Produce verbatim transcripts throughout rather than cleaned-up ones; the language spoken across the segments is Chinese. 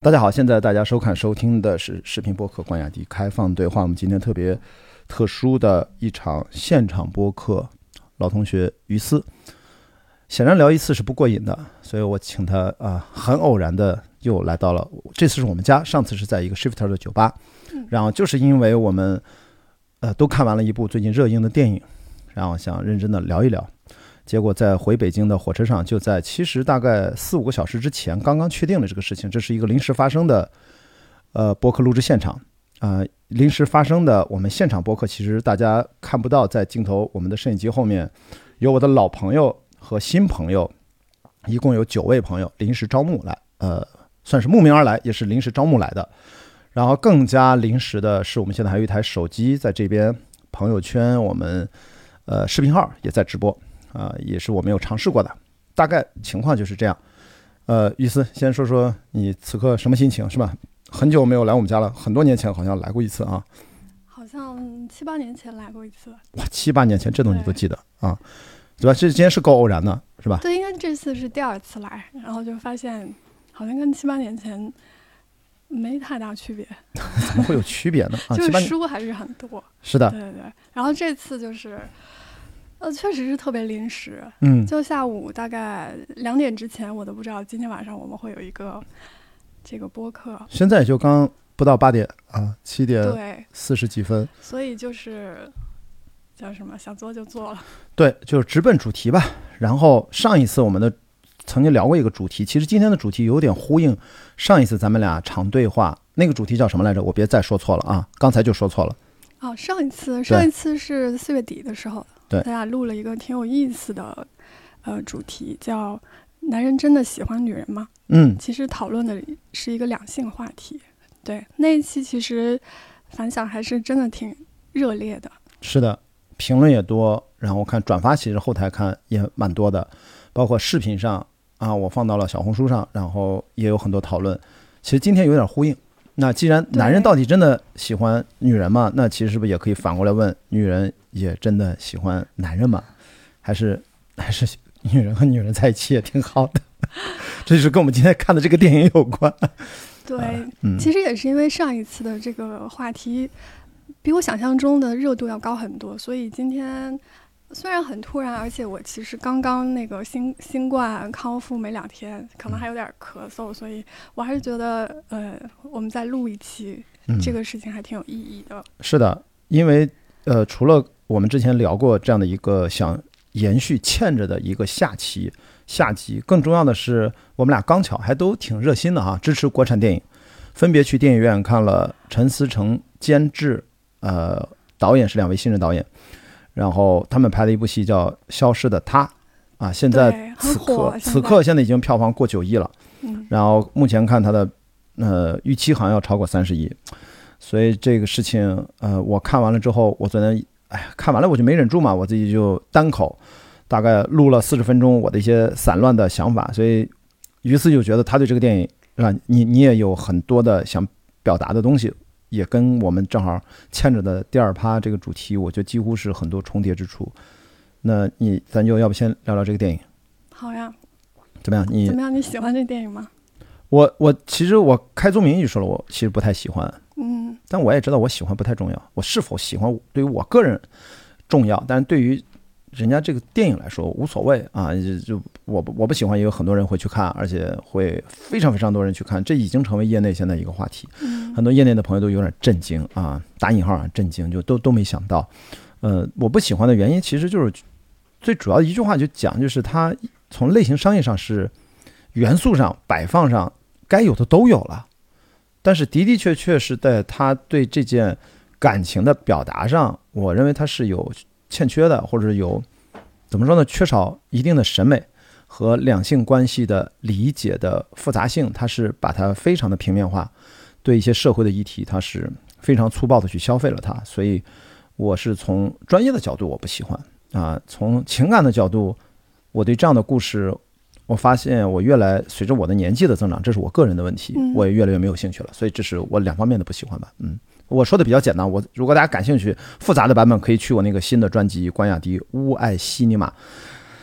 大家好，现在大家收看收听的是视频播客关雅迪开放对话。我们今天特别特殊的一场现场播客，老同学于思，显然聊一次是不过瘾的，所以我请他啊，很偶然的又来到了，这次是我们家，上次是在一个 Shifter 的酒吧，然后就是因为我们呃都看完了一部最近热映的电影，然后想认真的聊一聊。结果在回北京的火车上，就在其实大概四五个小时之前，刚刚确定了这个事情。这是一个临时发生的，呃，播客录制现场啊、呃，临时发生的。我们现场播客其实大家看不到，在镜头我们的摄影机后面有我的老朋友和新朋友，一共有九位朋友临时招募来，呃，算是慕名而来，也是临时招募来的。然后更加临时的是，我们现在还有一台手机在这边，朋友圈我们呃视频号也在直播。啊、呃，也是我没有尝试过的，大概情况就是这样。呃，于思，先说说你此刻什么心情，是吧？很久没有来我们家了，很多年前好像来过一次啊。 好像七八年前来过一次。 哇，七八年前这东西都记得啊，对吧？这今天是够偶然的，是吧？ 对，应该这次是第二次来，然后就发现好像跟七八年前没太大区别。 怎么会有区别呢？啊， 就是书还是很多。 是的。 对对对。然后这次就是。呃，确实是特别临时， 嗯， 就下午大概两点之前，我都不知道今天晚上我们会有一个这个播客。 现在就刚不到八点啊，七点对四十几分， 所以就是叫什么，想做就做了。 对，就是直奔主题吧。然后上一次我们的曾经聊过一个主题，其实今天的主题有点呼应上一次咱们俩长对话，那个主题叫什么来着？我别再说错了啊，刚才就说错了。 哦，上一次上一次是四月底的时候。 对， 咱俩录了一个挺有意思的呃主题，叫男人真的喜欢女人吗？ 嗯， 其实讨论的是一个两性话题。对，那一期其实反响还是真的挺热烈的。是的，评论也多，然后我看转发其实后台看也蛮多的，包括视频上啊，我放到了小红书上，然后也有很多讨论。其实今天有点呼应，那既然男人到底真的喜欢女人吗？那其实是不是也可以反过来问，女人也真的喜欢男人吗？还是还是女人和女人在一起也挺好的？这就是跟我们今天看的这个电影有关。 对、 呃嗯， 其实也是因为上一次的这个话题比我想象中的热度要高很多，所以今天虽然很突然，而且我其实刚刚那个新新冠康复没两天，可能还有点咳嗽，所以我还是觉得呃我们再录一期、嗯、这个事情还挺有意义的。 是的，因为呃除了我们之前聊过这样的一个想延续欠着的一个下期下集，更重要的是我们俩刚巧还都挺热心的哈，支持国产电影，分别去电影院看了陈思诚监制，呃导演是两位新人导演，然后他们拍的一部戏叫《消失的她》啊，现在此刻此刻现在已经票房过九亿了， 嗯， 然后目前看它的呃预期好像要超过三十亿，所以这个事情呃我看完了之后，我昨天哎看完了我就没忍住嘛，我自己就单口大概录了四十分钟我的一些散乱的想法，所以于是就觉得他对这个电影是吧，你你也有很多的想表达的东西。也跟我们正好牵着的第二趴这个主题，我觉得几乎是很多重叠之处。那你咱就要不先聊聊这个电影？ 好呀。 怎么样？你怎么样？你喜欢这电影吗？ 我我其实我开宗明义说了，我其实不太喜欢。 嗯。 但我也知道我喜欢不太重要，我是否喜欢对于我个人重要，但是对于人家这个电影来说无所谓啊。就就我我不喜欢，也有很多人会去看，而且会非常非常多人去看，这已经成为业内现在一个话题。 嗯， 很多业内的朋友都有点震惊啊，打引号啊，震惊，就都都没想到。呃，我不喜欢的原因其实就是最主要的一句话就讲，就是它从类型商业上是元素上摆放上该有的都有了，但是的的确确是在他对这件感情的表达上，我认为他是有欠缺的，或者有怎么说呢，缺少一定的审美和两性关系的理解的复杂性，它是把它非常的平面化，对一些社会的议题它是非常粗暴的去消费了它，所以我是从专业的角度我不喜欢啊，从情感的角度，我对这样的故事，我发现我越来随着我的年纪的增长，这是我个人的问题，我也越来越没有兴趣了，所以这是我两方面的不喜欢吧。嗯，我说的比较简单，我如果大家感兴趣复杂的版本可以去我那个新的专辑关雅迪乌爱西尼玛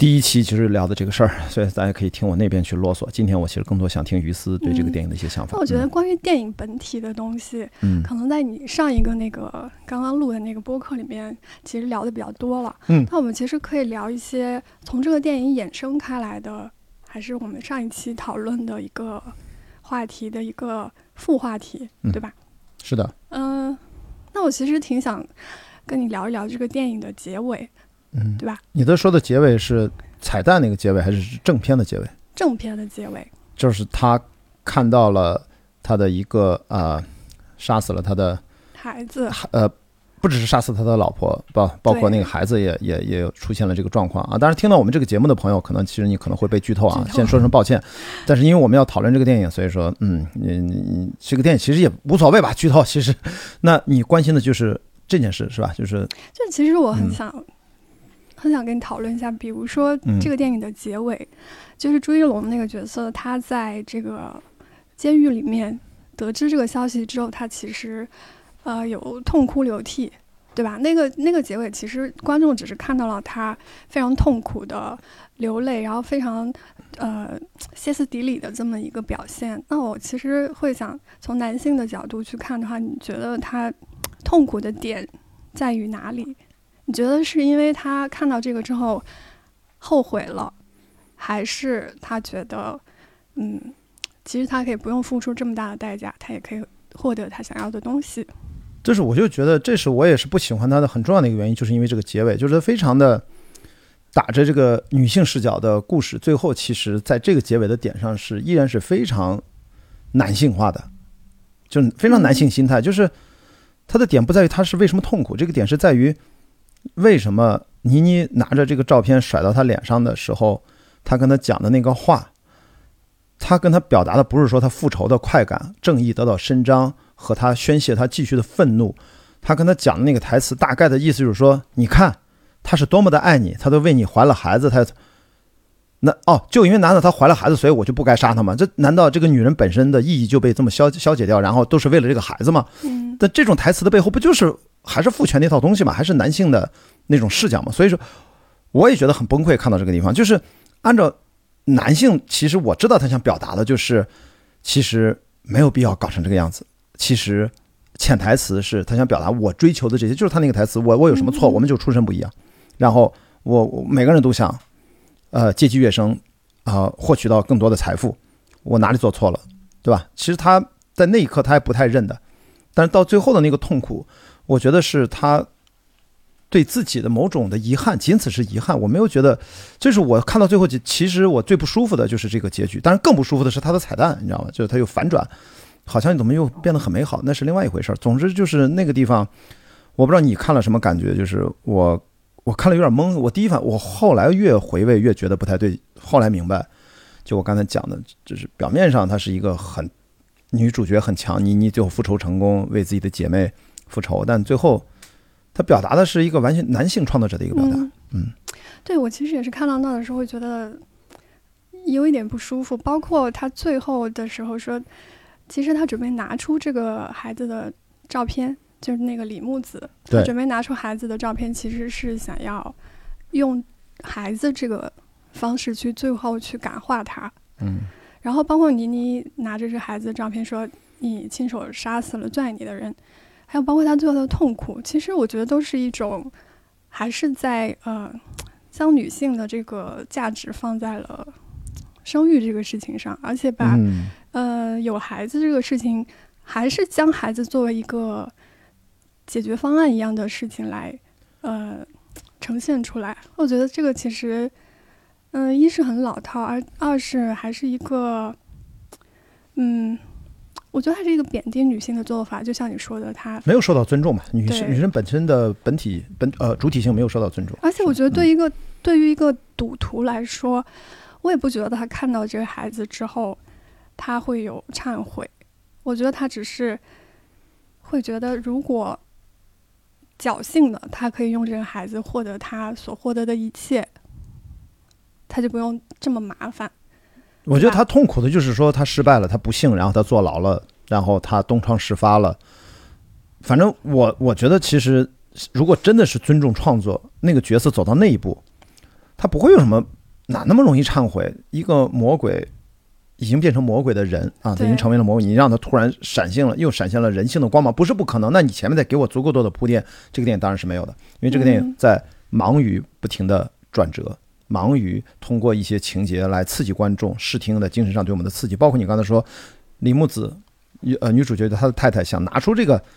第一期其实聊的这个事儿，所以大家可以听我那边去啰嗦。今天我其实更多想听于思对这个电影的一些想法。 嗯、我觉得关于电影本体的东西，嗯，可能在你上一个那个刚刚录的那个播客里面，其实聊的比较多了。嗯，那我们其实可以聊一些从这个电影衍生开来的，还是我们上一期讨论的一个话题的一个副话题，嗯、对吧？ 是的。 嗯、呃，那我其实挺想跟你聊一聊这个电影的结尾。嗯，对吧？ 你的说的结尾是彩蛋那个结尾，还是正片的结尾？ 正片的结尾就是他看到了他的一个呃，杀死了他的孩子， 呃，不只是杀死他的老婆，包包括那个孩子也也也出现了这个状况啊。当然，听到我们这个节目的朋友，可能其实你可能会被剧透啊，先说声抱歉。但是因为我们要讨论这个电影，所以说，嗯，你你这个电影其实也无所谓吧，剧透其实，那你关心的就是这件事是吧？就是， 就其实我很想。嗯很想跟你讨论一下，比如说这个电影的结尾，嗯、就是朱一龙那个角色，他在这个监狱里面得知这个消息之后，他其实呃有痛哭流涕，对吧？那个那个结尾，其实观众只是看到了他非常痛苦的流泪，然后非常呃歇斯底里的这么一个表现。那我其实会想从男性的角度去看的话，你觉得他痛苦的点在于哪里？你觉得是因为他看到这个之后后悔了，还是他觉得嗯，其实他可以不用付出这么大的代价，他也可以获得他想要的东西？ 就是我就觉得这是我也是不喜欢他的很重要的一个原因，就是因为这个结尾就是非常的打着这个女性视角的故事，最后其实在这个结尾的点上是依然是非常男性化的，就非常男性心态，就是他的点不在于他是为什么痛苦，这个点是在于为什么倪妮拿着这个照片甩到他脸上的时候，他跟他讲的那个话，他跟他表达的不是说他复仇的快感，正义得到伸张和他宣泄他继续的愤怒，他跟他讲的那个台词大概的意思就是说，你看他是多么的爱你，他都为你怀了孩子，他那哦，就因为难道他怀了孩子，所以我就不该杀他吗？这难道这个女人本身的意义就被这么消消解掉，然后都是为了这个孩子吗？嗯，但这种台词的背后不就是还是父权那套东西嘛，还是男性的那种视角嘛？所以说我也觉得很崩溃，看到这个地方，就是按照男性，其实我知道他想表达的就是其实没有必要搞成这个样子，其实潜台词是他想表达我追求的这些，就是他那个台词，我我有什么错，我们就出身不一样，然后我我每个人都想呃阶级跃升啊、呃，获取到更多的财富，我哪里做错了，对吧？其实他在那一刻他还不太认的，但是到最后的那个痛苦，我觉得是他对自己的某种的遗憾，仅此是遗憾。我没有觉得，这是我看到最后，其实我最不舒服的就是这个结局。当然更不舒服的是他的彩蛋，你知道吗？就是他又反转，好像怎么又变得很美好，那是另外一回事。总之就是那个地方，我不知道你看了什么感觉，就是我我看了有点懵。我第一反，我后来越回味越觉得不太对，后来明白，就我刚才讲的，就是表面上她是一个很女主角很强，倪妮最后复仇成功，为自己的姐妹复仇，但最后他表达的是一个完全男性创作者的一个表达。嗯，嗯对，我其实也是看到那的时候会觉得有一点不舒服，包括他最后的时候说，其实他准备拿出这个孩子的照片，就是那个李木子，他准备拿出孩子的照片，其实是想要用孩子这个方式去最后去感化他。嗯，然后包括倪妮拿着这孩子的照片说，你亲手杀死了最爱你的人。还有包括他最后的痛苦，其实我觉得都是一种还是在呃将女性的这个价值放在了生育这个事情上，而且把、嗯、呃有孩子这个事情还是将孩子作为一个解决方案一样的事情来呃呈现出来。我觉得这个其实嗯、呃、一是很老套，而二是还是一个嗯我觉得它是一个贬低女性的做法，就像你说的，它没有受到尊重嘛，女女人本身的本体本呃主体性没有受到尊重。 而且我觉得对一个、嗯、对于一个赌徒来说，我也不觉得他看到这个孩子之后他会有忏悔，我觉得他只是会觉得如果侥幸的他可以用这个孩子获得他所获得的一切，他就不用这么麻烦。 我觉得他痛苦的就是说他失败了，他不幸，然后他坐牢了，然后他东窗事发了。反正我我觉得其实如果真的是尊重创作，那个角色走到那一步， 他不会有什么哪那么容易忏悔。一个魔鬼已经变成魔鬼的人啊，他已经成为了魔鬼，你让他突然闪现了，又闪现了人性的光芒，不是不可能。那你前面再给我足够多的铺垫，这个电影当然是没有的，因为这个电影在忙于不停的转折，忙于通过一些情节来刺激观众视听的精神上对我们的刺激。包括你刚才说李木子呃女主角的她的太太想拿出这个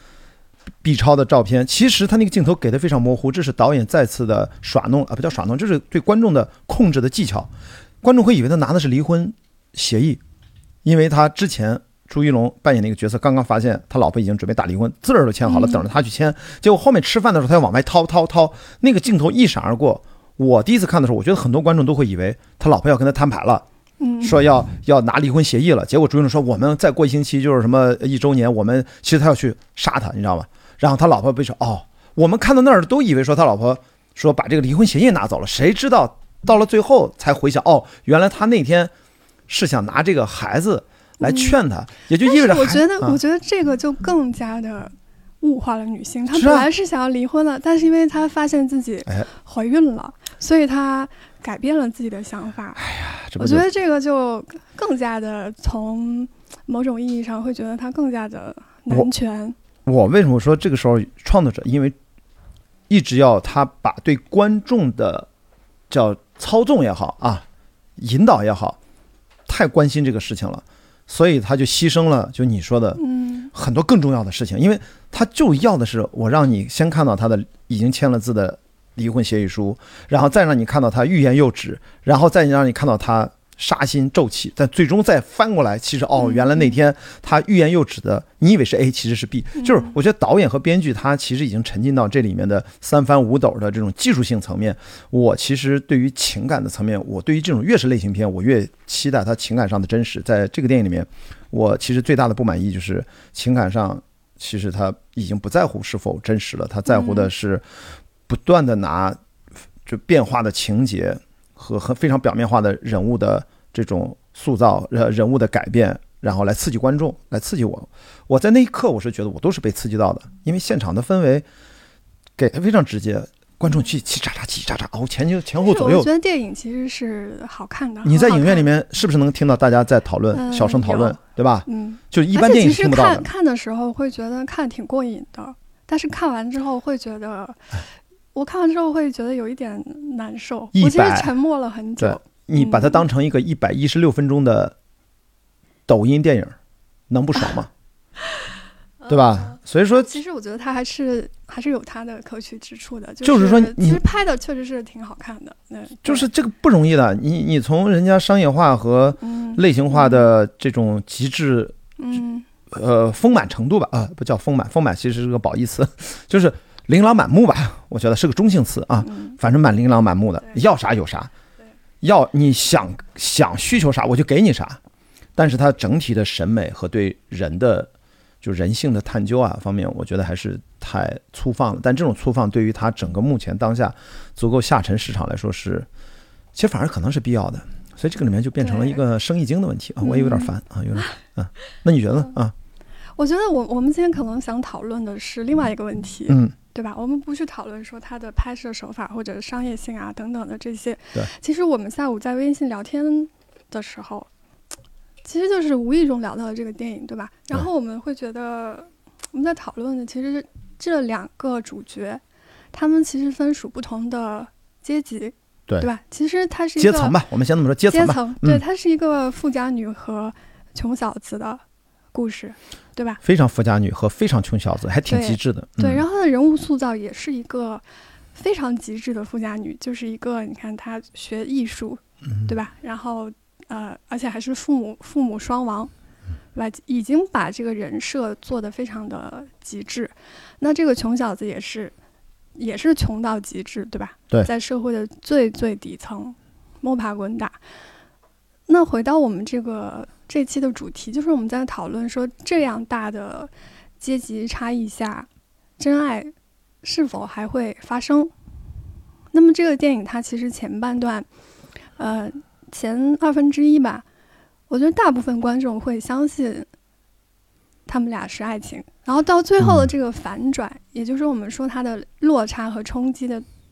B 超的照片，其实他那个镜头给的非常模糊，这是导演再次的耍弄啊，不叫耍弄，就是对观众的控制的技巧。观众会以为他拿的是离婚协议，因为他之前朱一龙扮演那个角色刚刚发现他老婆已经准备打离婚，字儿都签好了，等着他去签。结果后面吃饭的时候，他要往外掏掏掏，那个镜头一闪而过。我第一次看的时候，我觉得很多观众都会以为他老婆要跟他摊牌了。说要要拿离婚协议了，结果朱一龙说我们再过一星期就是什么一周年，我们其实他要去杀他，你知道吗？然后他老婆被说哦，我们看到那儿都以为说他老婆说把这个离婚协议拿走了，谁知道到了最后才回想哦，原来他那天是想拿这个孩子来劝他，嗯、也就意味着我觉得、啊、我觉得这个就更加的物化了女性。她本来是想要离婚的，啊、但是因为她发现自己怀孕了，哎、所以她改变了自己的想法。 哎呀，这我觉得这个就更加的从某种意义上会觉得她更加的男权。 我, 我为什么说这个时候创作者因为一直要他把对观众的叫操纵也好啊，引导也好，太关心这个事情了，所以他就牺牲了就你说的很多更重要的事情，因为他就要的是我让你先看到他的已经签了字的离婚协议书，然后再让你看到他欲言又止，然后再让你看到他杀心骤起，但最终再翻过来，其实哦，原来那天他欲言又止的，你以为是 A， 其实是 B。就是我觉得导演和编剧他其实已经沉浸到这里面的三番五斗的这种技术性层面。我其实对于情感的层面，我对于这种越是类型片，我越期待它情感上的真实。在这个电影里面，我其实最大的不满意就是情感上，其实他已经不在乎是否真实了，他在乎的是不断的拿就变化的情节和和非常表面化的人物的这种塑造，呃，人物的改变，然后来刺激观众，来刺激我。我在那一刻，我是觉得我都是被刺激到的，因为现场的氛围给的非常直接，观众叽叽喳喳叽喳喳哦，前前前后左右。 我觉得电影其实是好看的。 你在影院里面是不是能听到大家在讨论， 嗯、 小声讨论，对吧？ 嗯， 就一般电影是听不到的。 看看的时候会觉得看挺过瘾的，但是看完之后会觉得。我看完之后会觉得有一点难受，我其实沉默了很久。 你把它当成一个一百一十六分钟的抖音电影，能不爽吗？对吧？所以说， 其实我觉得它还是还是有它的可取之处的。 就是、就是说， 其实拍的确实是挺好看的。 就是这个不容易的，你你从人家商业化和类型化的这种极致， 嗯， 呃，丰满程度吧，啊、呃，不叫丰满，丰满其实是个褒义词，就是。琳琅满目吧，我觉得是个中性词啊，反正蛮琳琅满目的，要啥有啥，要你想想需求啥我就给你啥，但是它整体的审美和对人的就人性的探究啊方面，我觉得还是太粗放了。但这种粗放对于它整个目前当下足够下沉市场来说是，其实反而可能是必要的。所以这个里面就变成了一个生意经的问题啊，我也有点烦啊，有点啊。那你觉得啊？ 我觉得我我们今天可能想讨论的是另外一个问题， 嗯。 对吧？我们不去讨论说它的拍摄手法或者商业性啊等等的这些。 对。 其实我们下午在微信聊天的时候，其实就是无意中聊到了这个电影，对吧？然后我们会觉得我们在讨论的其实这两个主角，他们其实分属不同的阶级， 对对吧？其实它是一个阶层吧，我们先这么说，阶层吧。 阶层，对，它是一个富家女和穷小子的故事。对吧？ 非常富家女和非常穷小子，还挺极致的。 对，嗯、对，然后她的人物塑造也是一个非常极致的富家女，就是一个你看她学艺术， 嗯、 对吧？然后呃，而且还是父母父母双亡，对吧？已经把这个人设做得非常的极致。那这个穷小子也是也是穷到极致，对吧？ 对， 在社会的最最底层摸爬滚打。那回到我们这个这期的主题，就是我们在讨论说，这样大的阶级差异下，真爱是否还会发生？那么这个电影它其实前半段，呃，前二分之一吧，我觉得大部分观众会相信他们俩是爱情，然后到最后的这个反转，嗯、也就是我们说它的落差和冲击的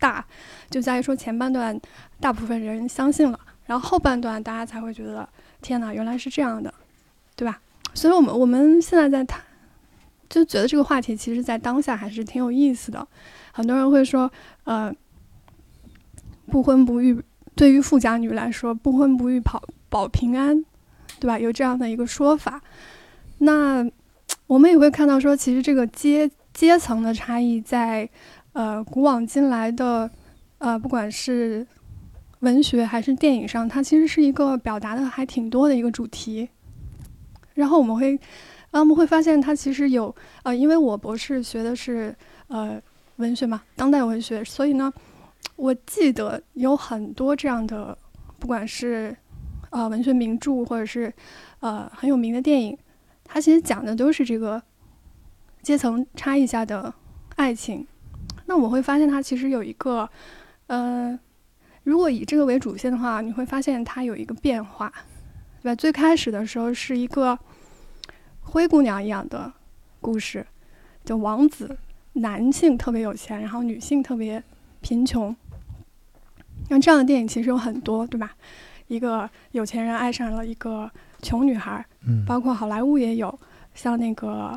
大，就在于说前半段大部分人相信了，然后后半段大家才会觉得天哪，原来是这样的，对吧？所以我们我们现在在谈，就觉得这个话题其实在当下还是挺有意思的。很多人会说，呃，不婚不育对于富家女来说，不婚不育保保平安，对吧？有这样的一个说法。那我们也会看到说，其实这个阶阶层的差异在呃古往今来的呃不管是文学还是电影上，它其实是一个表达的还挺多的一个主题。然后我们会，呃、我们会发现它其实有呃，因为我博士学的是呃文学嘛，当代文学，所以呢，我记得有很多这样的，不管是呃文学名著或者是呃很有名的电影，它其实讲的都是这个阶层差异下的爱情。那我会发现它其实有一个，呃，如果以这个为主线的话，你会发现它有一个变化，对吧？最开始的时候是一个灰姑娘一样的故事，就王子男性特别有钱，然后女性特别贫穷。那这样的电影其实有很多，对吧？一个有钱人爱上了一个穷女孩， 嗯， 包括好莱坞也有，像那个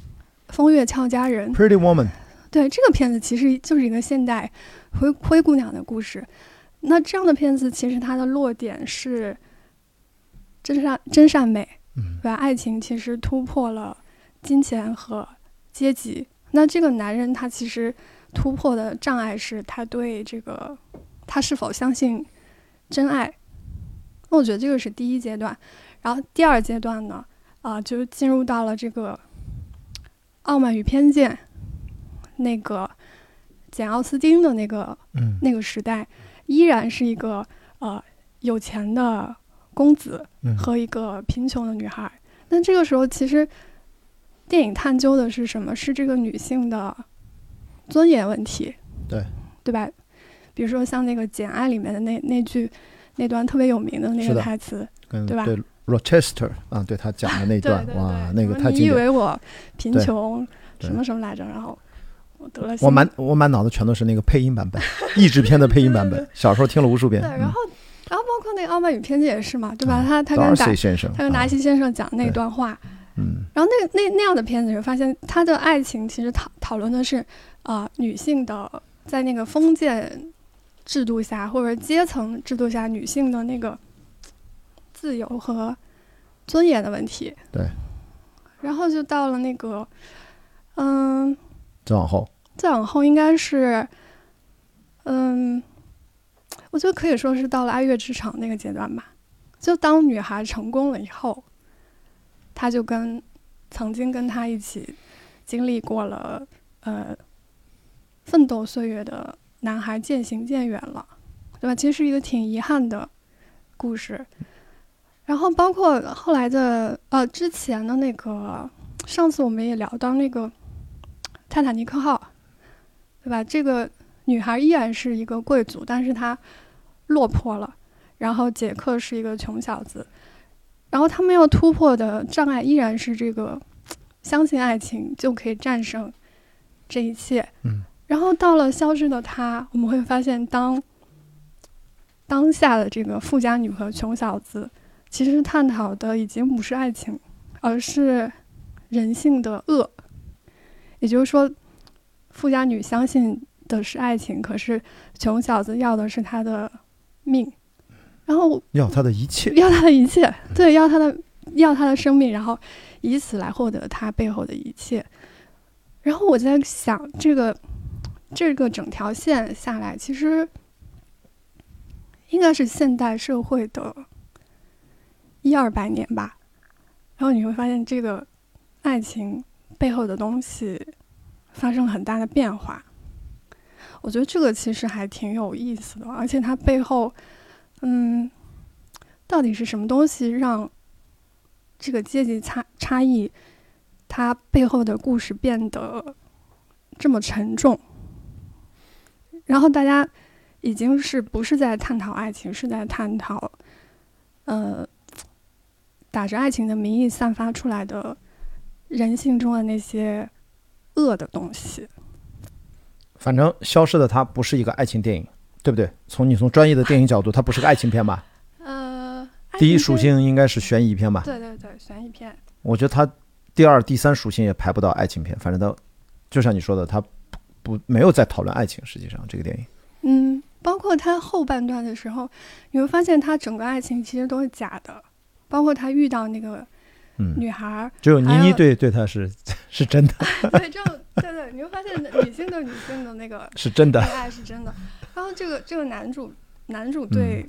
《风月俏佳人》 Pretty Woman， 对，这个片子其实就是一个现代灰灰姑娘的故事。那这样的片子其实它的落点是真善真善美， 嗯， 对吧？爱情其实突破了金钱和阶级。那这个男人他其实突破的障碍是他对这个他是否相信真爱。那我觉得这个是第一阶段。然后第二阶段呢，啊、呃，就进入到了这个《傲慢与偏见》那个简奥斯汀的那个、 嗯、 那个时代，依然是一个呃有钱的公子和一个贫穷的女孩。嗯、但这个时候其实电影探究的是什么？是这个女性的尊严问题， 对对吧？比如说像那个《简爱》里面的那那句那段特别有名的那个台词，对吧？ 对 Rochester 啊，对他讲的那段， 对对对， 哇，那个太经典。 你以为我贫穷什么什么来着？然后我得了。 我满我满脑子全都是那个配音版本，译制片的配音版本，小时候听了无数遍。 对，然后、嗯、然后包括那个《傲慢与偏见》也是嘛，对吧？ 啊、 他他跟达先生， 他跟达西先生讲那段话， 嗯， 然后那那那样的片子，你会发现他的爱情其实讨讨论的是啊、呃、女性的在那个封建制度下或者阶层制度下女性的那个自由和尊严的问题。 对， 然后就到了那个嗯， 再往后再往后应该是嗯，我觉得可以说是到了爱乐之城那个阶段吧。就当女孩成功了以后，她就跟曾经跟她一起经历过了呃奋斗岁月的男孩渐行渐远了，对吧？其实是一个挺遗憾的故事。然后包括后来的呃之前的那个，上次我们也聊到那个泰坦尼克号，对吧？这个女孩依然是一个贵族，但是她落魄了，然后杰克是一个穷小子，然后他们要突破的障碍依然是这个相信爱情就可以战胜这一切。 嗯， 然后到了消失的她，我们会发现当当下的这个富家女和穷小子其实探讨的已经不是爱情，而是人性的恶。也就是说，富家女相信的是爱情，可是穷小子要的是他的命，然后要他的一切， 要他的一切，对，要他的要他的生命，然后以此来获得他背后的一切。然后我在想，这个这个整条线下来，其实应该是现代社会的一二百年吧。然后你会发现，这个爱情背后的东西发生了很大的变化。我觉得这个其实还挺有意思的，而且它背后，嗯，到底是什么东西让这个阶级差差异，它背后的故事变得这么沉重？然后大家已经是不是在探讨爱情，是在探讨，呃，打着爱情的名义散发出来的人性中的那些恶的东西。 反正消失的她不是一个爱情电影，对不对？从你从专业的电影角度，它不是个爱情片吧？ 呃， 第一属性应该是悬疑片吧？ 对对对，悬疑片。 我觉得它第二、第三属性也排不到爱情片，反正它就像你说的，它不没有在讨论爱情。实际上，这个电影， 嗯，包括它后半段的时候，你会发现它整个爱情其实都是假的，包括他遇到那个女孩， 嗯、只有倪妮对对他是是真的。 对，这种对对，你会发现女性对女性的那个是真的， 爱是真的。然后这个这个男主男主对、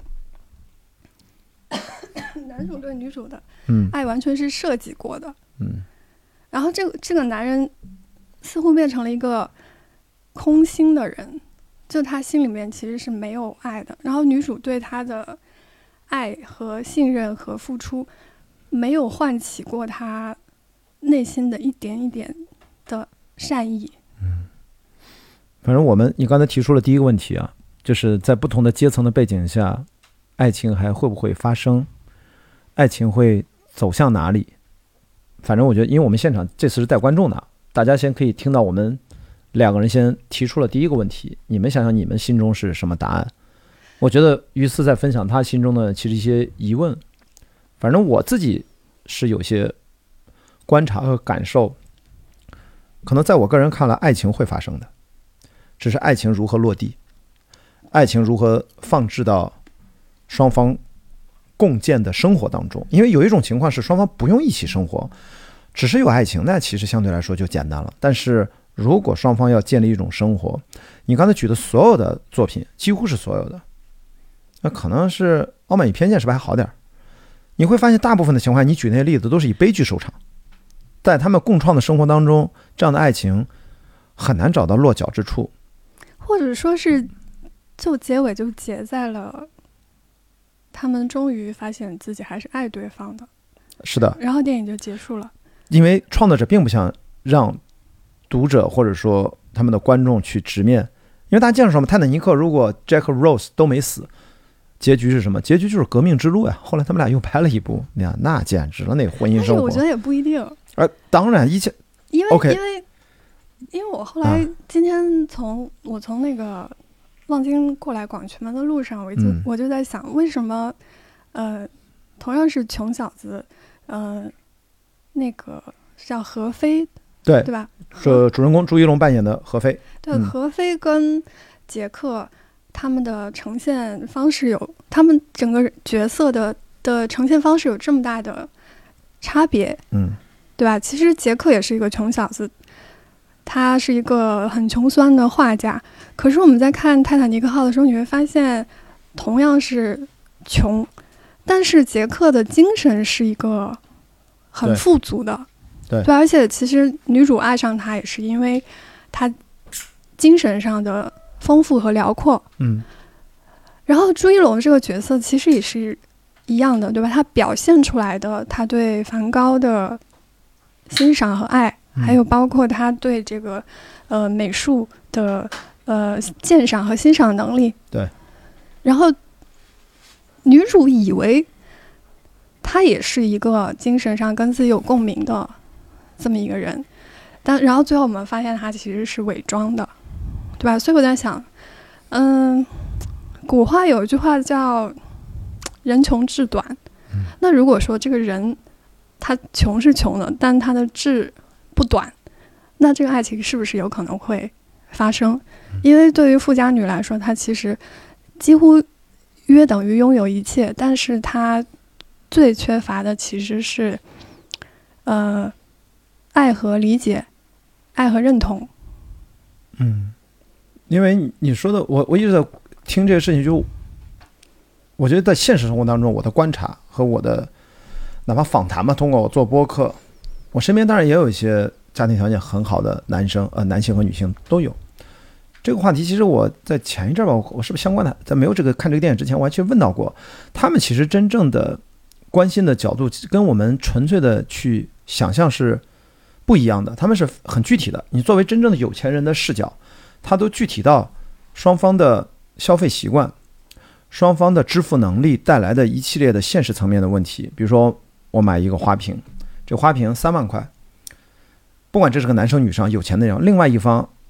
嗯、男主对女主的爱完全是设计过的。 嗯， 然后这个这个男人似乎变成了一个空心的人，就他心里面其实是没有爱的。然后女主对他的爱和信任和付出没有唤起过他内心的一点一点的善意。 嗯，反正我们你刚才提出了第一个问题啊，就是在不同的阶层的背景下，爱情还会不会发生，爱情会走向哪里。反正我觉得因为我们现场这次是带观众的，大家先可以听到我们两个人先提出了第一个问题，你们想想你们心中是什么答案。我觉得于斯在分享他心中的其实一些疑问，反正我自己是有些观察和感受，可能在我个人看来爱情会发生的，只是爱情如何落地，爱情如何放置到双方共建的生活当中。因为有一种情况是双方不用一起生活，只是有爱情，那其实相对来说就简单了。但是如果双方要建立一种生活，你刚才举的所有的作品，几乎是所有的，那可能是《傲慢与偏见》是不是还好点？你会发现大部分的情况下，你举那些例子都是以悲剧收场。在他们共创的生活当中，这样的爱情很难找到落脚之处， 或者说是就结尾就结在了他们终于发现自己还是爱对方的。 是的， 然后电影就结束了。 因为创作者并不想让读者或者说他们的观众去直面，因为大家见识什么，泰坦尼克如果 Jack 和 Rose 都没死，结局是什么？结局就是革命之路呀。后来他们俩又拍了一部，你看那简直了，那个婚姻生活。 我觉得也不一定。 呃，当然一切， 因为、 okay, 因为因为我后来今天从、啊、我从那个望京过来广渠门的路上，我就、嗯、我就在想，为什么呃同样是穷小子，呃那个叫何非， 对对吧？ 是主人公朱一龙扮演的何非。 对，嗯、何非跟杰克他们的呈现方式有，他们整个角色的的呈现方式有这么大的差别， 嗯， 对吧？其实杰克也是一个穷小子，他是一个很穷酸的画家。可是我们在看《泰坦尼克号》的时候，你会发现，同样是穷，但是杰克的精神是一个很富足的， 对， 对，而且其实女主爱上他也是因为他精神上的丰富和辽阔， 嗯。 然后朱一龙这个角色其实也是一样的，对吧？他表现出来的他对梵高的欣赏和爱， 嗯、 还有包括他对这个呃美术的呃鉴赏和欣赏能力， 对。 然后女主以为他也是一个精神上跟自己有共鸣的这么一个人，但然后最后我们发现他其实是伪装的，对吧？所以我在想，嗯，古话有一句话叫人穷志短， 嗯、 那如果说这个人他穷是穷的，但他的志不短，那这个爱情是不是有可能会发生？因为对于富家女来说，她其实几乎约等于拥有一切，但是她最缺乏的其实是呃爱和理解，爱和认同。 嗯，因为你说的，我我一直在听这个事情，就我觉得在现实生活当中，我的观察和我的哪怕访谈嘛，通过我做播客，我身边当然也有一些家庭条件很好的男生，呃，男性和女性都有。这个话题其实我在前一阵吧，我我是不是相关的，在没有这个看这个电影之前，我还去问到过，他们其实真正的关心的角度跟我们纯粹的去想象是不一样的，他们是很具体的。你作为真正的有钱人的视角，他都具体到双方的消费习惯、双方的支付能力带来的一系列的现实层面的问题。比如说我买一个花瓶，这花瓶三万块，不管这是个男生女生有钱的人，另外一方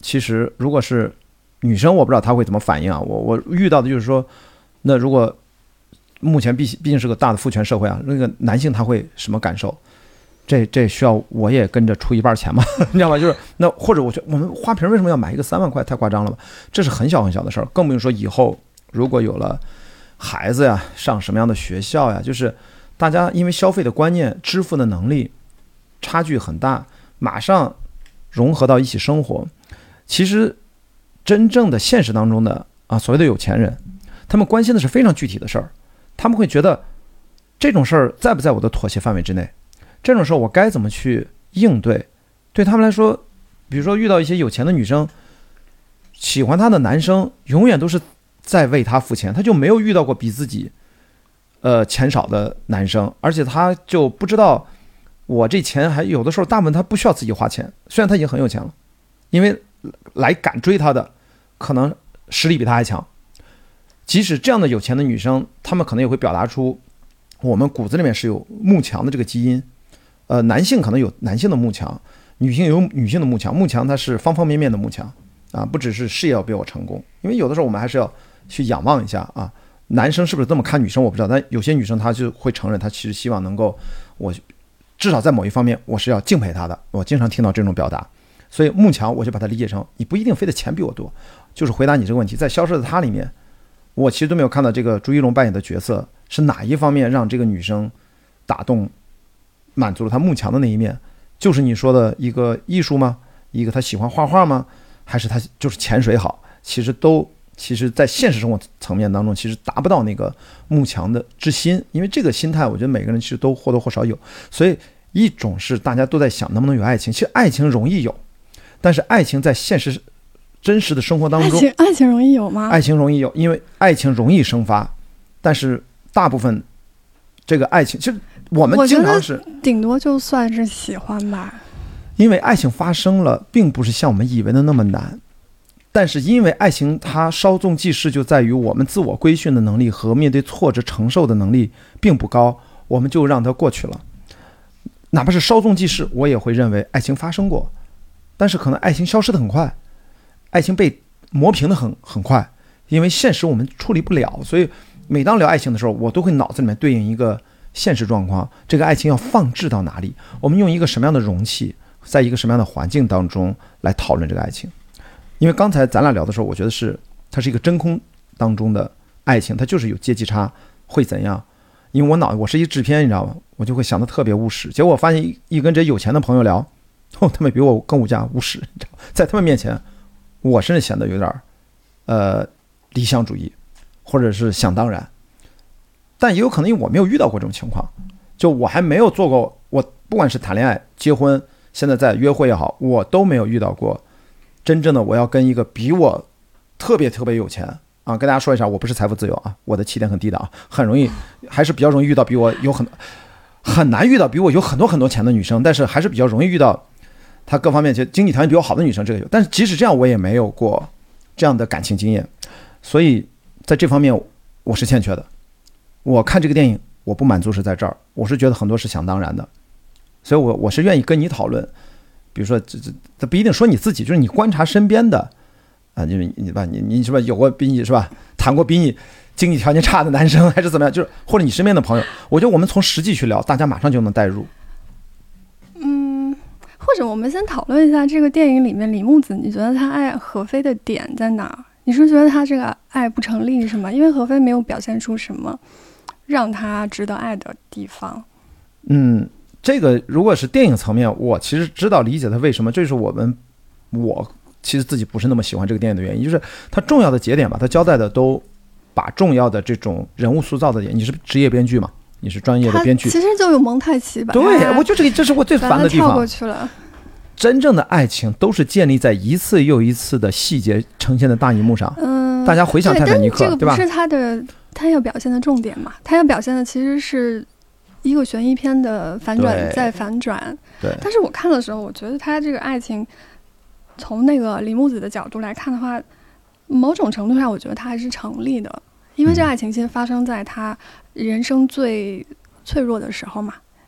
其实如果是女生，我不知道她会怎么反应啊。我我遇到的就是说，那如果目前毕毕竟是个大的父权社会啊，那个男性他会什么感受？这这需要我也跟着出一半钱吗？你知道吗？就是那或者我觉得我们花瓶为什么要买一个三万块？太夸张了吧？这是很小很小的事儿，更不用说以后如果有了孩子呀，上什么样的学校呀，就是大家因为消费的观念、支付的能力差距很大，马上融合到一起生活。其实真正的现实当中的啊，所谓的有钱人，他们关心的是非常具体的事儿，他们会觉得这种事儿在不在我的妥协范围之内。这种时候我该怎么去应对？对他们来说，比如说遇到一些有钱的女生，喜欢她的男生永远都是在为她付钱，他就没有遇到过比自己呃钱少的男生，而且他就不知道我这钱还有的时候大部分他不需要自己花钱，虽然他已经很有钱了，因为来敢追他的可能实力比他还强。即使这样的有钱的女生，她们可能也会表达出我们骨子里面是有慕强的这个基因。呃，男性可能有男性的慕强，女性有女性的慕强。慕强它是方方面面的慕强啊，不只是事业要比我成功。因为有的时候我们还是要去仰望一下啊，男生是不是这么看女生我不知道，但有些女生她就会承认，她其实希望能够，我至少在某一方面我是要敬佩她的。我经常听到这种表达，所以慕强我就把它理解成你不一定非得钱比我多。就是回答你这个问题，在《消失的她》里面，我其实都没有看到这个朱一龙扮演的角色是哪一方面让这个女生打动满足了他慕强的那一面。就是你说的一个艺术吗？一个他喜欢画画吗？还是他就是潜水好？其实都其实在现实生活层面当中其实达不到那个慕强的之心。因为这个心态我觉得每个人其实都或多或少有。所以一种是大家都在想能不能有爱情，其实爱情容易有，但是爱情在现实真实的生活当中， 爱情爱情容易有吗？ 爱情容易有，因为爱情容易生发，但是大部分这个爱情其实我们经常是顶多就算是喜欢吧。 因为爱情发生了并不是像我们以为的那么难，但是因为爱情它稍纵即逝，就在于我们自我规训的能力和面对挫折承受的能力并不高，我们就让它过去了。哪怕是稍纵即逝，我也会认为爱情发生过，但是可能爱情消失的很快，爱情被磨平的很很快，因为现实我们处理不了。所以每当聊爱情的时候，我都会脑子里面对应一个现实状况，这个爱情要放置到哪里，我们用一个什么样的容器，在一个什么样的环境当中来讨论这个爱情。因为刚才咱俩聊的时候，我觉得是它是一个真空当中的爱情，它就是有阶级差，会怎样？因为我脑我是一制片，你知道吗？我就会想得特别务实。结果我发现一跟这有钱的朋友聊，哦，他们比我更物价务实，你知道，在他们面前，我甚至显得有点呃理想主义，或者是想当然。但也有可能因为我没有遇到过这种情况，就我还没有做过，我不管是谈恋爱、结婚，现在在约会也好，我都没有遇到过真正的我要跟一个比我特别特别有钱啊，跟大家说一下，我不是财富自由啊，我的起点很低的啊，很容易还是比较容易遇到比我有很很难遇到比我有很多很多钱的女生，但是还是比较容易遇到她各方面经济条件比我好的女生，这个有。但是即使这样，我也没有过这样的感情经验，所以在这方面我是欠缺的。我看这个电影，我不满足是在这儿，我是觉得很多是想当然的，所以我我是愿意跟你讨论。比如说，这这这不一定说你自己，就是你观察身边的啊，就是你吧，你你是吧有过比你是吧谈过比你经济条件差的男生，还是怎么样？就是或者你身边的朋友，我觉得我们从实际去聊，大家马上就能带入。 嗯，或者我们先讨论一下这个电影里面李木子，你觉得他爱何非的点在哪？你是觉得他这个爱不成立是吗？因为何非没有表现出什么让他值得爱的地方。 嗯，这个如果是电影层面，我其实知道理解他为什么，这是我们我其实自己不是那么喜欢这个电影的原因，就是它重要的节点吧，它交代的都把重要的这种人物塑造的点，你是职业编剧嘛，你是专业的编剧， 其实就有蒙太奇吧。 对，我就这个这是我最烦的地方。 跳过去了。 真正的爱情都是建立在一次又一次的细节呈现在大荧幕上。 嗯， 大家回想泰坦尼克， 对， 对吧？ 这个不是他的，他要表现的重点嘛？他要表现的其实是一个悬疑片的反转再反转。 对。 但是我看的时候，我觉得他这个爱情，从那个李木子的角度来看的话，某种程度上，我觉得他还是成立的，因为这爱情其实发生在他人生最脆弱的时候嘛。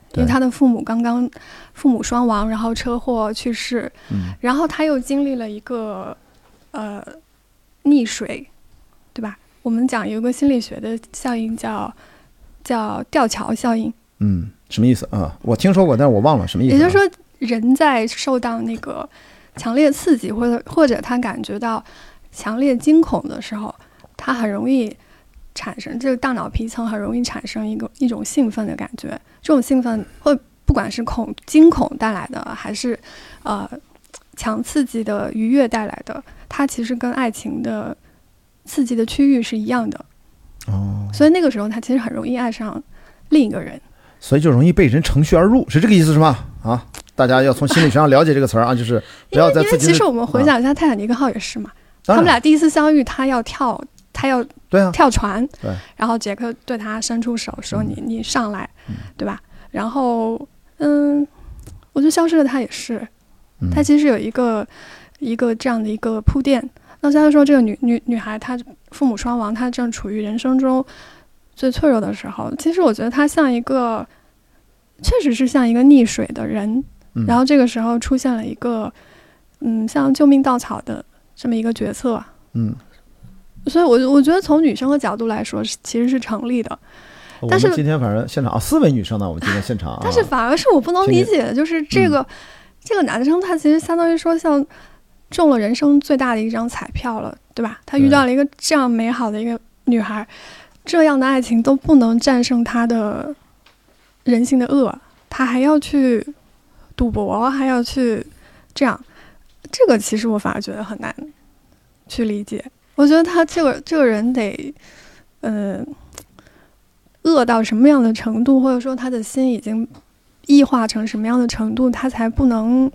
因为他的父母刚刚父母双亡，然后车祸去世， 嗯， 然后他又经历了一个呃溺水，对吧？我们讲有一个心理学的效应叫叫吊桥效应。 嗯，什么意思啊？我听说过，但是我忘了什么意思、啊。 也就是说，人在受到那个强烈刺激，或者或者他感觉到强烈惊恐的时候，他很容易产生这个大脑皮层很容易产生一个一种兴奋的感觉。这种兴奋会不管是恐惊恐带来的，还是呃强刺激的愉悦带来的，它其实跟爱情的刺激的区域是一样的。 哦， 所以那个时候他其实很容易爱上另一个人。 所以就容易被人乘虚而入，是这个意思是吗？啊，大家要从心理学上了解这个词儿啊，就是不要在自己的。 因为其实我们回想一下，泰坦尼克号也是嘛， 他们俩第一次相遇，他要跳，他要对啊跳船， 对， 然后杰克对他伸出手说你：“你、嗯、你上来， 嗯、 对吧？”然后，嗯，我觉得消失的他也是， 嗯、 他其实有一个一个这样的一个铺垫。那相当于说，这个女女女孩她父母双亡，她正处于人生中最脆弱的时候。其实我觉得她像一个，确实是像一个溺水的人， 嗯、 然后这个时候出现了一个，嗯，像救命稻草的这么一个角色。 嗯， 所以我我觉得从女生的角度来说，其实是成立的。但是我们今天反正现场啊，四位女生呢，我们今天现场、啊， 但是反而是我不能理解的，就是这个、嗯、这个男生他其实相当于说像中了人生最大的一张彩票了，对吧？他遇到了一个这样美好的一个女孩，这样的爱情都不能战胜他的人性的恶，他还要去赌博，还要去这样，这个其实我反而觉得很难去理解。我觉得他这个这个人得，嗯、呃，恶到什么样的程度，或者说他的心已经异化成什么样的程度，他才不能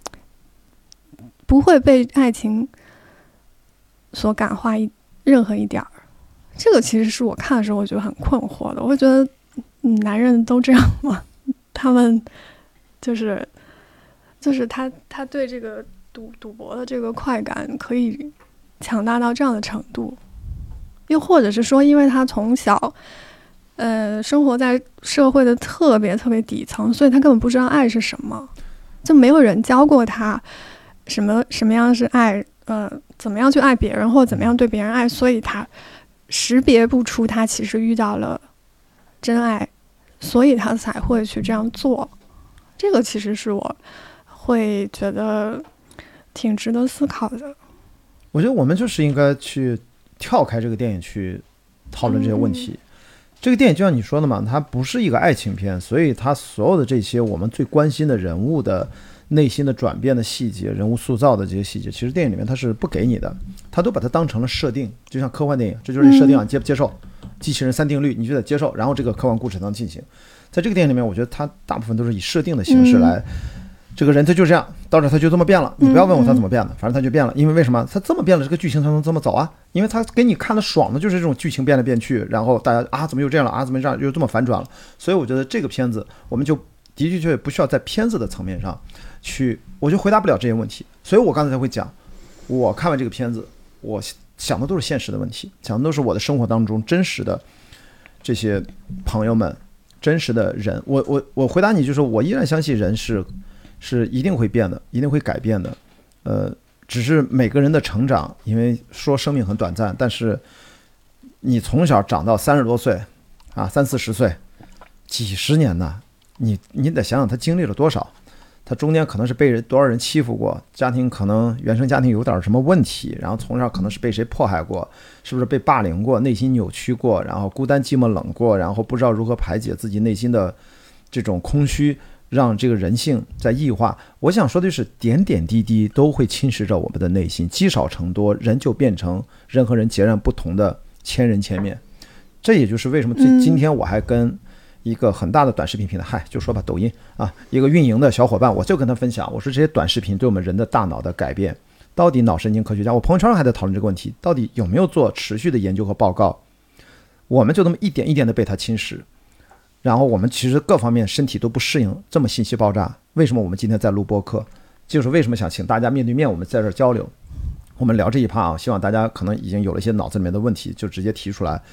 不会被爱情所感化一任何一点儿。这个其实是我看的时候我觉得很困惑的。我会觉得、嗯、男人都这样吗？他们就是就是他他对这个赌赌博的这个快感可以强大到这样的程度，又或者是说因为他从小呃生活在社会的特别特别底层，所以他根本不知道爱是什么，就没有人教过他什么什么样是爱，呃怎么样去爱别人，或者怎么样对别人爱，所以他识别不出他其实遇到了真爱，所以他才会去这样做。这个其实是我会觉得挺值得思考的。 我觉得我们就是应该去跳开这个电影去讨论这些问题、嗯、这个电影就像你说的嘛，它不是一个爱情片，所以它所有的这些我们最关心的人物的内心的转变的细节，人物塑造的这些细节，其实电影里面它是不给你的，它都把它当成了设定，就像科幻电影，这就是设定啊，接不接受机器人三定律，你就得接受，然后这个科幻故事才能进行。在这个电影里面，我觉得它大部分都是以设定的形式来、嗯、这个人他就这样，到这他就这么变了，你不要问我他怎么变的，反正他就变了。因为为什么他这么变了，这个剧情才能这么走啊？因为他给你看的爽的就是这种剧情变来变去，然后大家啊怎么又这样了啊，怎么这样又这么反转了。所以我觉得这个片子我们就的确确不需要在片子的层面上去，我就回答不了这些问题。所以我刚才才会讲，我看完这个片子，我想的都是现实的问题，想的都是我的生活当中真实的这些朋友们，真实的人。我我我回答你就是，我依然相信人是是一定会变的，一定会改变的。呃，只是每个人的成长，因为说生命很短暂，但是你从小长到三十多岁啊，三四十岁，几十年呢，你你得想想他经历了多少。他中间可能是被人多少人欺负过，家庭可能原生家庭有点什么问题，然后从小可能是被谁迫害过，是不是被霸凌过，内心扭曲过，然后孤单寂寞冷过，然后不知道如何排解自己内心的这种空虚，让这个人性在异化。我想说的是，点点滴滴都会侵蚀着我们的内心，积少成多，人就变成人和人截然不同的千人千面。这也就是为什么最今天我还跟一个很大的短视频平台，嗨，就说吧，抖音啊，一个运营的小伙伴，我就跟他分享，我说这些短视频对我们人的大脑的改变，到底脑神经科学家，我朋友圈上还在讨论这个问题，到底有没有做持续的研究和报告？我们就这么一点一点的被它侵蚀，然后我们其实各方面身体都不适应这么信息爆炸。为什么我们今天在录播客？就是为什么想请大家面对面，我们在这儿交流，我们聊这一趴啊，希望大家可能已经有了一些脑子里面的问题，就直接提出来。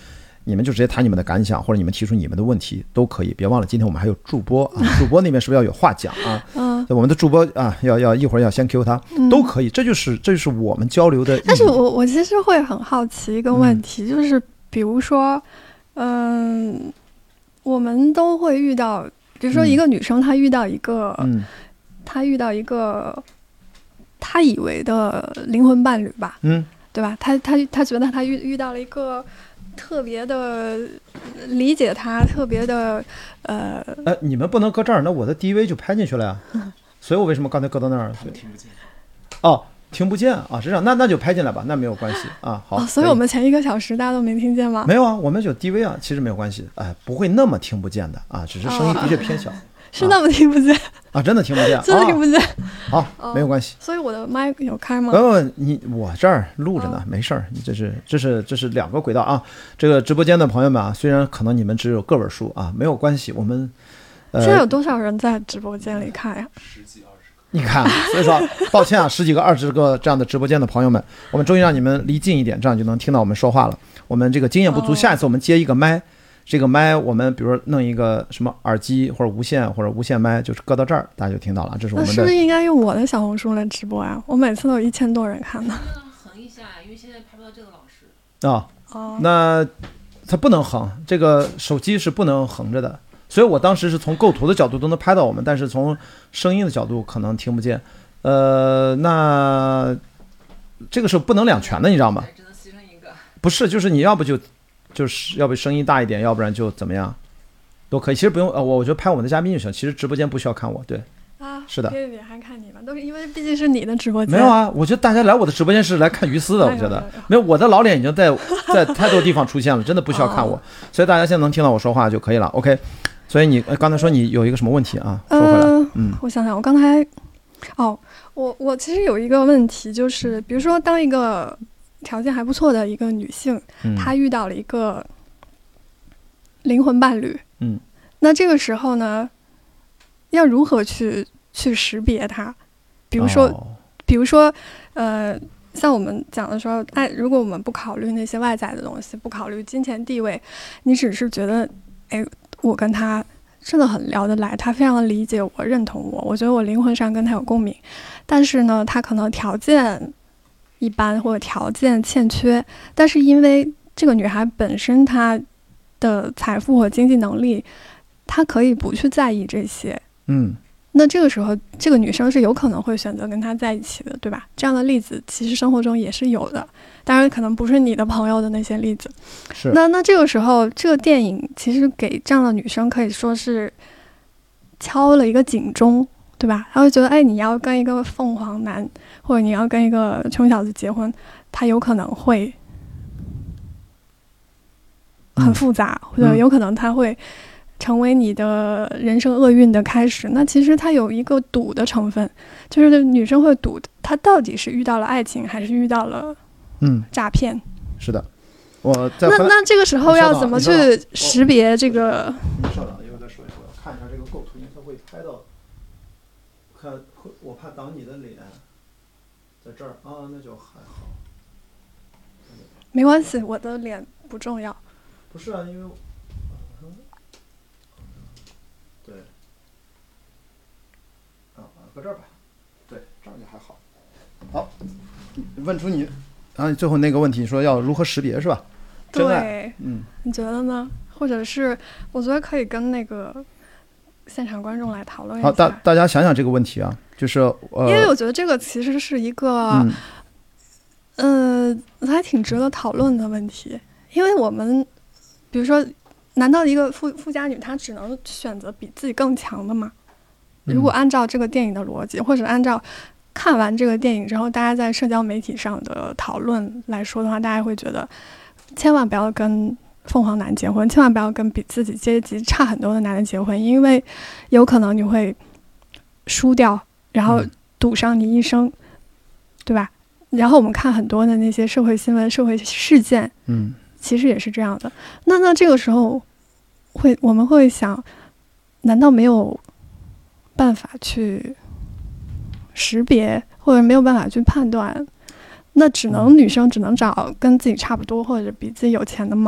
你们就直接谈你们的感想，或者你们提出你们的问题都可以。别忘了，今天我们还有助播啊，主播那边是不是要有话讲啊？嗯，我们的助播啊，要要一会儿要先 Q 他，都可以。这就是这就是我们交流的意义。 但是我我其实会很好奇一个问题，嗯、就是比如说，嗯，我们都会遇到，比如说一个女生她遇到一个，嗯，她遇到一个她以为的灵魂伴侣吧，嗯，对吧？她她她觉得她遇遇到了一个。特别的理解他，特别的呃呃，你们不能搁这儿，那我的 D V 就拍进去了呀，嗯、所以我为什么刚才搁到那儿？ 听不见。 哦，听不见啊，是这样，那那就拍进来吧，那没有关系啊。好、 哦，所以我们前一个小时大家都没听见吗？ 没有啊，我们有 D V 啊，其实没有关系，哎，不会那么听不见的啊，只是声音的确偏小。哦是那么听不见啊！真的听不见， 真的听不见。 好、哦，没有关系。 所以我的麦有开吗？ 不不，你我这儿录着呢，哦、没事儿。这是这是这是两个轨道啊。这个直播间的朋友们啊，虽然可能你们只有个位数啊，没有关系。我们、 呃、现在有多少人在直播间里看呀？ 十几二十个。 你看，所以说抱歉啊，十几个、二十个这样的直播间的朋友们，我们终于让你们离近一点，这样就能听到我们说话了。我们这个经验不足，哦、下一次我们接一个麦。这个麦我们比如弄一个什么耳机或者无线或者无线麦，就是搁到这儿，大家就听到了。这是我们的。 那是不是应该用我的小红书来直播啊？我每次都有一千多人看呢。 横一下，因为现在拍不到这个老师。 啊、哦，那它不能横，这个手机是不能横着的。所以我当时是从构图的角度都能拍到我们，但是从声音的角度可能听不见。呃，那这个是不能两全的，你知道吗？ 只能牺牲一个。 不是，就是你要不就。就是要不声音大一点，要不然就怎么样，都可以。其实不用，呃，我我觉得拍我们的嘉宾就行。其实直播间不需要看我，对， 啊， 是的。 别别还看你们，都是因为毕竟是你的直播间。 没有啊，我觉得大家来我的直播间是来看于私的，我觉得没有，我的老脸已经在在太多地方出现了，真的不需要看我，所以大家现在能听到我说话就可以了。OK， 所以你刚才说你有一个什么问题啊？说回来， 呃、嗯，我想想，我刚才，哦，我我其实有一个问题，就是比如说当一个。条件还不错的一个女性，嗯、她遇到了一个灵魂伴侣，嗯，那这个时候呢，要如何去去识别它？比如说，哦、比如说，呃，像我们讲的说，哎，如果我们不考虑那些外在的东西，不考虑金钱地位，你只是觉得，哎，我跟他真的很聊得来，他非常的理解我，认同我，我觉得我灵魂上跟他有共鸣，但是呢，他可能条件。一般或者条件欠缺，但是因为这个女孩本身她的财富和经济能力，她可以不去在意这些，嗯，那这个时候这个女生是有可能会选择跟他在一起的，对吧？这样的例子其实生活中也是有的，当然可能不是你的朋友的那些例子。 是。 那那这个时候，这个电影其实给这样的女生可以说是敲了一个警钟。对吧？他会觉得，哎，你要跟一个凤凰男，或者你要跟一个穷小子结婚，他有可能会很复杂，嗯、或者有可能他会成为你的人生厄运的开始。嗯、那其实他有一个赌的成分，就是女生会赌，她到底是遇到了爱情，还是遇到了嗯诈骗？ 是的，我在那那这个时候要怎么去识别这个？ 你稍等，一会儿再说一说，看一下这个构图，因为它会拍到。看，我怕挡你的脸，在这儿啊，那就还好。 没关系，我的脸不重要。 不是啊，因为，嗯，对，啊啊，搁这儿吧，对，这样就还好。好，问出你啊，最后那个问题，说要如何识别是吧？ 对，嗯，你觉得呢？或者是，我觉得可以跟那个。现场观众来讨论一下。 好，大大家想想这个问题啊，就是呃， 因为我觉得这个其实是一个，嗯，呃，还挺值得讨论的问题。因为我们，比如说，难道一个富富家女她只能选择比自己更强的吗？如果按照这个电影的逻辑，或者按照看完这个电影之后，大家在社交媒体上的讨论来说的话，大家会觉得，千万不要跟。凤凰男结婚，千万不要跟比自己阶级差很多的男人结婚，因为有可能你会输掉，然后赌上你一生，嗯、对吧？然后我们看很多的那些社会新闻、社会事件，嗯，其实也是这样的。那那这个时候会，我们会想，难道没有办法去识别，或者没有办法去判断？那只能女生只能找跟自己差不多或者比自己有钱的吗？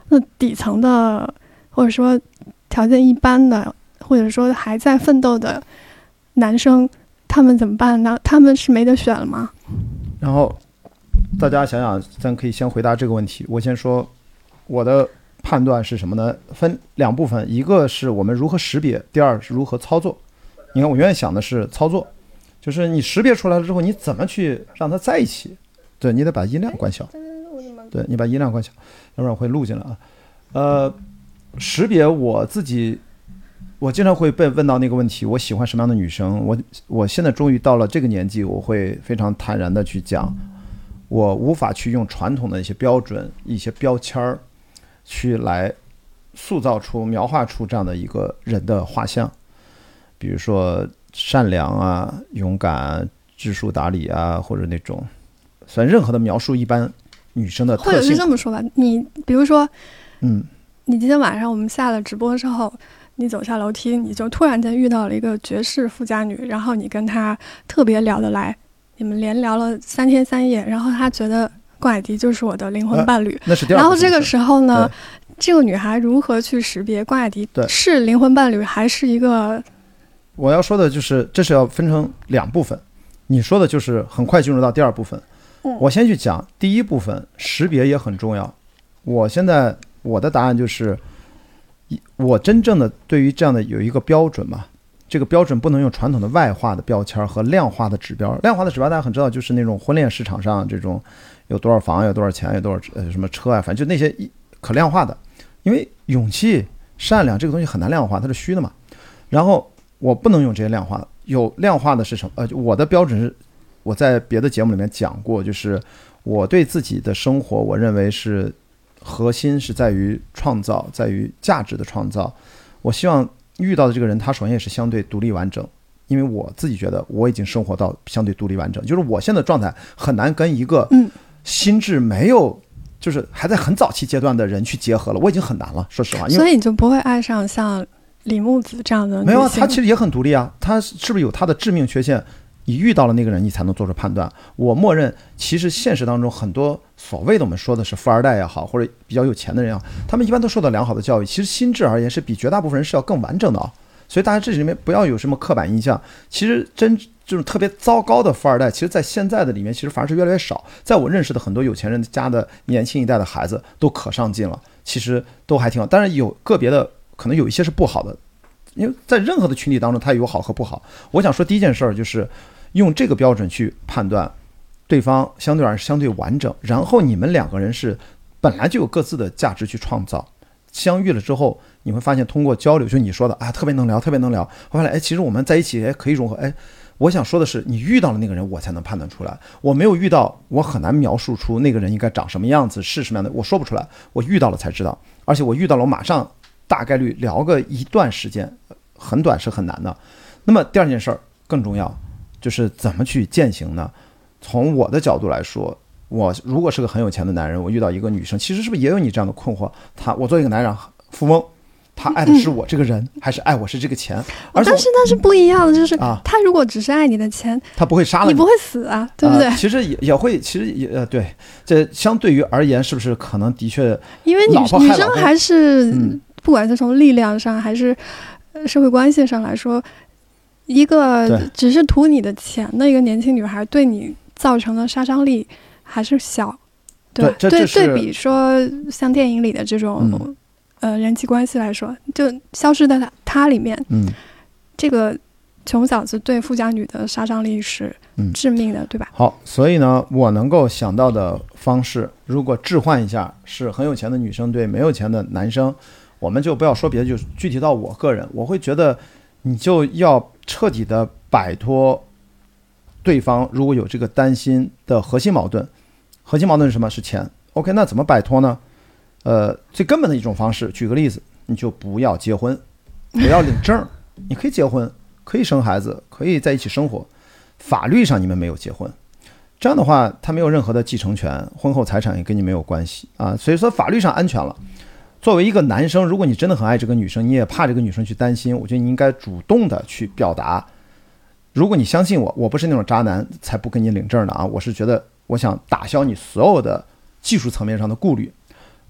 那底层的或者说条件一般的，或者说还在奋斗的男生，他们怎么办呢？他们是没得选了吗？ 然后大家想想，咱可以先回答这个问题。我先说我的判断是什么呢？分两部分，一个是我们如何识别，第二是如何操作。你看，我永远想的是操作，就是你识别出来了之后，你怎么去让他在一起？对，你得把音量关小。对，你把音量关小，要不然会录进来啊。呃，识别我自己，我经常会被问到那个问题：我喜欢什么样的女生？我我现在终于到了这个年纪，我会非常坦然的去讲，我无法去用传统的一些标准、一些标签儿，去来塑造出、描画出这样的一个人的画像。比如说善良啊、勇敢、知书达理啊，或者那种，虽然任何的描述一般女生的特性。 或者是这么说吧，你比如说， 嗯， 你今天晚上我们下了直播之后，你走下楼梯，你就突然间遇到了一个绝世富家女，然后你跟她特别聊得来，你们连聊了三天三夜，然后她觉得关雅迪就是我的灵魂伴侣。 呃、那是第二。 然后这个时候呢，这个女孩如何去识别关雅迪是灵魂伴侣还是一个？ 我要说的就是，这是要分成两部分。你说的就是很快进入到第二部分。 嗯、 我先去讲第一部分，识别也很重要。我现在我的答案就是，我真正的对于这样的有一个标准嘛，这个标准不能用传统的外化的标签和量化的指标。量化的指标大家很知道，就是那种婚恋市场上这种有多少房、有多少钱、有多少呃什么车啊，反正就那些可量化的。因为勇气、善良这个东西很难量化，它是虚的嘛。然后我不能用这些量化的，有量化的是什么？呃，我的标准是，我在别的节目里面讲过，就是我对自己的生活，我认为是核心是在于创造，在于价值的创造。我希望遇到的这个人，他首先也是相对独立完整，因为我自己觉得我已经生活到相对独立完整，就是我现在的状态很难跟一个心智没有，就是还在很早期阶段的人去结合了，我已经很难了，说实话。因为所以你就不会爱上像李木子这样的女性？ 没有啊，他其实也很独立啊，他是不是有他的致命缺陷？你遇到了那个人，你才能做出判断。我默认，其实现实当中很多所谓的我们说的是富二代也好，或者比较有钱的人啊，他们一般都受到良好的教育，其实心智而言是比绝大部分人是要更完整的啊。所以大家这里面不要有什么刻板印象。其实真就是特别糟糕的富二代，其实在现在的里面其实反而是越来越少。在我认识的很多有钱人家的年轻一代的孩子都可上进了，其实都还挺好。当然有个别的可能有一些是不好的，因为在任何的群体当中它有好和不好。我想说第一件事儿就是用这个标准去判断对方相对而言相对完整，然后你们两个人是本来就有各自的价值去创造，相遇了之后你会发现通过交流，就你说的啊特别能聊特别能聊，后来哎其实我们在一起哎可以融合。哎我想说的是你遇到了那个人我才能判断出来，我没有遇到我很难描述出那个人应该长什么样子是什么样的，我说不出来，我遇到了才知道，而且我遇到了我马上大概率聊个一段时间，很短是很难的。那么第二件事儿更重要，就是怎么去践行呢？从我的角度来说，我如果是个很有钱的男人，我遇到一个女生，其实是不是也有你这样的困惑？他我作为一个男人富翁，他爱的是我这个人，嗯、还是爱我是这个钱？而但是那是不一样的，就是啊， 他如果只是爱你的钱， 他不会杀了你， 你不会死啊，对不对？ 呃、其实也也会，其实也呃对，这相对于而言，是不是可能的确， 因为女女生还是、嗯、不管是从力量上还是社会关系上来说。一个只是图你的钱的一个年轻女孩，对你造成的杀伤力还是小，对吧？ 对对对比说像电影里的这种、嗯、呃人际关系来说，就《消失的她》里面， 嗯， 这个穷小子对富家女的杀伤力是致命的，嗯、对吧？ 好，所以呢，我能够想到的方式，如果置换一下，是很有钱的女生对没有钱的男生，我们就不要说别的，就具体到我个人，我会觉得你就要彻底的摆脱对方如果有这个担心的核心矛盾。核心矛盾是什么？是钱。 OK， 那怎么摆脱呢？呃，最根本的一种方式，举个例子，你就不要结婚，不要领证。你可以结婚，可以生孩子，可以在一起生活，法律上你们没有结婚，这样的话他没有任何的继承权，婚后财产也跟你没有关系啊，所以说法律上安全了。作为一个男生，如果你真的很爱这个女生，你也怕这个女生去担心，我觉得你应该主动的去表达。如果你相信我，我不是那种渣男才不跟你领证的啊，我是觉得我想打消你所有的技术层面上的顾虑。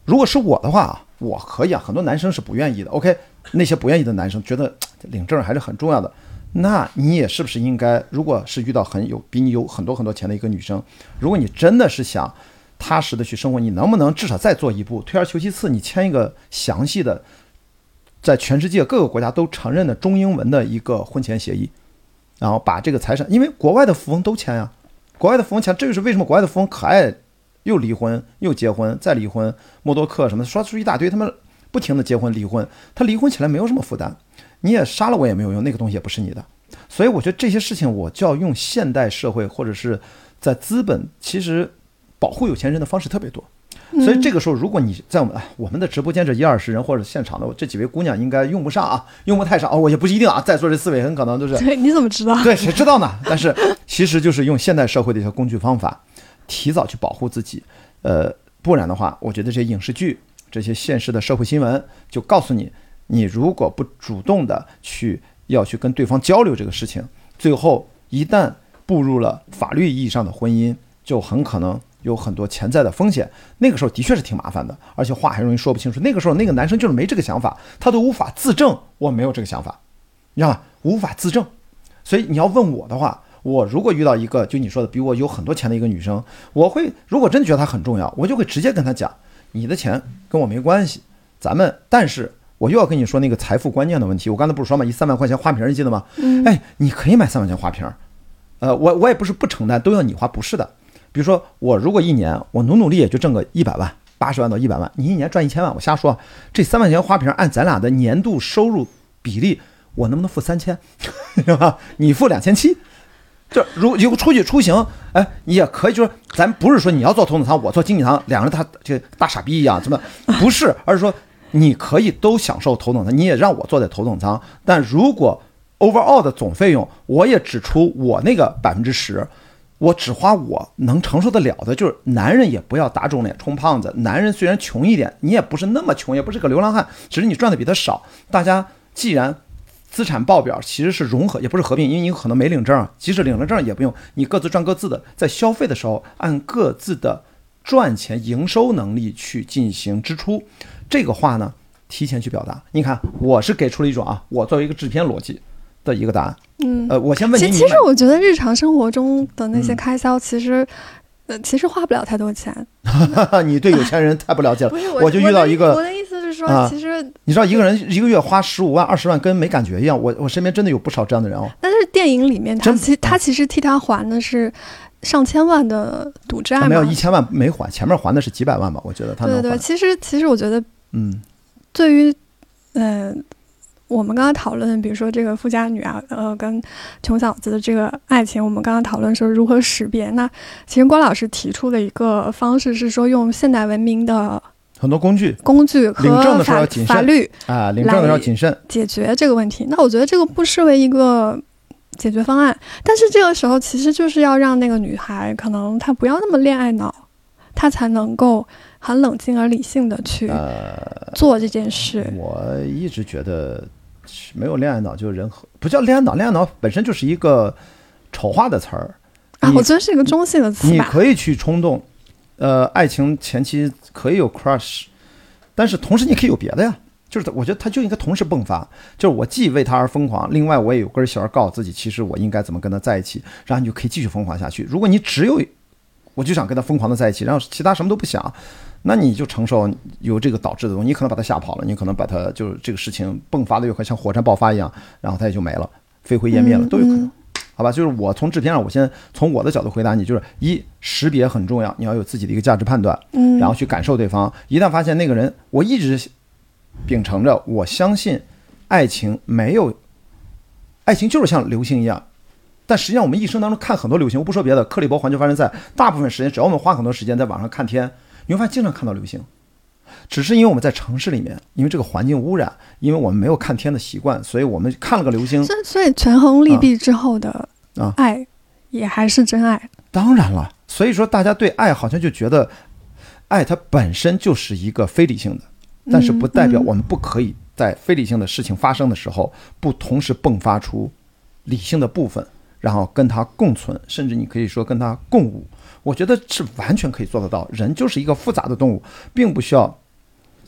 如果是我的话，我可以啊，很多男生是不愿意的。OK， 那些不愿意的男生觉得领证还是很重要的，那你也是不是应该，如果是遇到很有比你有很多很多钱的一个女生，如果你真的是想踏实的去生活，你能不能至少再做一步，退而求其次，你签一个详细的在全世界各个国家都承认的中英文的一个婚前协议，然后把这个财产，因为国外的富翁都签呀，国外的富翁签，这就是为什么国外的富翁可爱，又离婚又结婚再离婚，默多克什么说出一大堆，他们不停的结婚离婚，他离婚起来没有什么负担，你也杀了我也没有用，那个东西也不是你的。所以我觉得这些事情我就要用现代社会或者是在资本其实保护有钱人的方式特别多。所以这个时候如果你在我们我们的直播间这一二十人或者现场的这几位姑娘应该用不上啊，用不太上哦，我也不一定啊，在座这四位很可能都是对，你怎么知道？ 对，谁知道呢？但是其实就是用现代社会的一些工具方法提早去保护自己，呃，不然的话我觉得这些影视剧这些现实的社会新闻就告诉你，你如果不主动的去要去跟对方交流这个事情，最后一旦步入了法律意义上的婚姻，就很可能有很多潜在的风险，那个时候的确是挺麻烦的，而且话还容易说不清楚。那个时候那个男生就是没这个想法，他都无法自证我没有这个想法，你知道吧？无法自证。所以你要问我的话，我如果遇到一个就你说的比我有很多钱的一个女生，我会如果真的觉得她很重要，我就会直接跟她讲，你的钱跟我没关系，咱们但是我又要跟你说那个财富观念的问题。我刚才不是说嘛，一三万块钱花瓶你记得吗？ 嗯， 哎，你可以买三万块钱花瓶，呃，我我也不是不承担都要你花，不是的。比如说我如果一年我努努力也就挣个一百万，八十万到一百万，你一年赚一千万，我瞎说，这三万块钱花瓶按咱俩的年度收入比例，我能不能付三千，是吧？你付两千七，就如有出去出行，哎，你也可以，就是咱不是说你要坐头等舱，我坐经济舱，两个人他这大傻逼一样，怎么不是？而是说你可以都享受头等舱，你也让我坐在头等舱，但如果 overall 的总费用，我也只出我那个百分之十。我只花我能承受得了的，就是男人也不要打肿脸充胖子。男人虽然穷一点，你也不是那么穷，也不是个流浪汉，只是你赚的比他少。大家既然资产报表其实是融合，也不是合并，因为你可能没领证，即使领了证也不用，你各自赚各自的，在消费的时候按各自的赚钱营收能力去进行支出。这个话呢，提前去表达。你看，我是给出了一种啊，我作为一个制片逻辑的一个答案。 嗯， 呃，我先问你， 其实我觉得日常生活中的那些开销，其实，嗯、呃，其实花不了太多钱。 你对有钱人太不了解了。 不是，我我就遇到一个， 我的意思是说， 啊、 其实你知道，一个人一个月花十五万、二十万，跟没感觉一样。我我身边真的有不少这样的人哦。 但是电影里面，他其他其实替他还的是上千万的赌债嘛， 没有一千万没还，前面还的是几百万吧？我觉得他能还。 对对，其实其实我觉得， 嗯， 对于嗯。呃我们刚刚讨论，比如说这个富家女啊，呃，跟穷小子的这个爱情，我们刚刚讨论说如何识别。那其实关老师提出的一个方式是说，用现代文明的很多工具、 工具和法法律啊，领证的时候谨慎解决这个问题。那我觉得这个不失为一个解决方案，但是这个时候其实就是要让那个女孩可能她不要那么恋爱脑，她才能够很冷静而理性的去做这件事。 呃、我一直觉得。没有恋爱脑就是人和不叫恋爱脑，恋爱脑本身就是一个丑化的词儿啊，我觉得是一个中性的词吧。 你可以去冲动，呃，爱情前期可以有 crush， 但是同时你可以有别的呀。就是我觉得他就应该同时迸发，就是我既为他而疯狂，另外我也有根弦告诉自己，其实我应该怎么跟他在一起，然后你就可以继续疯狂下去。如果你只有我就想跟他疯狂的在一起，然后其他什么都不想，那你就承受有这个导致的东西，你可能把他吓跑了，你可能把他就是这个事情迸发的又快像火山爆发一样，然后他也就没了，飞灰烟灭了，都有可能。好吧，就是我从制片上，我先从我的角度回答你，就是一，识别很重要，你要有自己的一个价值判断，然后去感受对方。一旦发现那个人，我一直秉承着我相信爱情没有，爱情就是像流星一样。但实际上我们一生当中看很多流星，我不说别的，克利伯环球帆船赛大部分时间只要我们花很多时间在网上看天，你会发现经常看到流星，只是因为我们在城市里面，因为这个环境污染，因为我们没有看天的习惯，所以我们看了个流星。 所以权衡利弊之后的爱也还是真爱、啊、 当然了，所以说大家对爱好像就觉得爱它本身就是一个非理性的，但是不代表我们不可以在非理性的事情发生的时候不同时迸发出理性的部分，然后跟它共存，甚至你可以说跟它共舞。我觉得是完全可以做得到，人就是一个复杂的动物，并不需要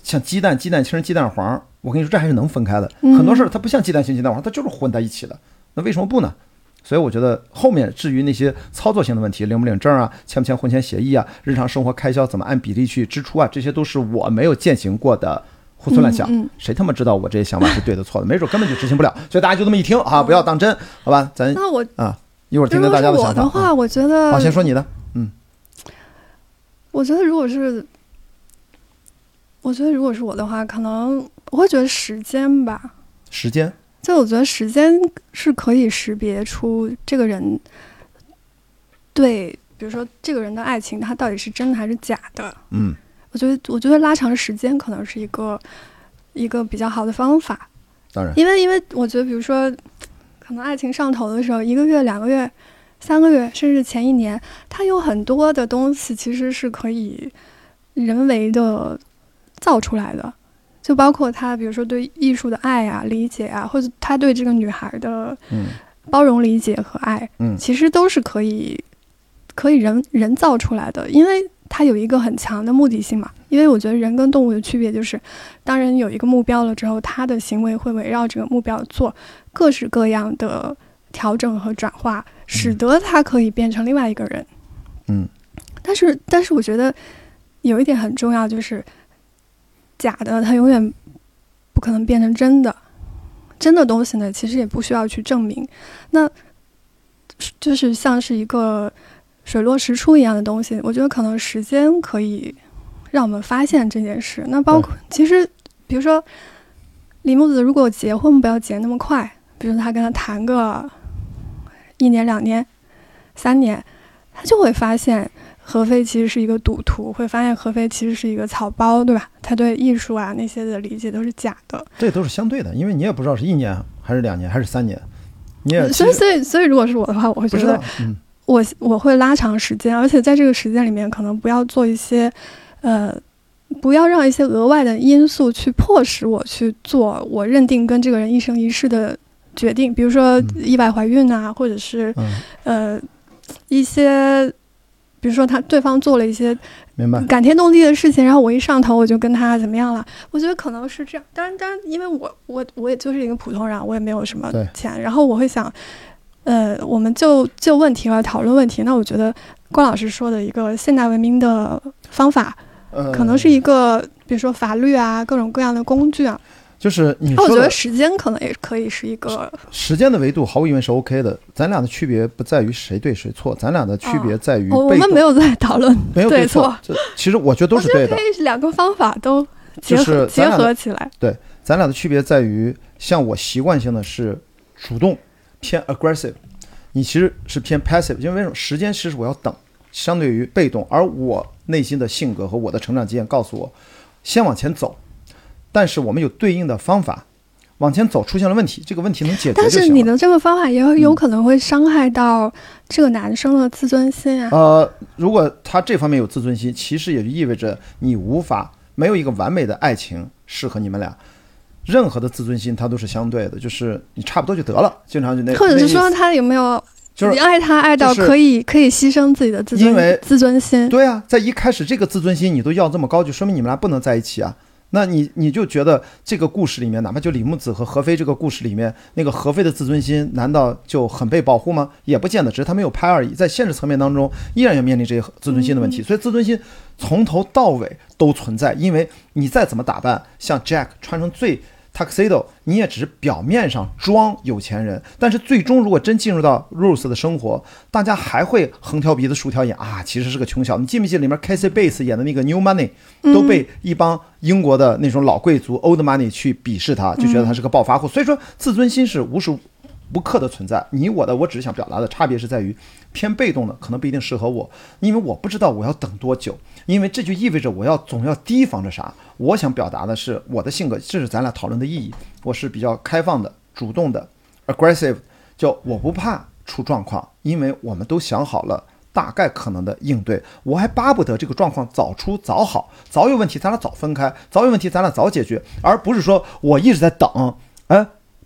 像鸡蛋、鸡蛋清、鸡蛋黄，我跟你说这还是能分开的。 嗯、 很多事儿它不像鸡蛋清、鸡蛋黄，它就是混在一起的。那为什么不呢？所以我觉得后面至于那些操作性的问题，领不领证啊，签不签婚前协议啊，日常生活开销怎么按比例去支出啊，这些都是我没有践行过的胡思乱想。 嗯嗯、 谁他妈知道我这些想法是对的错的？没准根本就执行不了。所以大家就这么一听啊，不要当真，好吧？咱那我啊，一会儿听听大家的想法。 我的话，我觉得好，先说你的。嗯， 我觉得如果是，我觉得如果是我的话，可能我会觉得时间吧。 时间。 就我觉得时间是可以识别出这个人对，比如说这个人的爱情，他到底是真的还是假的。 嗯， 我觉得，我觉得拉长时间可能是一个一个比较好的方法。 当然， 因为因为我觉得，比如说，可能爱情上头的时候，一个月、两个月、三个月，甚至前一年，它有很多的东西其实是可以人为的造出来的。就包括他，比如说对艺术的爱啊、理解啊，或者他对这个女孩的包容、理解和爱， 嗯， 其实都是可以可以人人造出来的，因为它有一个很强的目的性嘛。因为我觉得人跟动物的区别就是，当人有一个目标了之后，他的行为会围绕这个目标做各式各样的调整和转化，使得他可以变成另外一个人。 嗯， 但是但是我觉得有一点很重要，就是假的它永远不可能变成真的，真的东西呢其实也不需要去证明，那就是像是一个水落石出一样的东西。我觉得可能时间可以让我们发现这件事。那包括其实比如说李木子如果结婚不要结那么快，比如他跟他谈个一年两年三年，他就会发现何非其实是一个赌徒，会发现何非其实是一个草包，对吧？他对艺术啊那些的理解都是假的。 这都是相对的，因为你也不知道是一年还是两年还是三年，你也所以所以所以如果是我的话，我会觉得我、嗯、我会拉长时间，而且在这个时间里面，可能不要做一些呃，不要让一些额外的因素去迫使我去做我认定跟这个人一生一世的决定，比如说意外怀孕啊，嗯、或者是、嗯、呃一些。比如说他对方做了一些感天动地的事情，然后我一上头我就跟他怎么样了，我觉得可能是这样。当然当然因为我我我也就是一个普通人，我也没有什么钱，然后我会想呃，我们就就问题来讨论问题。那我觉得关老师说的一个现代文明的方法、呃、可能是一个比如说法律啊各种各样的工具啊， 就是你说的， 我觉得时间可能也可以是一个时间的维度，毫无疑问是 OK 的。咱俩的区别不在于谁对谁错，咱俩的区别在于被动、 哦、我们没有在讨论没有对错，其实我觉得都是对的。 我觉得可以两个方法都结合、 就是、 结合起来。 对，咱俩的区别在于，像我习惯性的是主动偏 aggressive， 你其实是偏 passive， 因为为什么？时间其实我要等，相对于被动，而我内心的性格和我的成长经验告诉我，先往前走。但是我们有对应的方法，往前走出现了问题，这个问题能解决就行了。 但是你的这个方法也有可能会伤害到这个男生的自尊心啊。 呃，如果他这方面有自尊心，其实也就意味着你无法没有一个完美的爱情适合你们俩。任何的自尊心它都是相对的，就是你差不多就得了，经常就那。 或者是说他有没有？就是你爱他爱到可以、就是、可以牺牲自己的自尊， 因为自尊心。 对啊，在一开始这个自尊心你都要这么高，就说明你们俩不能在一起啊。那你你就觉得这个故事里面，哪怕就李木子和何非这个故事里面，那个何非的自尊心难道就很被保护吗？也不见得，只是他没有拍而已。在现实层面当中，依然要面临这些自尊心的问题。所以自尊心从头到尾都存在，因为你再怎么打扮，像 Jack 穿成最tuxedo， 你也只是表面上装有钱人，但是最终如果真进入到 Rose 的生活，大家还会横挑鼻子竖挑眼啊，其实是个穷小子。你记不记得里面 Casey Bates 演的那个 New Money， 都被一帮英国的那种老贵族 Old Money 去鄙视他，就觉得他是个暴发户。所以说自尊心是无时无刻的存在。你我的，我只是想表达的差别是在于，偏被动的可能不一定适合我，因为我不知道我要等多久，因为这就意味着我要总要提防着啥。我想表达的是我的性格，这是咱俩讨论的意义。我是比较开放的、主动的 aggressive， 就我不怕出状况，因为我们都想好了大概可能的应对。我还巴不得这个状况早出早好，早有问题咱俩早分开，早有问题咱俩早解决，而不是说我一直在等，哎，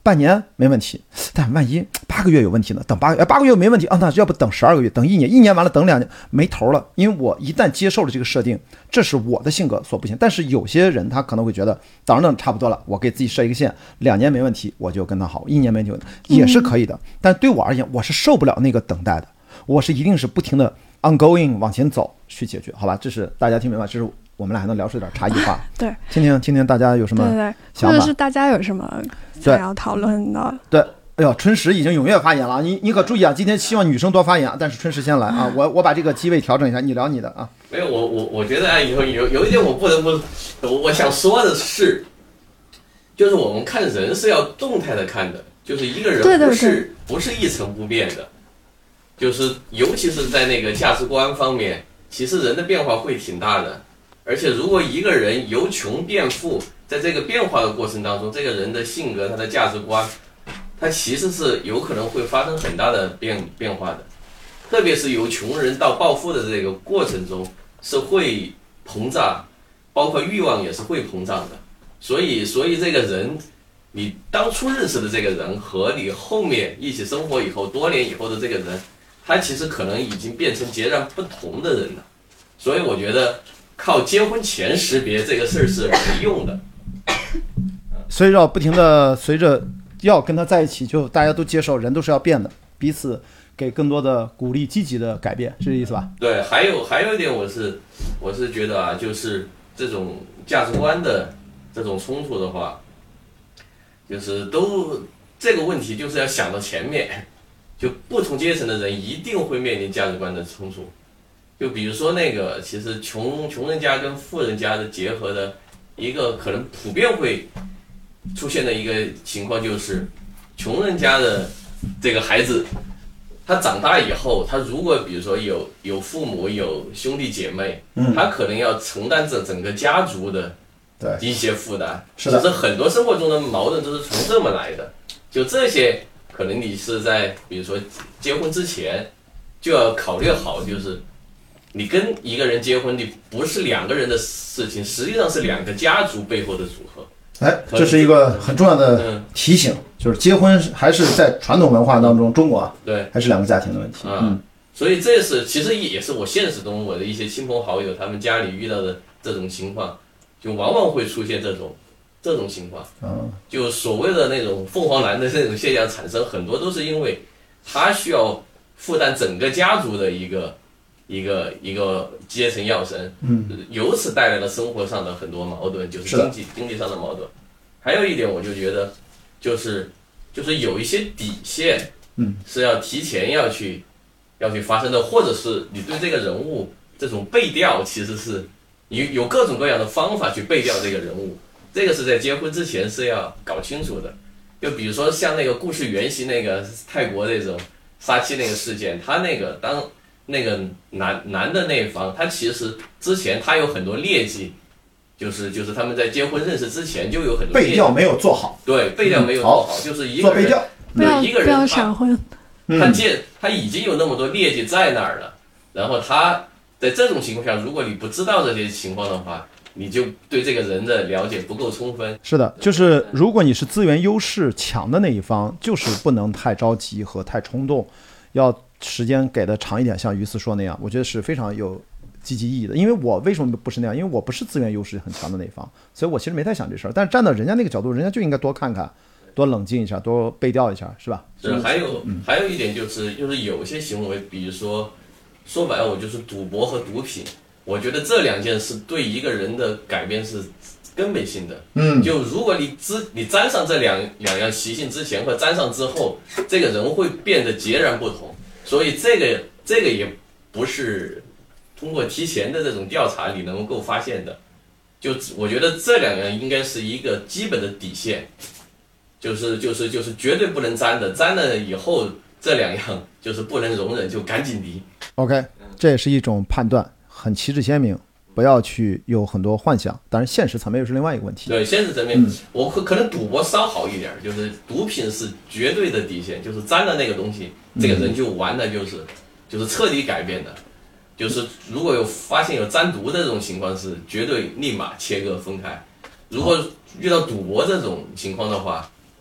半年没问题，但万一八个月有问题呢？等八个月，哎，八个月没问题啊，那要不等十二个月，等一年，一年完了等两年，没头了。因为我一旦接受了这个设定，这是我的性格所不行。但是有些人他可能会觉得，等等差不多了，我给自己设一个线，两年没问题，我就跟他好，一年没问题也是可以的。但对我而言，我是受不了那个等待的，我是一定是不停的 ongoing 往前走去解决，好吧？这是大家听明白，这是我们俩还能聊出点差异化。 对， 听听听听大家有什么对对， 想法， 或者是大家有什么想要讨论的？ 对。哎呦，春实已经踊跃发言了，你你可注意啊！今天希望女生多发言，但是春实先来啊！我我把这个机位调整一下，你聊你的啊。 没有，我我我觉得啊，有有有一点我不得不，我我想说的是，就是我们看人是要动态的看的，就是一个人不是对对对不是一成不变的，就是尤其是在那个价值观方面，其实人的变化会挺大的，而且如果一个人由穷变富，在这个变化的过程当中，这个人的性格、他的价值观。它其实是有可能会发生很大的变变化的，特别是由穷人到暴富的这个过程中是会膨胀，包括欲望也是会膨胀的。所以，所以这个人，你当初认识的这个人和你后面一起生活以后多年以后的这个人，他其实可能已经变成截然不同的人了。所以，我觉得靠结婚前识别这个事儿是没用的。 随着不停的随着。要跟他在一起，就大家都接受，人都是要变的，彼此给更多的鼓励，积极的改变，是这意思吧？ 对，还有还有一点，我是我是觉得啊，就是这种价值观的这种冲突的话，就是都这个问题就是要想到前面，就不同阶层的人一定会面临价值观的冲突。就比如说那个，其实穷穷人家跟富人家的结合的一个可能普遍会。出现的一个情况就是，穷人家的这个孩子，他长大以后，他如果比如说有有父母有兄弟姐妹， 嗯， 他可能要承担整整个家族的一些负担。 是的， 其实很多生活中的矛盾都是从这么来的。就这些，可能你是在比如说结婚之前就要考虑好，就是你跟一个人结婚，你不是两个人的事情，实际上是两个家族背后的组合。 哎，这是一个很重要的提醒，就是结婚还是在传统文化当中，中国啊， 对， 还是两个家庭的问题。 嗯，所以这是其实也是我现实中我的一些亲朋好友他们家里遇到的这种情况，就往往会出现这种这种情况。 嗯， 就所谓的那种凤凰男的这种现象产生，很多都是因为他需要负担整个家族的一个一个一个阶层要生， 嗯， 由此带来了生活上的很多矛盾，就是经济经济上的矛盾。还有一点，我就觉得，就是就是有一些底线， 嗯， 是要提前要去要去发生的，或者是你对这个人物这种背调，其实是有有各种各样的方法去背调这个人物，这个是在结婚之前是要搞清楚的。就比如说像那个故事原型那个泰国那种杀妻那个事件，他那个当那个男男的那一方，他其实之前他有很多劣迹。就是就是他们在结婚认识之前就有很多背调没有做好， 对，背调没有做好，嗯、就是一个人做背调， 对一个人不要闪婚， 他见他已经有那么多劣迹在那儿了，然后他在这种情况下，如果你不知道这些情况的话，你就对这个人的了解不够充分。 是的，就是如果你是资源优势强的那一方，就是不能太着急和太冲动，要时间给的长一点，像于思说那样，我觉得是非常有积极意义的。因为我为什么不是那样？因为我不是资源优势很强的那一方，所以我其实没太想这事儿。但是站到人家那个角度，人家就应该多看看，多冷静一下，多背调一下，是吧？ 是，还有、嗯、还有一点就是，就是有些行为，比如说说白了，我就是赌博和毒品，我觉得这两件事对一个人的改变是根本性的。 嗯， 就如果你知你沾上这两两样习性之前和沾上之后，这个人会变得截然不同。所以这个这个也不是通过提前的这种调查你能够发现的。就我觉得这两样应该是一个基本的底线，就是就是就是绝对不能沾的，沾了以后这两样就是不能容忍，就赶紧离。 OK， 这也是一种判断，很旗帜鲜明，不要去有很多幻想。当然，现实层面又是另外一个问题。 对，现实层面，嗯、我可能赌博稍好一点，就是毒品是绝对的底线，就是沾了那个东西，这个人就完了，就是就是彻底改变的。就是如果有发现有沾毒的这种情况，是绝对立马切割分开。如果遇到赌博这种情况的话，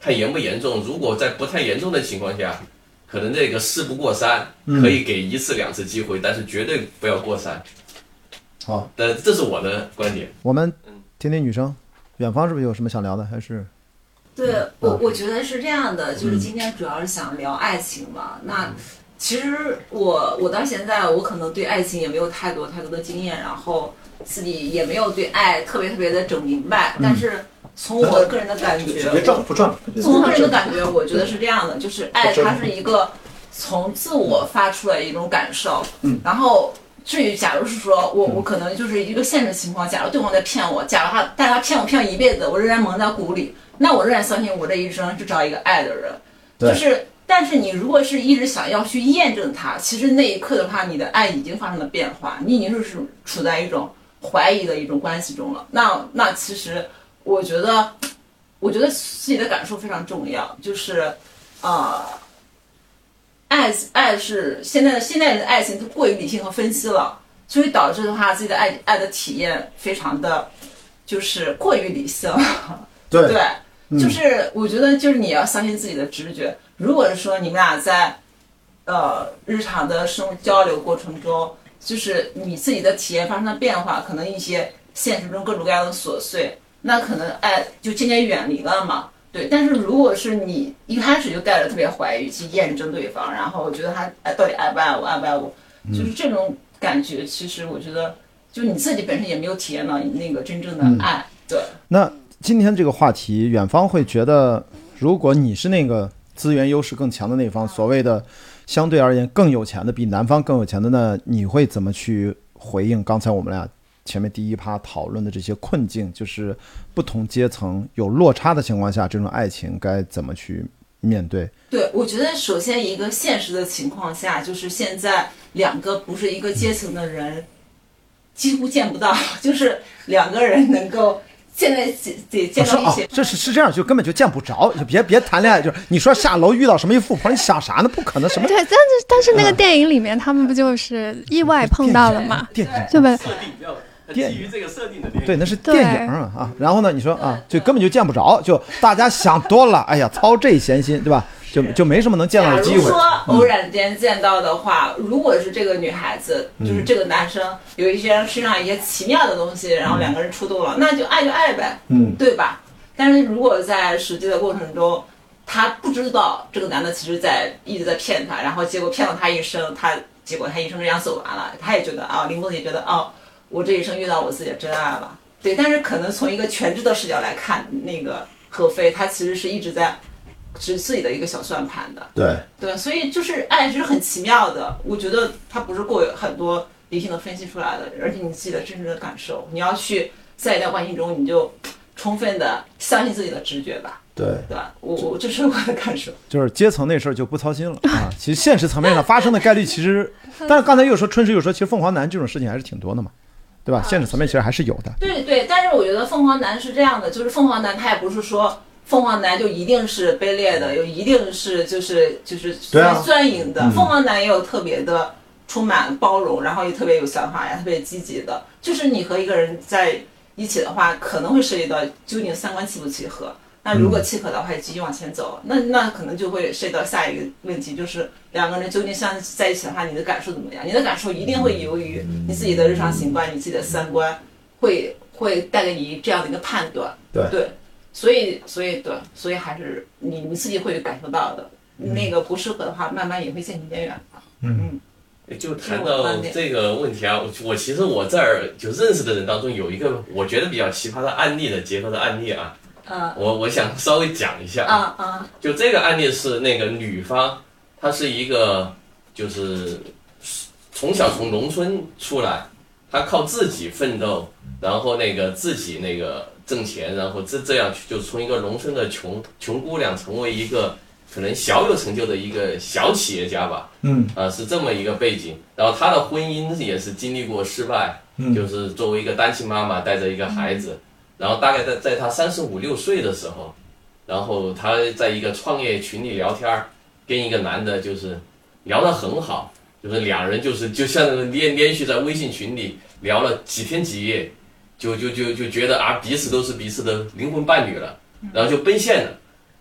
看严不严重。如果在不太严重的情况下，可能这个事不过三，可以给一次两次机会，但是绝对不要过三。 好， 但这是我的观点。 我们听听女生，远方是不是有什么想聊的？还是？ 对我，我觉得是这样的，就是今天主要是想聊爱情嘛。嗯、那其实我我到现在，我可能对爱情也没有太多太多的经验，然后自己也没有对爱特别特别的整明白。嗯、但是从我个人的感觉， 别转不转。 从我个人的感觉，我觉得是这样的，就是爱它是一个从自我发出来一种感受，嗯，然后。至于假如是说我我可能就是一个现实情况，假如对方在骗我，假如他但他骗我骗我一辈子，我仍然蒙在鼓里，那我仍然相信我这一生就找一个爱的人。就是但是你如果是一直想要去验证他，其实那一刻的话，你的爱已经发生了变化，你已经是处在一种怀疑的一种关系中了。那那其实我觉得我觉得自己的感受非常重要，就是呃爱爱是现在的现在人的爱情，它过于理性和分析了，所以导致的话，自己的爱爱的体验非常的，就是过于理性。 对对、嗯，就是我觉得就是你要相信自己的直觉。如果是说你们俩在呃日常的生活交流过程中，就是你自己的体验发生了变化，可能一些现实中各种各样的琐碎，那可能爱就渐渐远离了嘛。对，但是如果是你一开始就带着特别怀疑去验证对方，然后我觉得他到底爱不爱我，爱不爱我，就是这种感觉，其实我觉得就你自己本身也没有体验到那个真正的爱。嗯、对。 那今天这个话题，远方会觉得，如果你是那个资源优势更强的那方，所谓的相对而言更有钱的，比男方更有钱的，那你会怎么去回应刚才我们俩前面第一趴讨论的这些困境，就是不同阶层有落差的情况下，这种爱情该怎么去面对？ 对，我觉得首先一个现实的情况下，就是现在两个不是一个阶层的人几乎见不到，就是两个人能够现在得见到一起、 哦哦、这是是这样，就根本就见不着，就别别谈恋爱，就是你说下楼遇到什么一富婆，你想啥呢？不可能什么。 对，但是但是那个电影里面、嗯、他们不就是意外碰到了吗？ 电影对吧？ 基于这个设定的电影， 对，那是电影啊啊。然后呢，你说啊，就根本就见不着，就大家想多了，哎呀，操这闲心，对吧？就就没什么能见到的机会。 假如说偶然间见到的话，嗯、如果是这个女孩子，就是这个男生、嗯、有一些身上一些奇妙的东西，然后两个人触动了，嗯、那就爱就爱呗，嗯，对吧？但是如果在实际的过程中，他不知道这个男的其实在一直在骗他，然后结果骗了他一生，他结果他一生这样走完了，他也觉得啊，林梦也觉得哦。我这一生遇到我自己的真爱了，对，但是可能从一个全知的视角来看，那个何非他其实是一直在是自己的一个小算盘的， 对对，所以就是爱是很奇妙的，我觉得它不是过有很多理性的分析出来的，而且你自己的真正的感受，你要去在一段关系中，你就充分的相信自己的直觉吧。 对对吧？我我这是我的感受， 就是阶层那事儿就不操心了啊。其实现实层面上发生的概率其实，但是刚才又说春实又说，其实凤凰男这种事情还是挺多的嘛。对吧？现实层面其实还是有的。 对对，但是我觉得凤凰男是这样的，就是凤凰男他也不是说凤凰男就一定是卑劣的，有一定是就是就是钻营的。啊嗯、凤凰男也有特别的充满包容，然后也特别有想法呀，特别积极的。就是你和一个人在一起的话，可能会涉及到究竟三观契不契合。那如果契合的话，继续往前走，那那可能就会涉及到下一个问题，就是两个人究竟相在一起的话，你的感受怎么样？你的感受一定会由于你自己的日常习惯、你自己的三观，会会带给你这样的一个判断。 对对，所以所以对，所以还是你你自己会感受到的。嗯、那个不适合的话，慢慢也会渐行渐远的。嗯。 嗯就谈到这个问题啊，我我其实我这儿就认识的人当中有一个我觉得比较奇葩的案例的结合的案例啊。 Uh, 我我想稍微讲一下啊啊， uh, uh. 就这个案例是那个女方，她是一个就是从小从农村出来，她靠自己奋斗，然后那个自己那个挣钱，然后这这样就从一个农村的穷穷姑娘成为一个可能小有成就的一个小企业家吧， 嗯啊是这么一个背景，然后她的婚姻也是经历过失败， 嗯， 就是作为一个单亲妈妈带着一个孩子。嗯然后大概在在他三十五六岁的时候，然后他在一个创业群里聊天，跟一个男的就是聊得很好，就是两人就是就像连连续在微信群里聊了几天几夜，就就就就觉得啊彼此都是彼此的灵魂伴侣了，然后就奔现了。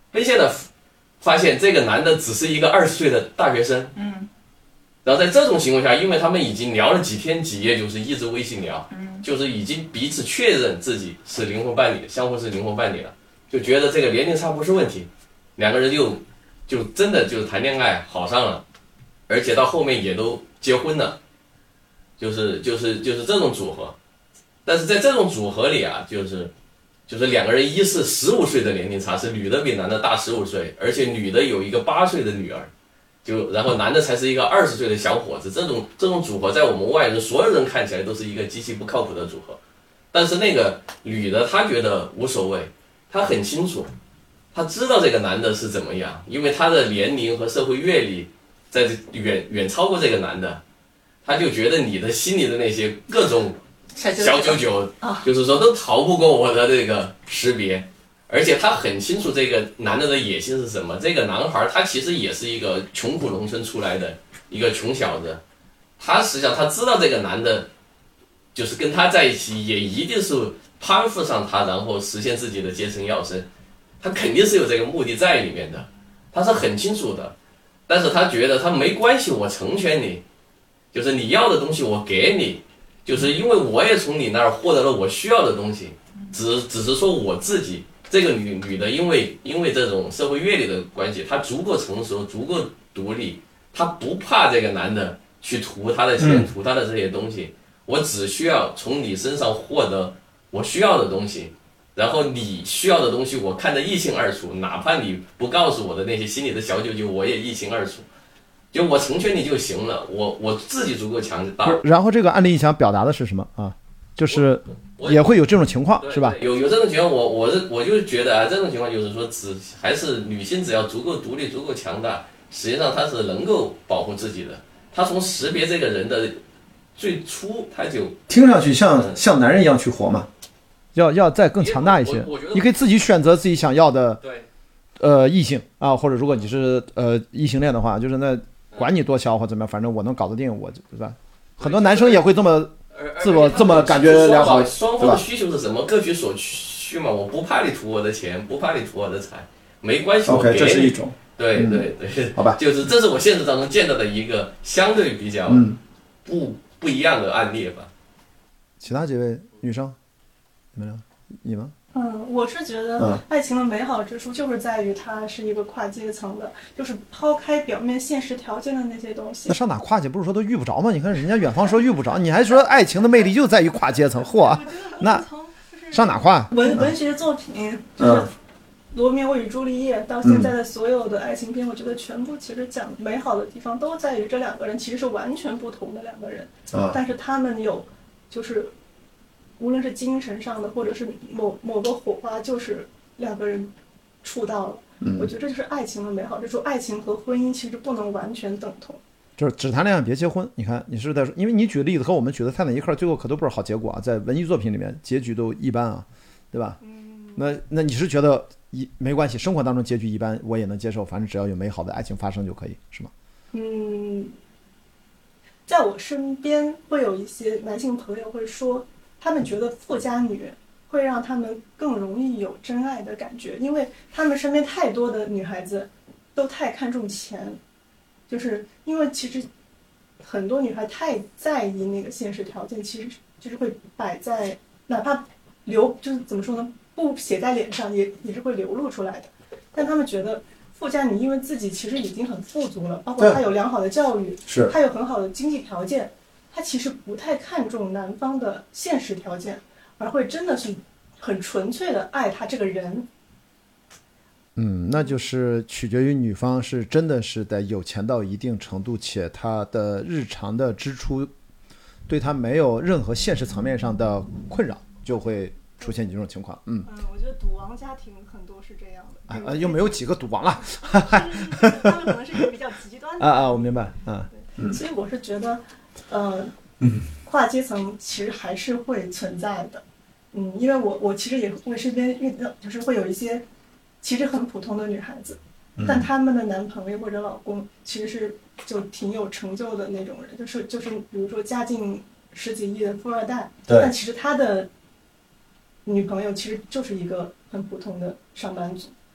奔现的发现这个男的只是一个二十岁的大学生， 嗯， 然后在这种情况下，因为他们已经聊了几天几夜，就是一直微信聊， 嗯， 就是已经彼此确认自己是灵魂伴侣，相互是灵魂伴侣了，就觉得这个年龄差不是问题，两个人就就真的就是谈恋爱好上了，而且到后面也都结婚了，就是就是就是这种组合。但是在这种组合里啊，就是就是两个人一是十五岁的年龄差，是女的比男的大十五岁，而且女的有一个八岁的女儿，就然后男的才是一个二十岁的小伙子。这种这种组合在我们外人所有人看起来都是一个极其不靠谱的组合，但是那个女的她觉得无所谓，她很清楚，她知道这个男的是怎么样，因为他的年龄和社会阅历在远远超过这个男的，她就觉得你的心里的那些各种小九九，就是说都逃不过我的这个识别，而且他很清楚这个男的的野心是什么。这个男孩他其实也是一个穷苦农村出来的一个穷小子，他实际上他知道这个男的，就是跟他在一起也一定是攀附上他，然后实现自己的阶层跃升，他肯定是有这个目的在里面的，他是很清楚的。但是他觉得他没关系，我成全你，就是你要的东西我给你。就是因为我也从你那儿获得了我需要的东西，只只是说我自己这个女女的，因为因为这种社会阅历的关系，她足够成熟，足够独立，她不怕这个男的去图他的钱，图他的这些东西。我只需要从你身上获得我需要的东西，然后你需要的东西我看得一清二楚，哪怕你不告诉我的那些心里的小九九，我也一清二楚。就我成全你就行了，我我自己足够强大。 然后这个案例想表达的是什么啊？就是也会有这种情况，是吧？ 有有这种情况，我我是我就觉得啊，这种情况就是说，只还是女性只要足够独立、足够强大，实际上她是能够保护自己的。她从识别这个人的最初，她就听上去像、嗯、像男人一样去活嘛，要要再更强大一些。你可以自己选择自己想要的， 对， 呃，异性啊，或者如果你是呃异性恋的话，就是那。管你多小或怎么样，反正我能搞得定，我对吧？很多男生也会这么自我这么感觉良好， 双方的需求是什么？各取所需嘛。我不怕你图我的钱，不怕你图我的财，没关系，我给你。 这是一种。 对对对， 好吧， 就是这是我现实当中见到的一个相对比较不不一样的案例吧。 其他几位女生，你们呢？你们？ 嗯，我是觉得爱情的美好之处就是在于它是一个跨阶层的，就是抛开表面现实条件的那些东西。 那上哪跨界？不是说都遇不着吗？你看人家远方说遇不着，你还说爱情的魅力就在于跨阶层，嚯！那上哪跨？ 文文学作品就是《罗密欧与朱丽叶》到现在的所有的爱情片，我觉得全部其实讲美好的地方都在于这两个人其实是完全不同的两个人，但是他们有就是。无论是精神上的，或者是某某个火花，就是两个人触到了。嗯，我觉得这就是爱情的美好。就说爱情和婚姻其实不能完全等同， 就是只谈恋爱别结婚。你看，你是在说，因为你举的例子和我们举的太在一块儿，最后可都不是好结果啊，在文艺作品里面结局都一般啊，对吧？嗯，那那你是觉得一没关系，生活当中结局一般我也能接受，反正只要有美好的爱情发生就可以，是吗？ 嗯，在我身边会有一些男性朋友会说。他们觉得富家女会让他们更容易有真爱的感觉，因为他们身边太多的女孩子都太看重钱，就是因为其实很多女孩太在意那个现实条件，其实就是会摆在哪怕流就是怎么说呢，不写在脸上也也是会流露出来的。但他们觉得富家女因为自己其实已经很富足了，包括她有良好的教育， 是她有很好的经济条件。他其实不太看重男方的现实条件，而会真的是很纯粹的爱他这个人。 嗯，那就是取决于女方是真的是得有钱到一定程度，且她的日常的支出对她没有任何现实层面上的困扰，就会出现这种情况。嗯， 嗯，我觉得赌王家庭很多是这样的。 啊，又没有几个赌王了。 他们可能是一个比较极端的。 啊啊，我明白。啊， 嗯，所以我是觉得。呃，跨阶层其实还是会存在的，嗯，因为我我其实也会身边遇到，就是会有一些其实很普通的女孩子，但她们的男朋友或者老公其实是就挺有成就的那种人，就是就是比如说家境十几亿的富二代，但其实他的女朋友其实就是一个很普通的上班族，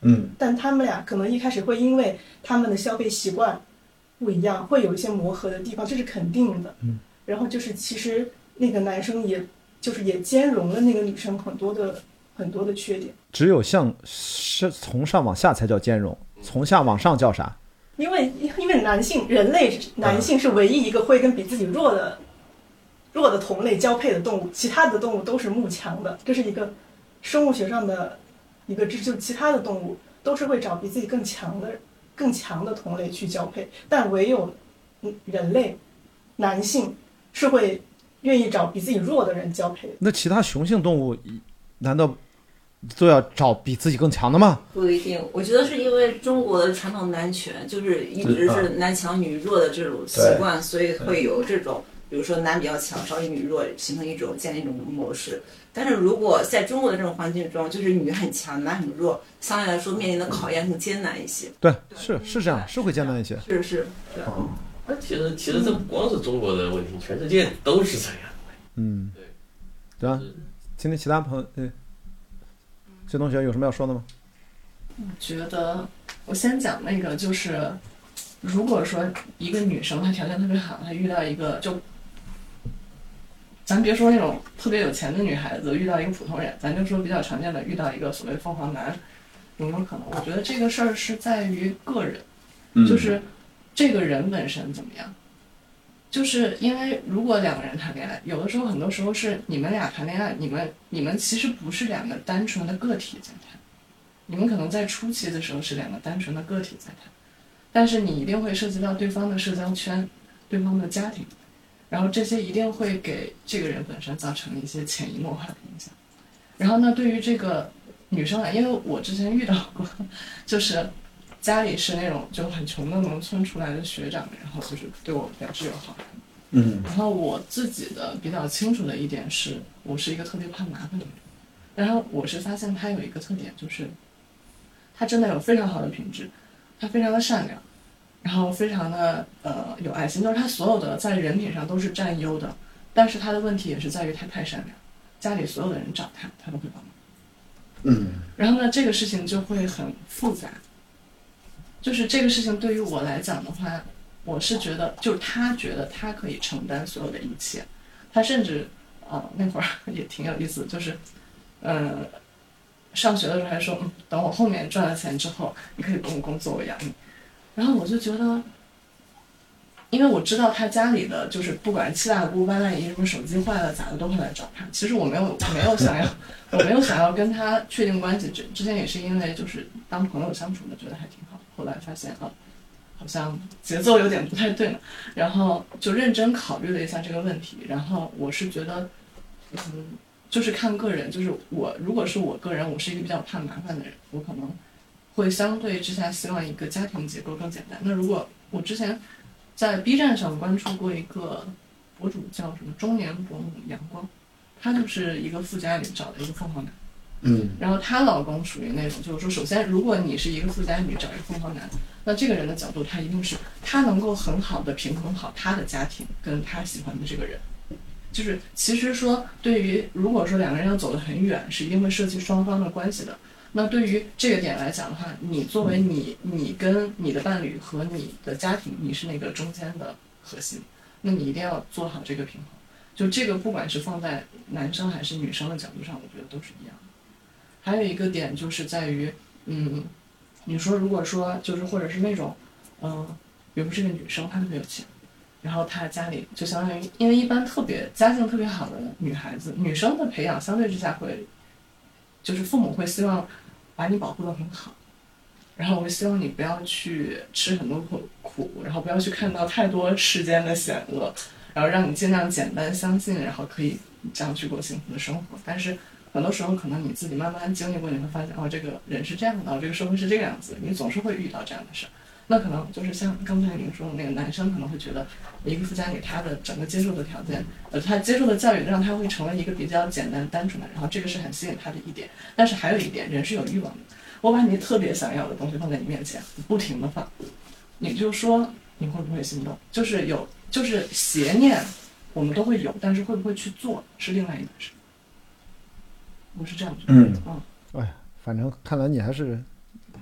嗯， 但他们俩可能一开始会因为他们的消费习惯不一样，会有一些磨合的地方，这是肯定的。 嗯， 然后就是其实那个男生也就是也兼容了那个女生很多的很多的缺点。 只有向是从上往下才叫兼容，从下往上叫啥？ 因为因为男性人类男性是唯一一个会跟比自己弱的弱的同类交配的动物，其他的动物都是慕强的，这是一个生物学上的一个知识，就其他的动物都是会找比自己更强的更强的同类去交配，但唯有人类男性是会愿意找比自己弱的人交配的。 那其他雄性动物难道都要找比自己更强的吗？ 不一定，我觉得是因为中国的传统男权就是一直是男强女弱的这种习惯，所以会有这种比如说男比较强，稍微女弱，形成一种建立一种模式。但是如果在中国的这种环境中，就是女很强，男很弱，相对来说面临的考验更艰难一些。 对，是是这样，是会艰难一些。 是是，对。 那其实其实这不光是中国的问题，全世界都是这样。 嗯， 对， 对吧？今天其他朋友，对，这同学有什么要说的吗？ 我觉得我先讲那个，就是如果说一个女生她条件特别好，她遇到一个就，咱别说那种特别有钱的女孩子遇到一个普通人，咱就说比较常见的遇到一个所谓凤凰男，有没有可能？我觉得这个事儿是在于个人，就是这个人本身怎么样。就是因为如果两个人谈恋爱，有的时候很多时候是你们俩谈恋爱，你们你们其实不是两个单纯的个体在谈，你们可能在初期的时候是两个单纯的个体在谈，但是你一定会涉及到对方的社交圈，对方的家庭，然后这些一定会给这个人本身造成一些潜移默化的影响。然后呢，对于这个女生来，因为我之前遇到过，就是家里是那种就很穷的农村出来的学长，然后就是对我表示友好。 嗯， 然后我自己的比较清楚的一点是，我是一个特别怕麻烦的人。然后我是发现他有一个特点，就是他真的有非常好的品质，他非常的善良，然后非常的呃有爱心，就是他所有的在人品上都是占优的。但是他的问题也是在于他太善良，家里所有的人找他，他都会帮忙。 嗯， 然后呢，这个事情就会很复杂。就是这个事情对于我来讲的话，我是觉得，就是他觉得他可以承担所有的一切，他甚至啊、呃、那会儿也挺有意思，就是嗯、呃，上学的时候还说，嗯，等我后面赚了钱之后，你可以跟我工作，我养你。然后我就觉得，因为我知道他家里的就是不管七大姑八大姨什么手机坏了咋的都会来找他。其实我没有没有想要，我没有想要跟他确定关系，之之前也是因为就是当朋友相处的，觉得还挺好。后来发现啊，好像节奏有点不太对了，然后就认真考虑了一下这个问题。然后我是觉得，嗯，就是看个人，就是我如果是我个人，我是一个比较怕麻烦的人，我可能会相对之下希望一个家庭结构更简单。那如果我之前在 B 站上关注过一个博主叫什么中年伯母阳光，她就是一个富家女找的一个凤凰男。 嗯， 然后她老公属于那种，就是说，首先，如果你是一个富家女找一个凤凰男，那这个人的角度，他一定是他能够很好的平衡好他的家庭跟他喜欢的这个人。就是其实说，对于如果说两个人要走得很远，是一定会涉及双方的关系的。那对于这个点来讲的话，你作为你，你跟你的伴侣和你的家庭，你是那个中间的核心，那你一定要做好这个平衡。就这个，不管是放在男生还是女生的角度上，我觉得都是一样的。还有一个点就是在于，嗯，你说如果说就是或者是那种，嗯、呃，比如这个女生她特别有钱，然后她家里就相当于，因为一般特别家境特别好的女孩子，女生的培养相对之下会，就是父母会希望把你保护得很好，然后我会希望你不要去吃很多苦苦，然后不要去看到太多世间的险恶，然后让你尽量简单相信，然后可以这样去过幸福的生活。但是很多时候可能你自己慢慢经历过，你会发现哦，这个人是这样的，哦，这个社会是这个样子，你总是会遇到这样的事。那可能就是像刚才您说的那个男生可能会觉得一个富家女她的整个接受的条件，呃，他接受的教育让他会成为一个比较简单单纯的，然后这个是很吸引他的一点。但是还有一点，人是有欲望的，我把你特别想要的东西放在你面前，不停的放，你就说你会不会心动？就是有，就是邪念我们都会有，但是会不会去做是另外一回事。我是这样觉得。 嗯嗯， 哎，反正看来你还是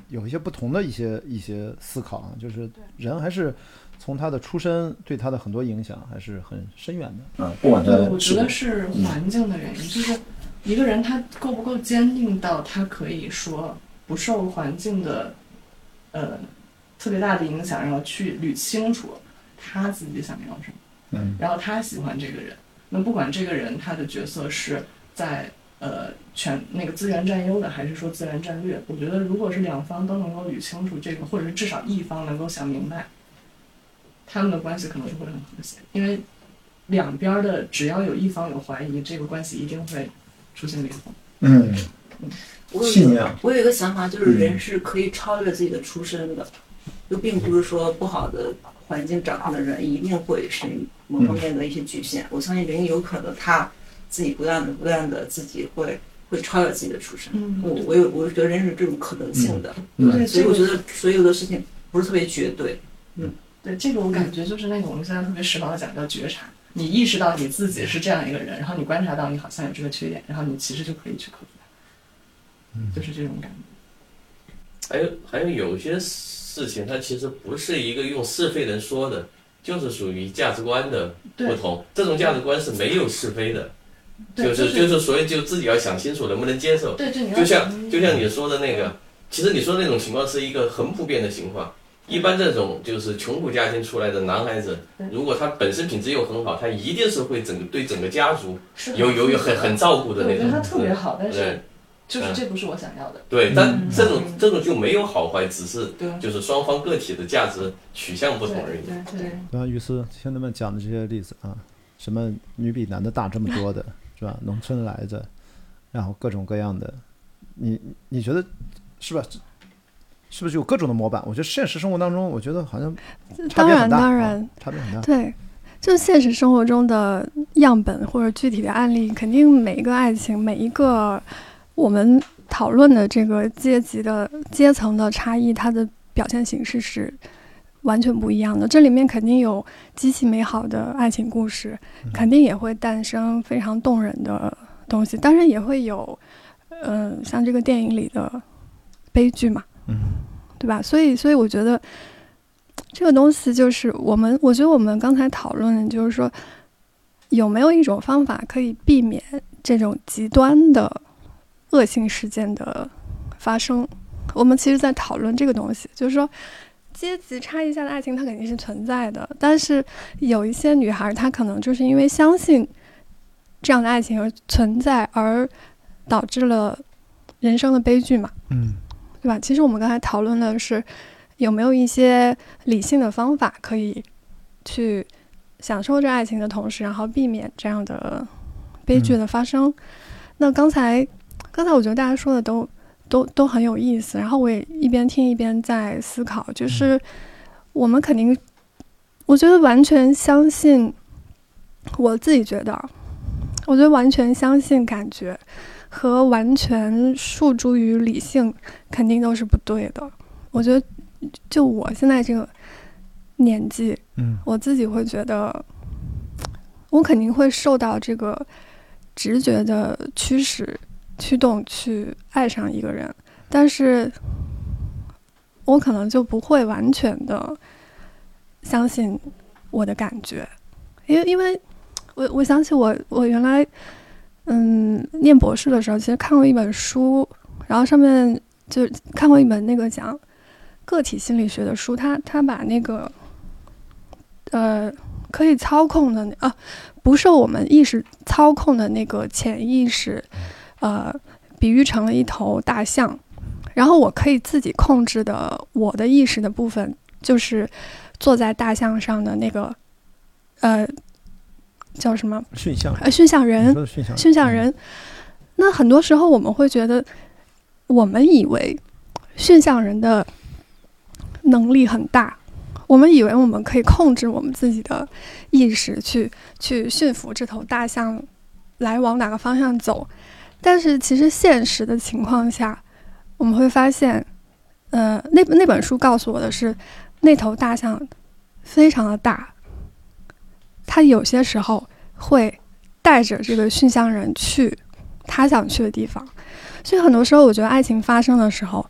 有一些不同的一些一些思考啊，就是人还是从他的出身对他的很多影响还是很深远的。嗯，不管他， 我觉得是环境的原因，就是一个人他够不够坚定到他可以说不受环境的呃特别大的影响，然后去捋清楚他自己想要什么，嗯，然后他喜欢这个人。那不管这个人他的角色是在呃全那个资源占优的，还是说资源战略，我觉得如果是两方都能够捋清楚这个，或者是至少一方能够想明白，他们的关系可能就会很和谐。因为两边的只要有一方有怀疑，这个关系一定会出现裂缝。 嗯， 我有一个我有一个想法，就是人是可以超越自己的出身的，就并不是说不好的环境掌控的人一定会是某方面的一些局限。我相信人有可能他自己不断的不断的自己会会超越自己的出身。嗯，我我有我觉得人是这种可能性的。嗯，对，所以我觉得所有的事情不是特别绝对。嗯， 对，这个我感觉就是那个我们现在特别时髦的讲叫觉察。你意识到你自己是这样一个人，然后你观察到你好像有这个缺点，然后你其实就可以去克服它，嗯，就是这种感觉。 还有还有有些事情，它其实不是一个用是非能说的，就是属于价值观的不同。这种价值观是没有是非的，就是、就是、就是所以就自己要想清楚能不能接受。 对， 就像就像你说的那个，其实你说的那种情况是一个很普遍的情况。一般这种就是穷苦家庭出来的男孩子，如果他本身品质又很好，他一定是会整个对整个家族有有有很很照顾的那种。 我觉得他特别好，但是就是这不是我想要的。 对，但这种这种就没有好坏，只是就是双方个体的价值取向不同而已。 对对。 刚刚于思兄弟们讲的这些例子啊，什么女比男的大这么多的，是吧？农村来的，然后各种各样的，你你觉得是吧？是不是有各种的模板？我觉得现实生活当中，我觉得好像差别很大， 当然当然、 啊、差别很大。 对，就现实生活中的样本或者具体的案例，肯定每一个爱情，每一个我们讨论的这个阶级的阶层的差异，它的表现形式是完全不一样的。这里面肯定有极其美好的爱情故事，肯定也会诞生非常动人的东西，当然也会有，嗯、呃，像这个电影里的悲剧嘛。嗯，对吧？所以，所以我觉得这个东西就是我们，我觉得我们刚才讨论的就是说，有没有一种方法可以避免这种极端的恶性事件的发生？我们其实在讨论这个东西，就是说，阶级差异下的爱情它肯定是存在的，但是有一些女孩她可能就是因为相信这样的爱情而存在，而导致了人生的悲剧嘛。嗯。对吧？其实我们刚才讨论的是有没有一些理性的方法可以去享受着爱情的同时，然后避免这样的悲剧的发生。嗯、那刚才刚才我觉得大家说的都都都很有意思，然后我也一边听一边在思考，就是我们肯定，我觉得完全相信，我自己觉得，我觉得完全相信感觉。和完全诉诸于理性肯定都是不对的。我觉得就我现在这个年纪，嗯，我自己会觉得我肯定会受到这个直觉的驱使驱动去爱上一个人，但是我可能就不会完全的相信我的感觉。因为因为我我想起我我原来嗯，念博士的时候，其实看过一本书，然后上面就看过一本那个讲个体心理学的书，他他把那个呃可以操控的啊不受我们意识操控的那个潜意识，呃，比喻成了一头大象，然后我可以自己控制的我的意识的部分，就是坐在大象上的那个呃。叫什么？ 驯象呃，驯象人， 驯象驯象人。那很多时候我们会觉得，我们以为驯象人的能力很大，我们以为我们可以控制我们自己的意识去去驯服这头大象来往哪个方向走。但是其实现实的情况下，我们会发现，呃，那那本书告诉我的是，那头大象非常的大。他有些时候会带着这个驯象人去他想去的地方，所以很多时候我觉得爱情发生的时候，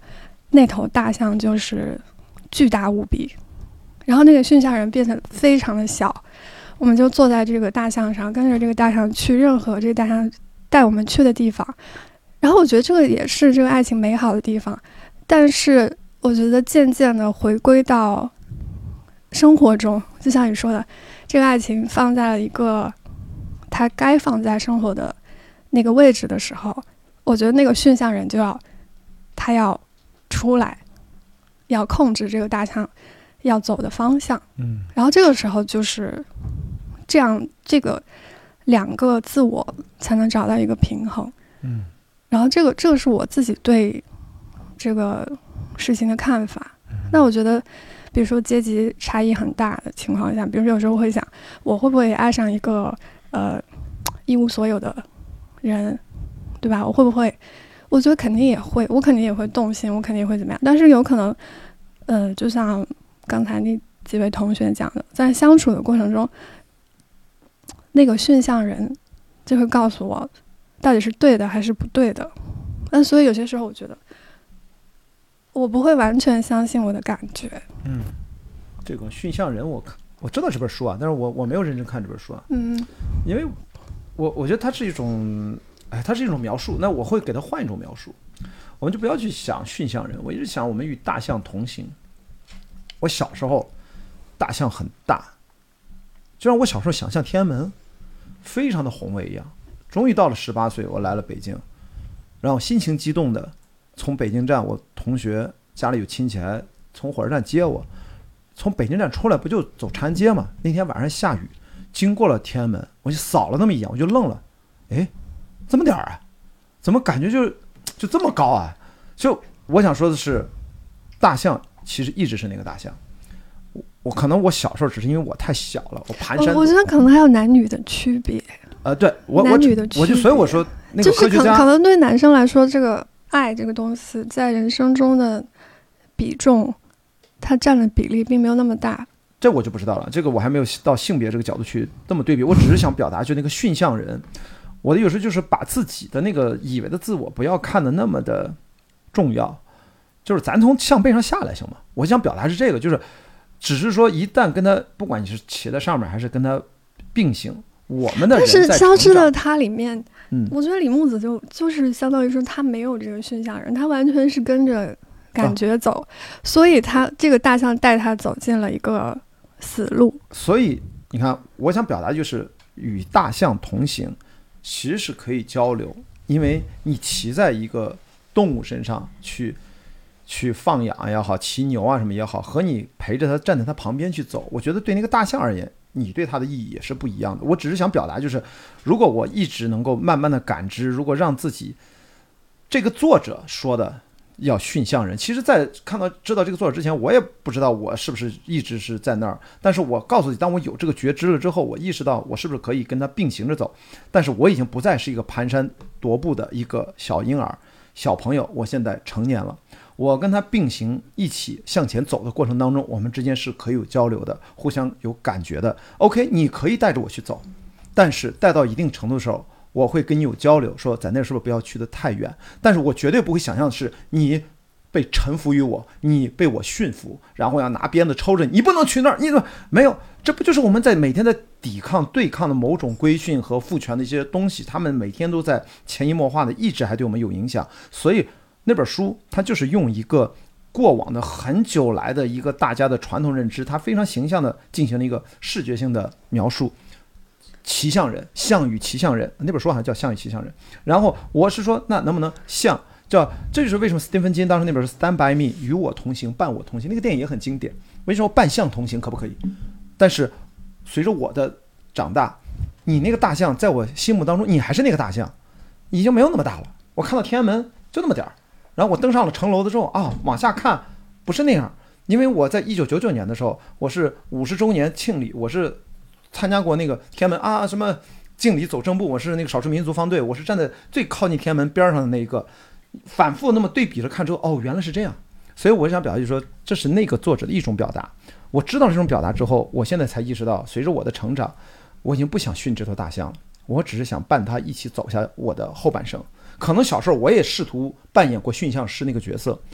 那头大象就是巨大无比，然后那个驯象人变得非常的小，我们就坐在这个大象上，跟着这个大象去任何这个大象带我们去的地方。然后我觉得这个也是这个爱情美好的地方，但是我觉得渐渐的回归到生活中，就像你说的，这个爱情放在了一个它该放在生活的那个位置的时候，我觉得那个驯象人就要他要出来，要控制这个大象要走的方向。 嗯， 然后这个时候就是这样，这个两个自我才能找到一个平衡。 嗯， 然后这个这个是我自己对这个事情的看法。那我觉得比如说阶级差异很大的情况下，比如说有时候会想我会不会爱上一个呃一无所有的人，对吧？我会不会，我觉得肯定也会，我肯定也会动心，我肯定也会怎么样。但是有可能呃就像刚才那几位同学讲的，在相处的过程中，那个驯象人就会告诉我到底是对的还是不对的。那所以有些时候我觉得我不会完全相信我的感觉。 嗯，这个驯象人我看我知道这本书啊，但是我我没有认真看这本书啊。 嗯， 因为我我觉得它是一种，哎，它是一种描述，那我会给它换一种描述。我们就不要去想驯象人，我一直想我们与大象同行。我小时候大象很大，就让我小时候想象天安门非常的宏伟一样。终于到了十八岁，我来了北京，然后心情激动的从北京站，我同学家里有亲戚还从火车站接我，从北京站出来不就走长安街嘛？那天晚上下雨，经过了天安门，我就扫了那么一眼，我就愣了，哎，这么点儿啊？怎么感觉就就这么高啊？就我想说的是，大象其实一直是那个大象。我我可能我小时候只是因为我太小了，我蹒跚。 我觉得可能还有男女的区别。 呃，对我男女的区别， 我就所以我说那个科学家， 就是可可能对男生来说，这个爱这个东西在人生中的比重，它占的比例并没有那么大。 这我就不知道了，这个我还没有到性别这个角度去这么对比。我只是想表达，就那个驯象人，我的有时候就是把自己的那个以为的自我不要看得那么的重要，就是咱从象背上下来行吗？我想表达是这个，就是只是说一旦跟他，不管你是骑在上面还是跟他并行，我们的人在成长。 但是消失的他里面， 嗯， 我觉得李木子就就是相当于说他没有这个驯象人，他完全是跟着感觉走，啊、所以他这个大象带他走进了一个死路。 所以你看，我想表达就是与大象同行，其实是可以交流，因为你骑在一个动物身上去去放养也好，骑牛啊什么也好，和你陪着它站在它旁边去走，我觉得对那个大象而言，你对它的意义也是不一样的。我只是想表达就是，如果我一直能够慢慢的感知，如果让自己这个作者说的要驯象人，其实在看到知道这个作者之前，我也不知道我是不是一直是在那儿，但是我告诉你，当我有这个觉知了之后，我意识到我是不是可以跟他并行着走，但是我已经不再是一个蹒跚踱步的一个小婴儿小朋友，我现在成年了，我跟他并行一起向前走的过程当中，我们之间是可以有交流的，互相有感觉的。 OK， 你可以带着我去走，但是带到一定程度的时候，我会跟你有交流，说在那是不是不要去得太远，但是我绝对不会想象的是你被臣服于我，你被我驯服，然后要拿鞭子抽着你，你不能去那儿，你怎么没有？这不就是我们在每天的抵抗对抗的某种规训和父权的一些东西，他们每天都在潜移默化的一直还对我们有影响。所以那本书它就是用一个过往的很久来的一个大家的传统认知，它非常形象的进行了一个视觉性的描述。骑象人，象与骑象人，那本书好像叫象与骑象人。然后我是说，那能不能象叫，这就是为什么斯蒂芬金当时那本是 Stand by me， 与我同行，伴我同行，那个电影也很经典。为什么伴象同行可不可以？但是随着我的长大，你那个大象在我心目当中，你还是那个大象，已经没有那么大了。我看到天安门就那么点儿，然后我登上了城楼的之后啊，往下看不是那样。因为我在一九九九年的时候，我是五十周年庆礼，我是参加过那个天安门啊什么敬礼走正步，我是那个少数民族方队，我是站在最靠近天安门边上的那一个，反复那么对比着看之后，哦，原来是这样。所以我想表达就是说，这是那个作者的一种表达。我知道这种表达之后，我现在才意识到，随着我的成长，我已经不想驯这头大象了，我只是想伴它一起走下我的后半生。可能小时候我也试图扮演过驯象师那个角色，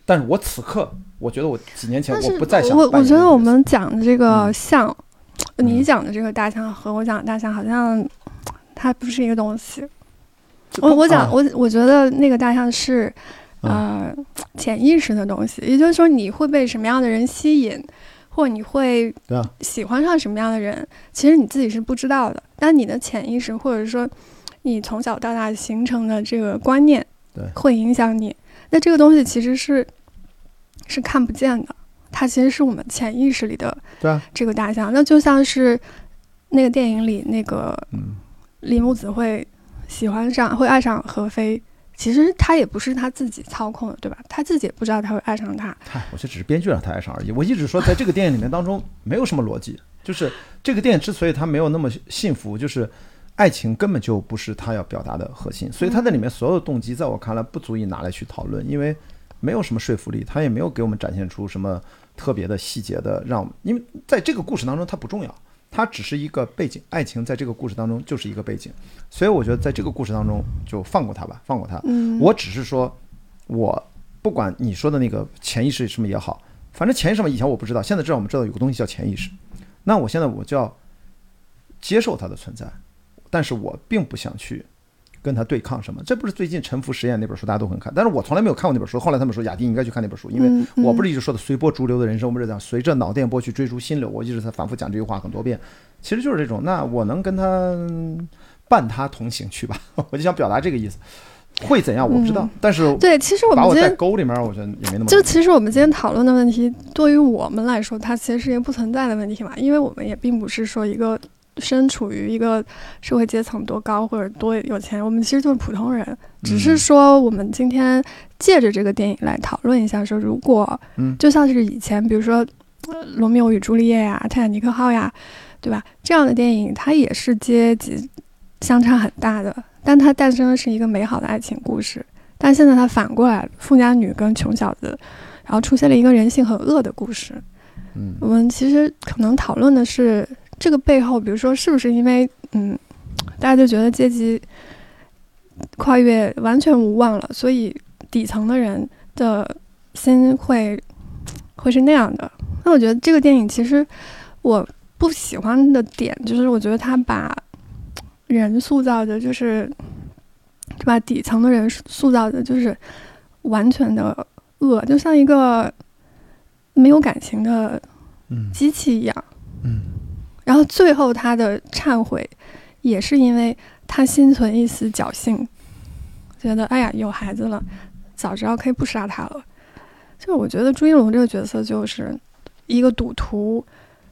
但是我此刻我觉得我几年前但是我不再想我我觉得我们讲的这个嗯像、嗯、你讲的这个大象和我讲的大象好像它不是一个东西。我我讲、啊、我我觉得那个大象是呃、嗯、潜意识的东西，也就是说你会被什么样的人吸引，或你会喜欢上什么样的人、啊、其实你自己是不知道的，但你的潜意识或者说你从小到大形成的这个观念对会影响你。那这个东西其实是是看不见的，它其实是我们潜意识里的这个大象、啊、那就像是那个电影里那个李木子会喜欢上会爱上何非，其实他也不是他自己操控的，对吧？他自己也不知道他会爱上他。 嗨，我这只是编剧让他爱上而已。我一直说，在这个电影里面当中没有什么逻辑，就是这个电影之所以他没有那么幸福，就是爱情根本就不是他要表达的核心，所以他在里面所有的动机，在我看来不足以拿来去讨论，因为没有什么说服力，他也没有给我们展现出什么特别的细节的让，因为在这个故事当中它不重要。它只是一个背景，爱情在这个故事当中就是一个背景，所以我觉得在这个故事当中就放过它吧，放过它。 嗯， 我只是说，我不管你说的那个潜意识什么也好，反正潜意识什么以前我不知道，现在至少我们知道有个东西叫潜意识，那我现在我就要接受它的存在，但是我并不想去跟他对抗什么。这不是最近沉浮实验那本书大家都很看，但是我从来没有看过那本书，后来他们说雅迪应该去看那本书，因为我不是一直说的随波逐流的人生，我不是讲随着脑电波去追逐心流，我一直在反复讲这句话很多遍，其实就是这种，那我能跟他伴他同行去吧，我就想表达这个意思。会怎样我不知道、嗯、但是对，其实我们把我在沟里面我觉得也没那么， 就其实我们今天讨论的问题对于我们来说它其实是一个不存在的问题嘛，因为我们也并不是说一个身处于一个社会阶层多高或者多有钱，我们其实就是普通人，只是说我们今天借着这个电影来讨论一下，说如果就像是以前比如说罗密欧与朱丽叶呀、泰坦尼克号呀，对吧，这样的电影它也是阶级相差很大的，但它诞生的是一个美好的爱情故事，但现在它反过来富家女跟穷小子，然后出现了一个人性很恶的故事。 嗯， 我们其实可能讨论的是这个背后，比如说是不是因为嗯，大家就觉得阶级跨越完全无望了，所以底层的人的心会会是那样的。那我觉得这个电影其实我不喜欢的点就是我觉得他把人塑造的就是把底层的人塑造的就是完全的恶，就像一个没有感情的机器一样。 嗯，嗯， 然后最后他的忏悔也是因为他心存一丝侥幸，觉得哎呀有孩子了，早知道可以不杀他了。就是我觉得朱一龙这个角色就是一个赌徒，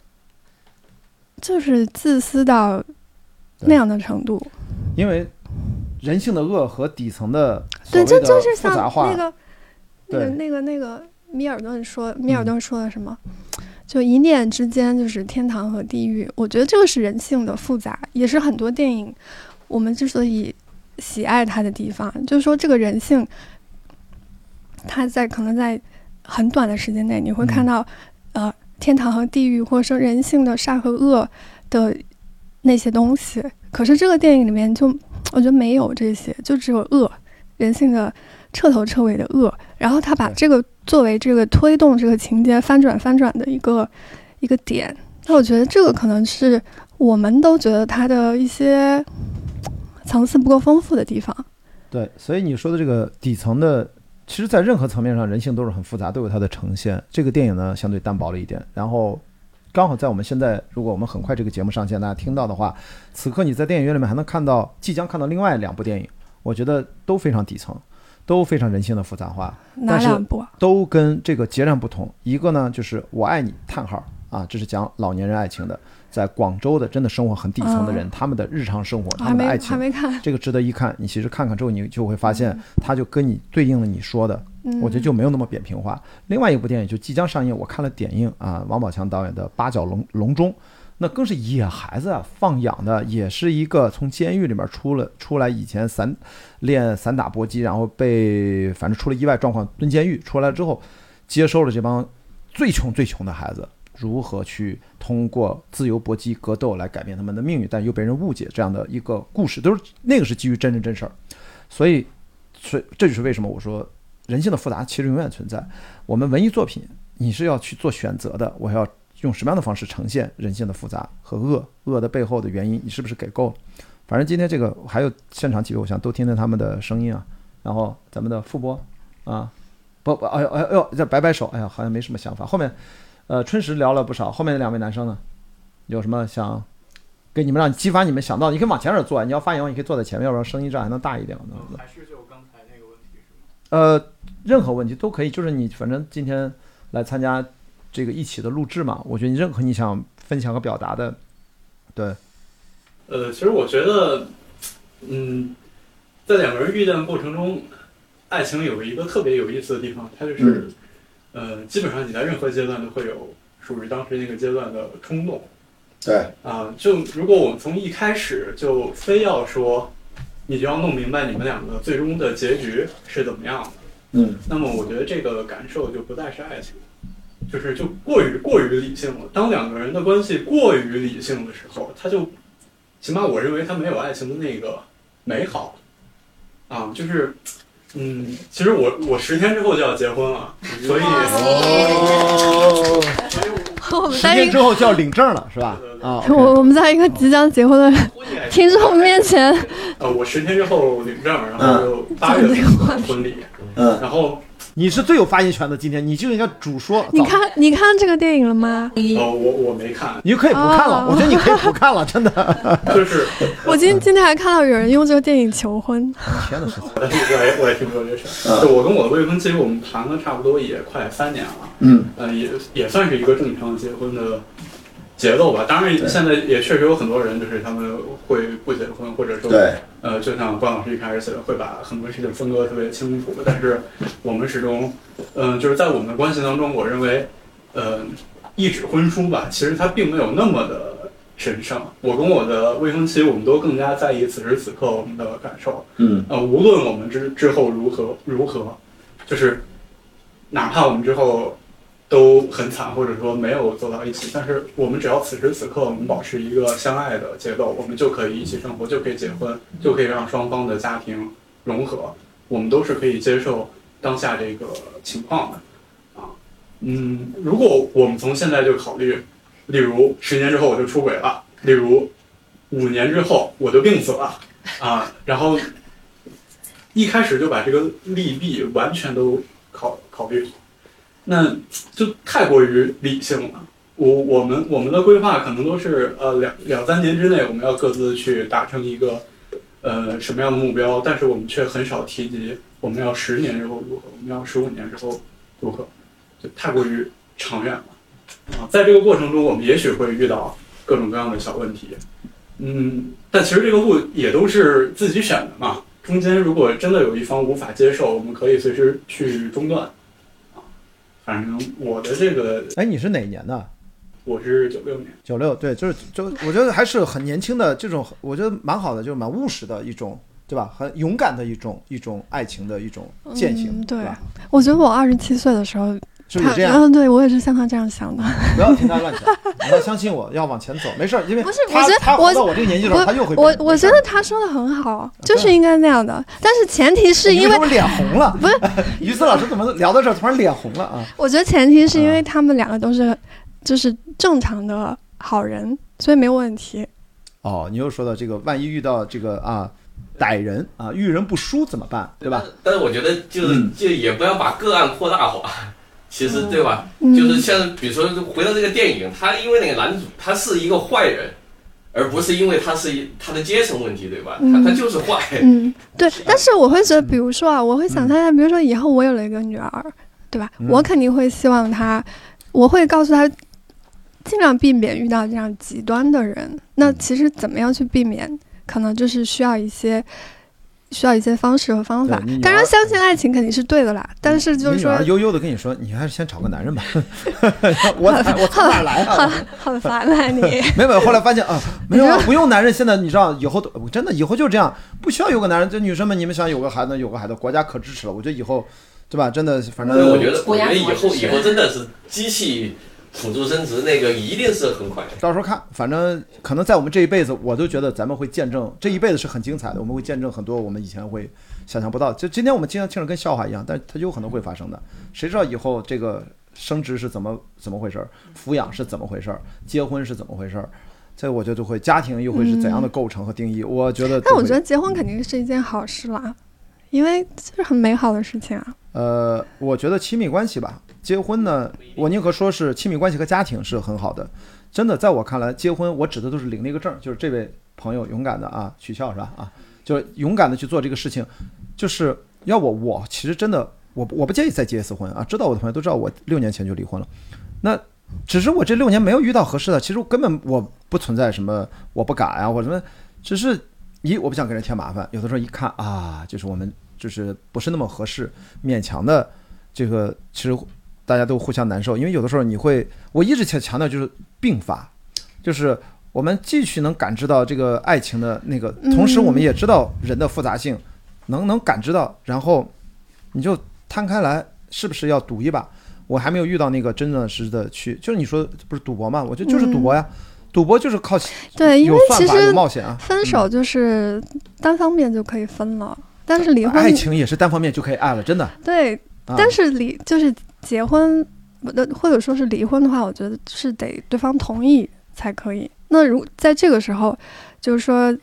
就是自私到那样的程度。 因为人性的恶和底层的对，这就是复杂化， 像那个那个那个那个米尔顿说，米尔顿说的什么？嗯，就一念之间就是天堂和地狱。我觉得这个是人性的复杂，也是很多电影我们之所以喜爱它的地方，就是说这个人性它在可能在很短的时间内你会看到、嗯、呃天堂和地狱，或者说人性的善和恶的那些东西，可是这个电影里面就我觉得没有这些，就只有恶，人性的彻头彻尾的恶，然后他把这个作为这个推动这个情节翻转翻转的一个一个点。那我觉得这个可能是我们都觉得它的一些层次不够丰富的地方。 对，所以你说的这个底层的，其实在任何层面上人性都是很复杂，都有它的呈现。这个电影呢相对单薄了一点，然后刚好在我们现在，如果我们很快这个节目上线大家听到的话，此刻你在电影院里面还能看到即将看到另外两部电影，我觉得都非常底层，都非常人性的复杂化。 哪两部？ 都跟这个截然不同。一个呢就是我爱你叹号啊，这是讲老年人爱情的，在广州的真的生活很底层的人、嗯、他们的日常生活，他们的爱情， 还没看， 这个值得一看。你其实看看之后你就会发现它就跟你对应了你说的、嗯、我觉得就没有那么扁平化。另外一部电影就即将上映，我看了点映啊，王宝强导演的八角笼笼中，那更是野孩子啊，放养的，也是一个从监狱里面出了出来，以前散练散打搏击，然后被反正出了意外状况蹲监狱，出来之后接收了这帮最穷最穷的孩子，如何去通过自由搏击格斗来改变他们的命运，但又被人误解，这样的一个故事，都是那个是基于真人真事儿。所以所以这就是为什么我说人性的复杂其实永远存在。我们文艺作品你是要去做选择的，我要用什么样的方式呈现人性的复杂和恶，恶的背后的原因你是不是给够了？反正今天这个还有现场几位偶像都听听他们的声音啊，然后咱们的傅波啊，不不，哎呦哎呦，这摆摆手，哎呀，好像没什么想法。后面呃春实聊了不少，后面的两位男生呢，有什么想给你们让激发你们想到？你可以往前点坐，你要发言你可以坐在前面，要不然声音这样还能大一点呢。 还是就刚才那个问题是吗？ 呃，任何问题都可以，就是你反正今天来参加这个一起的录制嘛，我觉得你任何你想分享和表达的，对。 呃，其实我觉得，嗯，在两个人遇见的过程中，爱情有一个特别有意思的地方，它就是，嗯、呃，基本上你在任何阶段都会有属于当时那个阶段的冲动。 对。 啊、呃，就如果我们从一开始就非要说，你就要弄明白你们两个最终的结局是怎么样的， 嗯， 那么我觉得这个感受就不再是爱情。就是就过于过于理性了。当两个人的关系过于理性的时候，他就，起码我认为他没有爱情的那个美好，啊，就是，嗯，其实我我十天之后就要结婚了，所以， 哦， 我们在十天之后就要领证了，是吧？啊， 我我们在一个即将结婚的听众面前， 呃，我十天之后领证，然后就八月份婚礼，嗯，然后。 你是最有发言权的，今天你就应该主说。 你看，你看这个电影了吗？ 哦，我我没看。 你就可以不看了， 哦、 我觉得你可以不看了，真的。 就是， 我今今天还看到有人用这个电影求婚。 天哪，是！ 我也我也听说这事。就我跟我的未婚妻，我们谈了差不多也快三年了。 嗯。 呃，也也算是一个正常结婚的节奏吧。当然，现在也确实有很多人，就是他们会不结婚，或者说。 对。 呃，就像关老师一开始写的，会把很多事情分割特别清楚。但是我们始终，嗯、呃，就是在我们的关系当中，我认为，呃，一纸婚书吧，其实它并没有那么的神圣。我跟我的未婚妻，我们都更加在意此时此刻我们的感受。 嗯， 呃，无论我们之之后如何如何，就是哪怕我们之后都很惨，或者说没有走到一起，但是我们只要此时此刻我们保持一个相爱的节奏，我们就可以一起生活，就可以结婚，就可以让双方的家庭融合，我们都是可以接受当下这个情况的啊。嗯，如果我们从现在就考虑，例如十年之后我就出轨了，例如五年之后我就病死了啊，然后一开始就把这个利弊完全都考考虑，那就太过于理性了。我我们我们的规划可能都是呃两两三年之内我们要各自去达成一个呃什么样的目标，但是我们却很少提及我们要十年之后如何，我们要十五年之后如何，就太过于长远了啊。在这个过程中，我们也许会遇到各种各样的小问题，嗯，但其实这个路也都是自己选的嘛。中间如果真的有一方无法接受，我们可以随时去中断。反正我的这个， 哎，你是哪年的？ 我是九六年。 九六，对，就是就我觉得还是很年轻的这种，我觉得蛮好的，就是蛮务实的一种，对吧？很勇敢的一种一种爱情的一种践行。 嗯、对，我觉得我二十七岁的时候。 是不是这样？ 嗯，对，我也是像他这样想的。 不要听他乱讲，你要相信我，要往前走，没事，因为不是， 他我觉得他活到我这个年纪的时候，他又会我我觉得他说的很好，就是应该那样的。但是前提是因为我脸红了， 不是于思老师怎么聊到这儿突然脸红了啊？ 我觉得前提是因为他们两个都是就是正常的好人，所以没有问题。 哦，你又说到这个，万一遇到这个啊歹人啊，遇人不淑怎么办？对吧？ 但是我觉得就是、嗯、就也不要把个案扩大化。其实对吧、 嗯、 就是像比如说回到这个电影，他因为那个男主他是一个坏人，而不是因为他是他的阶层问题，对吧、嗯、他他就是坏。 嗯，对。但是我会觉得比如说啊，我会想他，比如说以后我有了一个女儿，对吧、嗯、我肯定会希望他，我会告诉他尽量避免遇到这样极端的人。那其实怎么样去避免，可能就是需要一些需要一些方式和方法。当然相信爱情肯定是对的啦，但是就是说悠悠的跟你说，你还是先找个男人吧。我我从哪来啊？ 好烦啊你！ 没有，后来发现啊，没有不用男人。现在你知道以后真的以后就这样，不需要有个男人。这女生们，你们想有个孩子有个孩子，国家可支持了。我觉得以后对吧？真的，反正我觉得我觉得以后以后真的是机器辅助生殖那个一定是很快的。 到时候看，反正可能在我们这一辈子，我都觉得咱们会见证这一辈子是很精彩的，我们会见证很多我们以前会想象不到。就今天我们经常听着跟笑话一样，但它有可能会发生的。谁知道以后这个生殖是怎么怎么回事，抚养是怎么回事，结婚是怎么回事？这我觉得就会家庭又会是怎样的构成和定义？嗯、我觉得， 但我觉得结婚肯定是一件好事啦，因为这是很美好的事情啊。 呃，我觉得亲密关系吧，结婚呢，我宁可说是亲密关系和家庭是很好的。真的，在我看来，结婚我指的都是领了一个证，就是这位朋友勇敢的啊，取笑是吧？啊，就是勇敢的去做这个事情。就是要我，我其实真的，我我不介意再结一次婚啊。知道我的朋友都知道，我六年前就离婚了。那只是我这六年没有遇到合适的，其实根本我不存在什么我不敢啊，或者什么，只是一我不想给人添麻烦。有的时候一看啊，就是我们就是不是那么合适，勉强的这个，其实大家都互相难受。因为有的时候你会，我一直强强调就是并发，就是我们继续能感知到这个爱情的那个，同时我们也知道人的复杂性，能能感知到，然后你就摊开来，是不是要赌一把？我还没有遇到那个真正实的去，就是你说不是赌博吗？我觉得就是赌博呀，嗯、赌博就是靠对，因为其实有冒险啊。 分手就是单方面就可以分了，嗯、但是离婚爱情也是单方面就可以爱了，真的。 对， 啊、 但是离就是结婚或者说是离婚的话，我觉得是得对方同意才可以。那如在这个时候，就是说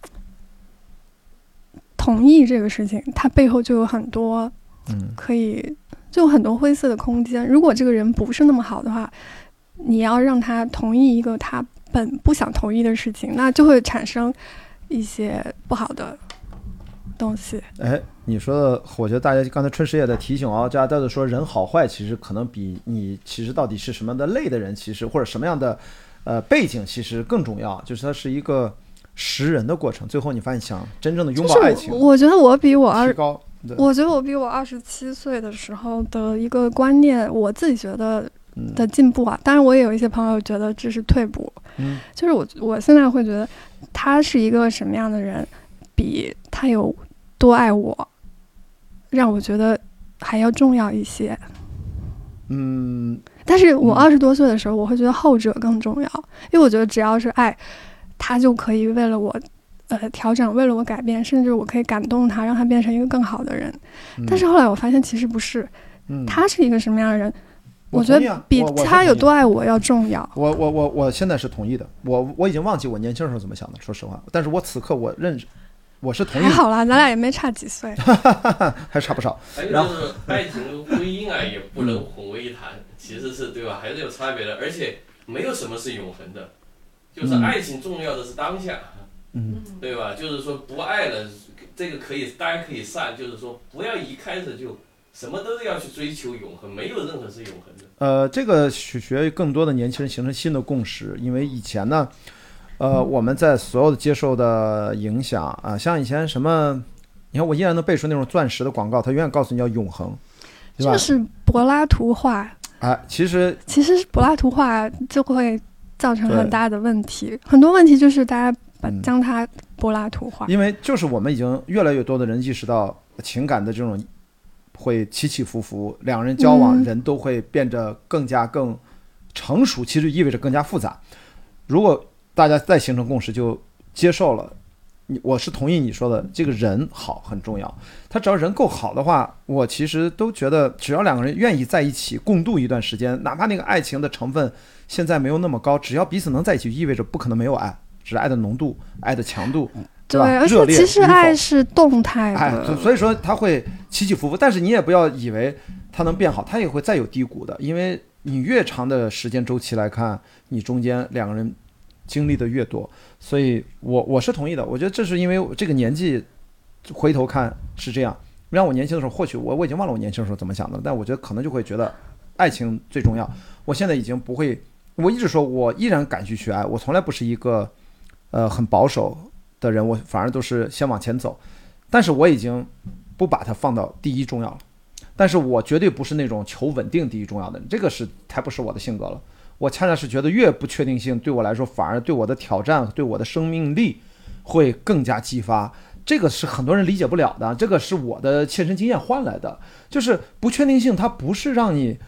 同意这个事情，它背后就有很多嗯可以。就有很多灰色的空间。如果这个人不是那么好的话，你要让他同意一个他本不想同意的事情，那就会产生一些不好的东西。 哎，你说的，我觉得大家刚才春实也在提醒哦，大家都说人好坏，其实可能比你其实到底是什么的类的人，其实或者什么样的呃背景，其实更重要。就是它是一个识人的过程。最后你发现，想真正的拥抱爱情， 就是、我觉得我比我二提高。 我觉得我比我二十七岁的时候的一个观念，我自己觉得的进步啊，当然我也有一些朋友觉得这是退步。 嗯， 就是我我现在会觉得他是一个什么样的人，比他有多爱我，让我觉得还要重要一些。 嗯， 但是我二十多岁的时候，我会觉得后者更重要，因为我觉得只要是爱，他就可以为了我。呃，调整，为了我改变，甚至我可以感动他，让他变成一个更好的人。嗯、但是后来我发现，其实不是，嗯、他是一个什么样的人， 我觉得比他有多爱我要重要。 我我我我现在是同意的，我我已经忘记我年轻时候怎么想的，说实话。但是我此刻我认识，我是同意的。 还好啦，咱俩也没差几岁， 还差不少。 还有就是爱情婚姻啊，也不能混为一谈，其实是对吧？还是有差别的，而且没有什么是永恒的，就是爱情重要的是当下。 嗯， 对吧？就是说不爱了，这个可以，大家可以散。就是说，不要一开始就什么都要去追求永恒，没有任何是永恒的。 呃，这个取决于更多的年轻人形成新的共识，因为以前呢，呃，我们在所有的接受的影响啊，像以前什么，你看我依然能背出那种钻石的广告，它永远告诉你要永恒，对吧？ 这是柏拉图画。 哎，其实其实柏拉图画就会造成很大的问题，很多问题就是大家。将它柏拉图化、 嗯，因为就是我们已经越来越多的人意识到情感的这种会起起伏伏，两人交往、嗯、人都会变得更加更成熟，其实意味着更加复杂。如果大家再形成共识，就接受了，我是同意你说的，这个人好很重要。他只要人够好的话，我其实都觉得只要两个人愿意在一起共度一段时间，哪怕那个爱情的成分现在没有那么高，只要彼此能在一起，意味着不可能没有爱。只是爱的浓度，爱的强度，对吧？ 而且其实爱是动态的， 哎，所以说它会起起伏伏。但是你也不要以为它能变好，它也会再有低谷的。因为你越长的时间周期来看，你中间两个人经历的越多，所以我我是同意的。我觉得这是因为这个年纪回头看是这样。让我年轻的时候，或许我我已经忘了我年轻的时候怎么想的，但我觉得可能就会觉得爱情最重要。我现在已经不会，我一直说我依然敢去去爱，我从来不是一个。呃，很保守的人，我反而都是先往前走，但是我已经不把它放到第一重要了。但是我绝对不是那种求稳定第一重要的人，这个是才不是我的性格了。我恰恰是觉得越不确定性对我来说，反而对我的挑战、对我的生命力会更加激发。这个是很多人理解不了的，这个是我的切身经验换来的。就是不确定性，它不是让你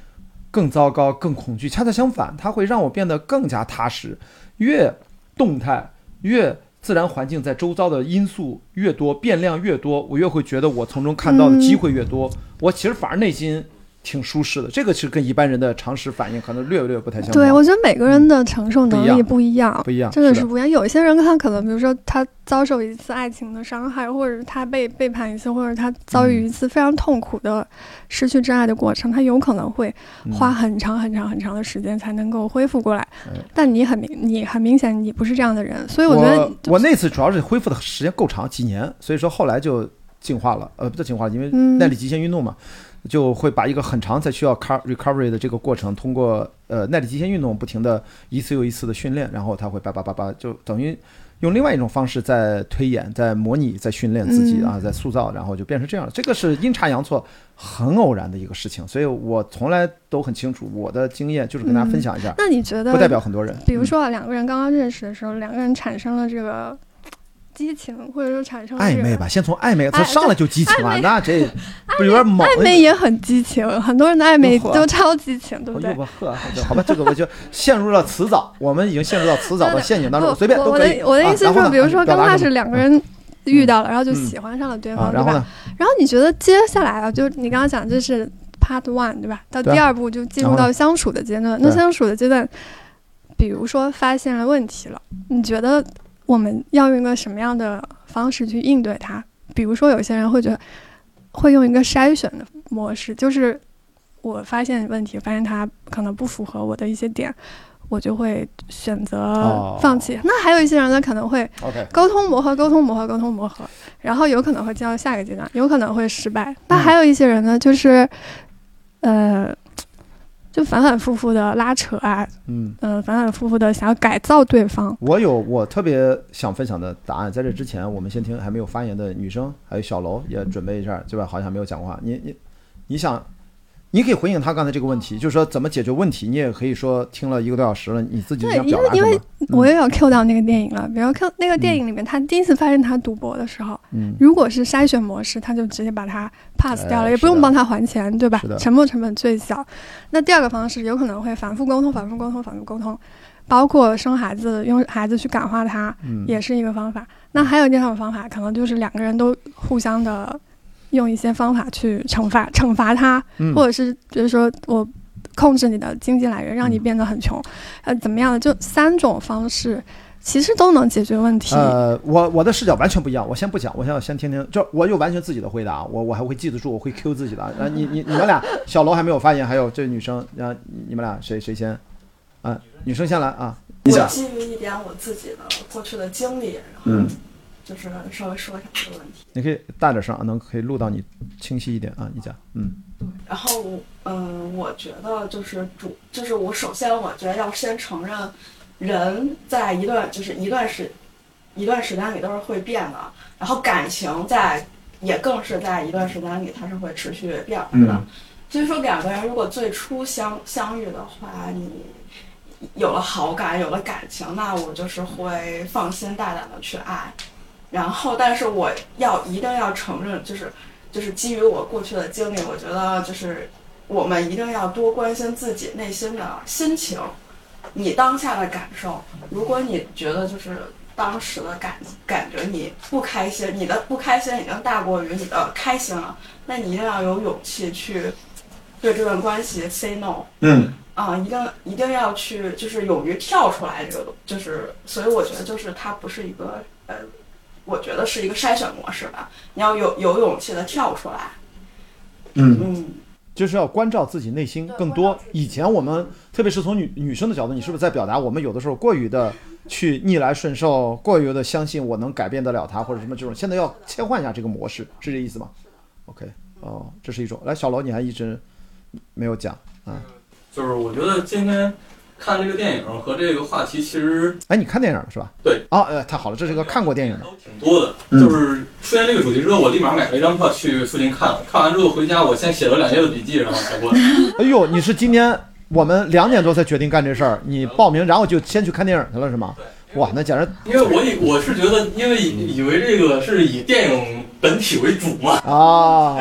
更糟糕、更恐惧。恰恰相反，它会让我变得更加踏实。越动态，越自然环境在周遭的因素越多，变量越多，我越会觉得我从中看到的机会越多。嗯、我其实反而内心挺舒适的。这个是跟一般人的常识反应可能略略不太相同。 对，我觉得每个人的承受能力不一样， 不一样， 真的是不一样。有一些人他可能，比如说他遭受一次爱情的伤害，或者他被背叛一次，或者他遭遇一次非常痛苦的失去真爱的过程，嗯、他有可能会花很长很长很长的时间才能够恢复过来。嗯、但你很明，你很明显你不是这样的人，所以我觉得我, 我那次主要是恢复的时间够长，几年，所以说后来就进化了，呃，不叫进化了，因为耐力极限运动嘛。嗯就会把一个很长才需要 recovery 的这个过程，通过呃耐力极限运动不停的一次又一次的训练，然后他会叭叭叭叭，就等于用另外一种方式在推演、在模拟、在训练自己啊，在塑造，然后就变成这样了。这个是阴差阳错、很偶然的一个事情，所以我从来都很清楚，我的经验就是跟大家分享一下。 嗯、那你觉得不代表很多人？ 比如说、啊、两个人刚刚认识的时候，两个人产生了这个激情，或者说产生了、这个、 暧昧吧，先从暧昧，他上来就激情啊，那这不有点猛？ 暧昧也很激情，很多人的暧昧都超激情，对不对？ 呵，好吧，这个我就陷入了辞藻，我们已经陷入到辞藻的陷阱当中，随便都可以。 我的意思是说、 啊， 比如说刚开始两个人遇到了，然后就喜欢上了对方， 嗯、对吧？然后呢？ 然后你觉得接下来啊，就你刚刚讲这是 part one 对吧？到第二步就进入到相处的阶段，那相处的阶段，比如说发现了问题了，你觉得我们要用一个什么样的方式去应对它？比如说有些人会觉得会用一个筛选的模式，就是我发现问题，发现它可能不符合我的一些点，我就会选择放弃。哦、那还有一些人呢，可能会沟通磨合，沟通磨合，沟通磨合，然后有可能会进到下一个阶段，有可能会失败。那还有一些人呢，就是呃。就反反复复的拉扯啊，嗯，呃，反反复复的想要改造对方。 我有我特别想分享的答案，在这之前，我们先听还没有发言的女生，还有小楼也准备一下，对吧？好像没有讲话。你你你想，你可以回应他刚才这个问题，就是说怎么解决问题。你也可以说听了一个多小时了，你自己想表达什么？ 因为因为我又要 Q 到那个电影了，嗯、比如 Q 那个电影里面，他第一次发现他赌博的时候，嗯，如果是筛选模式，他就直接把他 pass 掉了，哎、也不用帮他还钱，对吧？沉没成本最小。那第二个方式有可能会反复沟通，反复沟通，反复沟通，包括生孩子，用孩子去感化他，嗯、也是一个方法。那还有第二种方法，可能就是两个人都互相的用一些方法去惩罚惩罚他，嗯、或者是比如说我控制你的经济来源，让你变得很穷，呃，怎么样的？就三种方式。其实都能解决问题。 呃，我我的视角完全不一样。我先不讲，我先先听听，就我有完全自己的回答，我我还会记得住，我会 Q 自己的。啊，你你你们俩，小楼还没有发言，还有这女生，啊，你们俩谁谁先？啊，女生先来啊。 我基于一点我自己的过去的经历，然后就是稍微说一下这个问题。 你可以大点声啊，能可以录到你清晰一点啊，你讲，嗯。 对，然后嗯、呃，我觉得就是主，就是我首先我觉得要先承认。人在一段就是一段时一段时间里都是会变的，然后感情在也更是在一段时间里它是会持续变化的。所以说两个人如果最初相相遇的话，你有了好感，有了感情，那我就是会放心大胆的去爱。然后，但是我要一定要承认，就是就是基于我过去的经历，我觉得就是我们一定要多关心自己内心的心情。你当下的感受，如果你觉得就是当时的感感觉你不开心，你的不开心已经大过于你的开心了，那你一定要有勇气去对这段关系 say no。嗯，啊、呃，一定一定要去就是勇于跳出来这个，就是所以我觉得就是它不是一个呃，我觉得是一个筛选模式吧，你要有有勇气的跳出来。嗯嗯。 就是要关照自己内心更多。以前我们特别是从女女生的角度，你是不是在表达我们有的时候过于的去逆来顺受，过于的相信我能改变得了他或者什么这种，现在要切换一下这个模式，是这意思吗 ？OK， 哦，这是一种。来，小楼你还一直没有讲啊？ 就是我觉得今天看这个电影和这个话题，其实哎，你看电影是吧？ 对。 哦，呃，太好了，这是一个看过电影的， 都挺多的。嗯、就是出现这个主题之后，我立马买了一张票去附近看了。看完之后回家，我先写了两页的笔记，然后才过来。 哎呦，你是今天我们两点多才决定干这事儿，你报名然后就先去看电影去了是吗？哇，那简直！ 因为我以我是觉得，因为以以为这个是以电影本体为主嘛。 啊。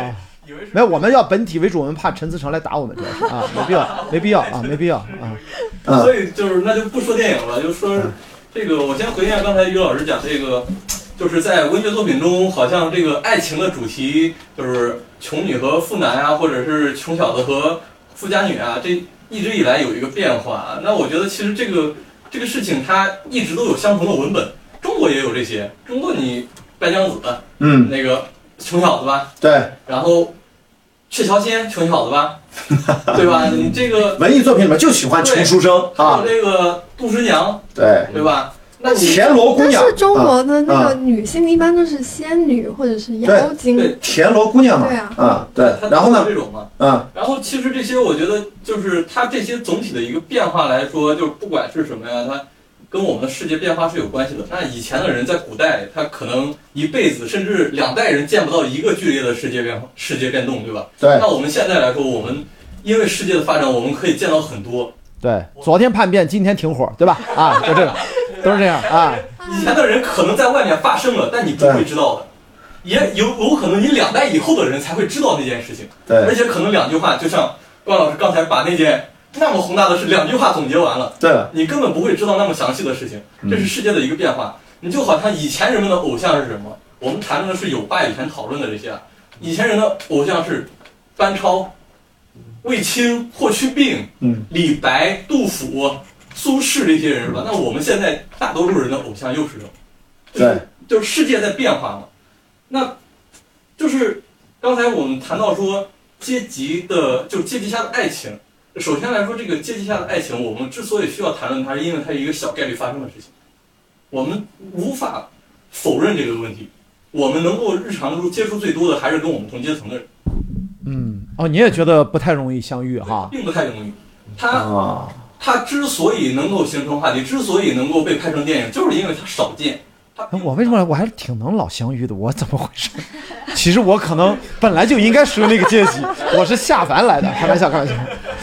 没有，我们要本体为主，我们怕陈思诚来打我们，主要是啊，没必要，没必要啊，没必要啊。 所以就是那就不说电影了，就说这个，我先回应一下刚才于老师讲这个，就是在文学作品中，好像这个爱情的主题就是穷女和富男啊，或者是穷小子和富家女啊，这一直以来有一个变化。那我觉得其实这个这个事情它一直都有相同的文本，中国也有这些，中国你白娘子， 嗯， 那个穷小子吧， 对， 然后鹊桥仙穷小子吧，对吧？你这个文艺作品里面就喜欢穷书生啊， 还有这个杜十娘， 对， 对吧？那你田螺姑娘， 但是中国的那个女性一般都是仙女或者是妖精， 对， 田螺姑娘嘛， 对啊， 啊，对，然后呢， 这种嘛， 嗯， 然后其实这些我觉得就是它这些总体的一个变化来说，就不管是什么呀，它跟我们的世界变化是有关系的。那以前的人在古代，他可能一辈子甚至两代人见不到一个剧烈的世界变化、世界变动，对吧？ 对。 那我们现在来说，我们因为世界的发展，我们可以见到很多。 对，昨天叛变，今天停火，对吧？啊，就这个，都是这样啊。 以前的人可能在外面发生了，但你不会知道的，也有有可能你两代以后的人才会知道那件事情。 对。 而且可能两句话，就像关老师刚才把那件那么宏大的事两句话总结完了， 对， 你根本不会知道那么详细的事情。这是世界的一个变化。你就好像以前人们的偶像是什么？我们谈论的是有霸以前讨论的这些啊。以前人的偶像是班超、卫青、霍去病、 嗯、 李白、杜甫、苏轼这些人是吧？那我们现在大多数人的偶像又是什么？ 对， 就是世界在变化嘛。那就是刚才我们谈到说阶级的，就阶级下的爱情。首先来说，这个阶级下的爱情，我们之所以需要谈论它，是因为它是一个小概率发生的事情，我们无法否认这个问题。我们能够日常中接触最多的还是跟我们同阶层的人。 嗯，哦，你也觉得不太容易相遇哈？ 并不太容易。它、啊、它之所以能够形成话题，之所以能够被拍成电影，就是因为它少见。 我为什么我还是挺能老相遇的？我怎么回事？其实我可能本来就应该属于那个阶级，我是下凡来的。开玩笑，开玩笑。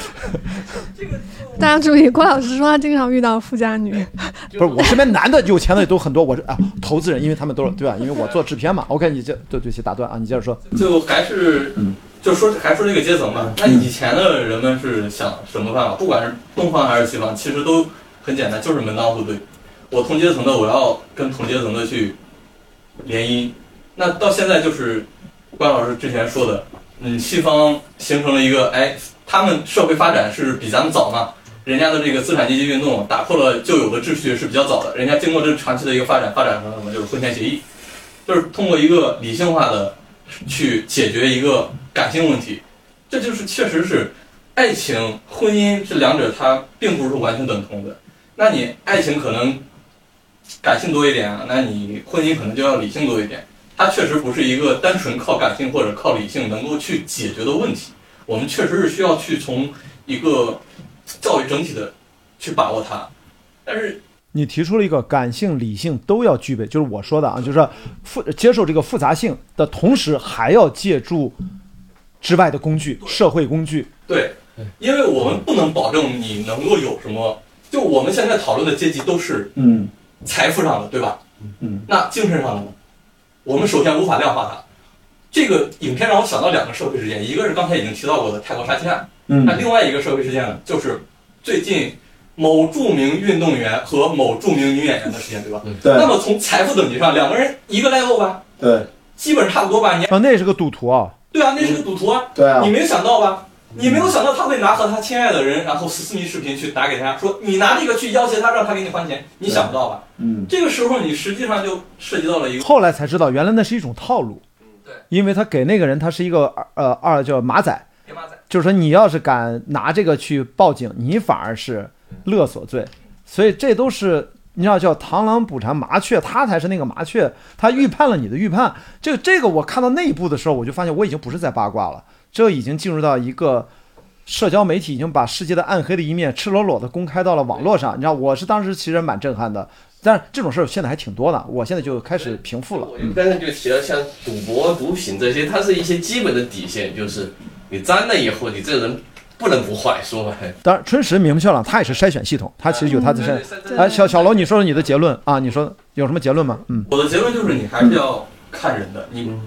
大家注意，郭老师说他经常遇到富家女， 不是我身边男的有钱的也都很多。我是啊，投资人，因为他们都是对吧？因为我做制片嘛。OK， 你这对对不起打断啊，你接着说。 就还是嗯，就说还说这个阶层吧。那以前的人们是想什么办法？不管是东方还是西方，其实都很简单，就是门当户对。我同阶层的，我要跟同阶层的去联姻。那到现在就是关老师之前说的，嗯，西方形成了一个，哎，他们社会发展是比咱们早嘛，人家的这个资产阶级运动打破了旧有的秩序是比较早的，人家经过这长期的一个发展，发展成什么？就是婚前协议，就是通过一个理性化的去解决一个感性问题。这就是确实是爱情、婚姻这两者它并不是完全等同的。那你爱情可能感性多一点啊，那你婚姻可能就要理性多一点。它确实不是一个单纯靠感性或者靠理性能够去解决的问题。我们确实是需要去从一个教育整体的去把握它。但是你提出了一个感性、理性都要具备，就是我说的啊，就是复接受这个复杂性的同时，还要借助之外的工具，社会工具。 对，因为我们不能保证你能够有什么。就我们现在讨论的阶级都是嗯财富上的，对吧？ 嗯， 那精神上的呢？我们首先无法量化它。这个影片让我想到两个社会事件，一个是刚才已经提到过的泰国杀妻案， 嗯， 那另外一个社会事件呢，就是最近某著名运动员和某著名女演员的事件，对吧？ 对。 那么从财富等级上，两个人一个 level 吧？ 对， 基本差不多吧？你啊，那是个赌徒啊。 对啊，那是个赌徒啊。 对啊。 你没有想到吧？你没有想到他会拿和他亲爱的人，然后私密视频去打给他，说你拿这个去要挟他，让他给你还钱，你想不到吧？ 嗯， 这个时候你实际上就涉及到了一个。 后来才知道，原来那是一种套路。 对， 因为他给那个人，他是一个呃二叫马仔， 马仔， 就是说你要是敢拿这个去报警，你反而是勒索罪，所以这都是你知道叫螳螂捕蝉，麻雀他才是那个麻雀，他预判了你的预判。这个这个我看到那一步的时候，我就发现我已经不是在八卦了。这已经进入到一个社交媒体已经把世界的暗黑的一面赤裸裸的公开到了网络上，你知道，我是当时其实蛮震撼的。但是这种事儿现在还挺多的，我现在就开始平复了。 我就刚才就提到像赌博、毒品这些，它是一些基本的底线，就是你沾了以后，你这人不能不坏。说白， 当然春实明明亮，他也是筛选系统，他其实有他的筛。哎，小小楼，你说说你的结论啊？你说有什么结论吗？嗯， 我的结论就是你还是要看人的，你。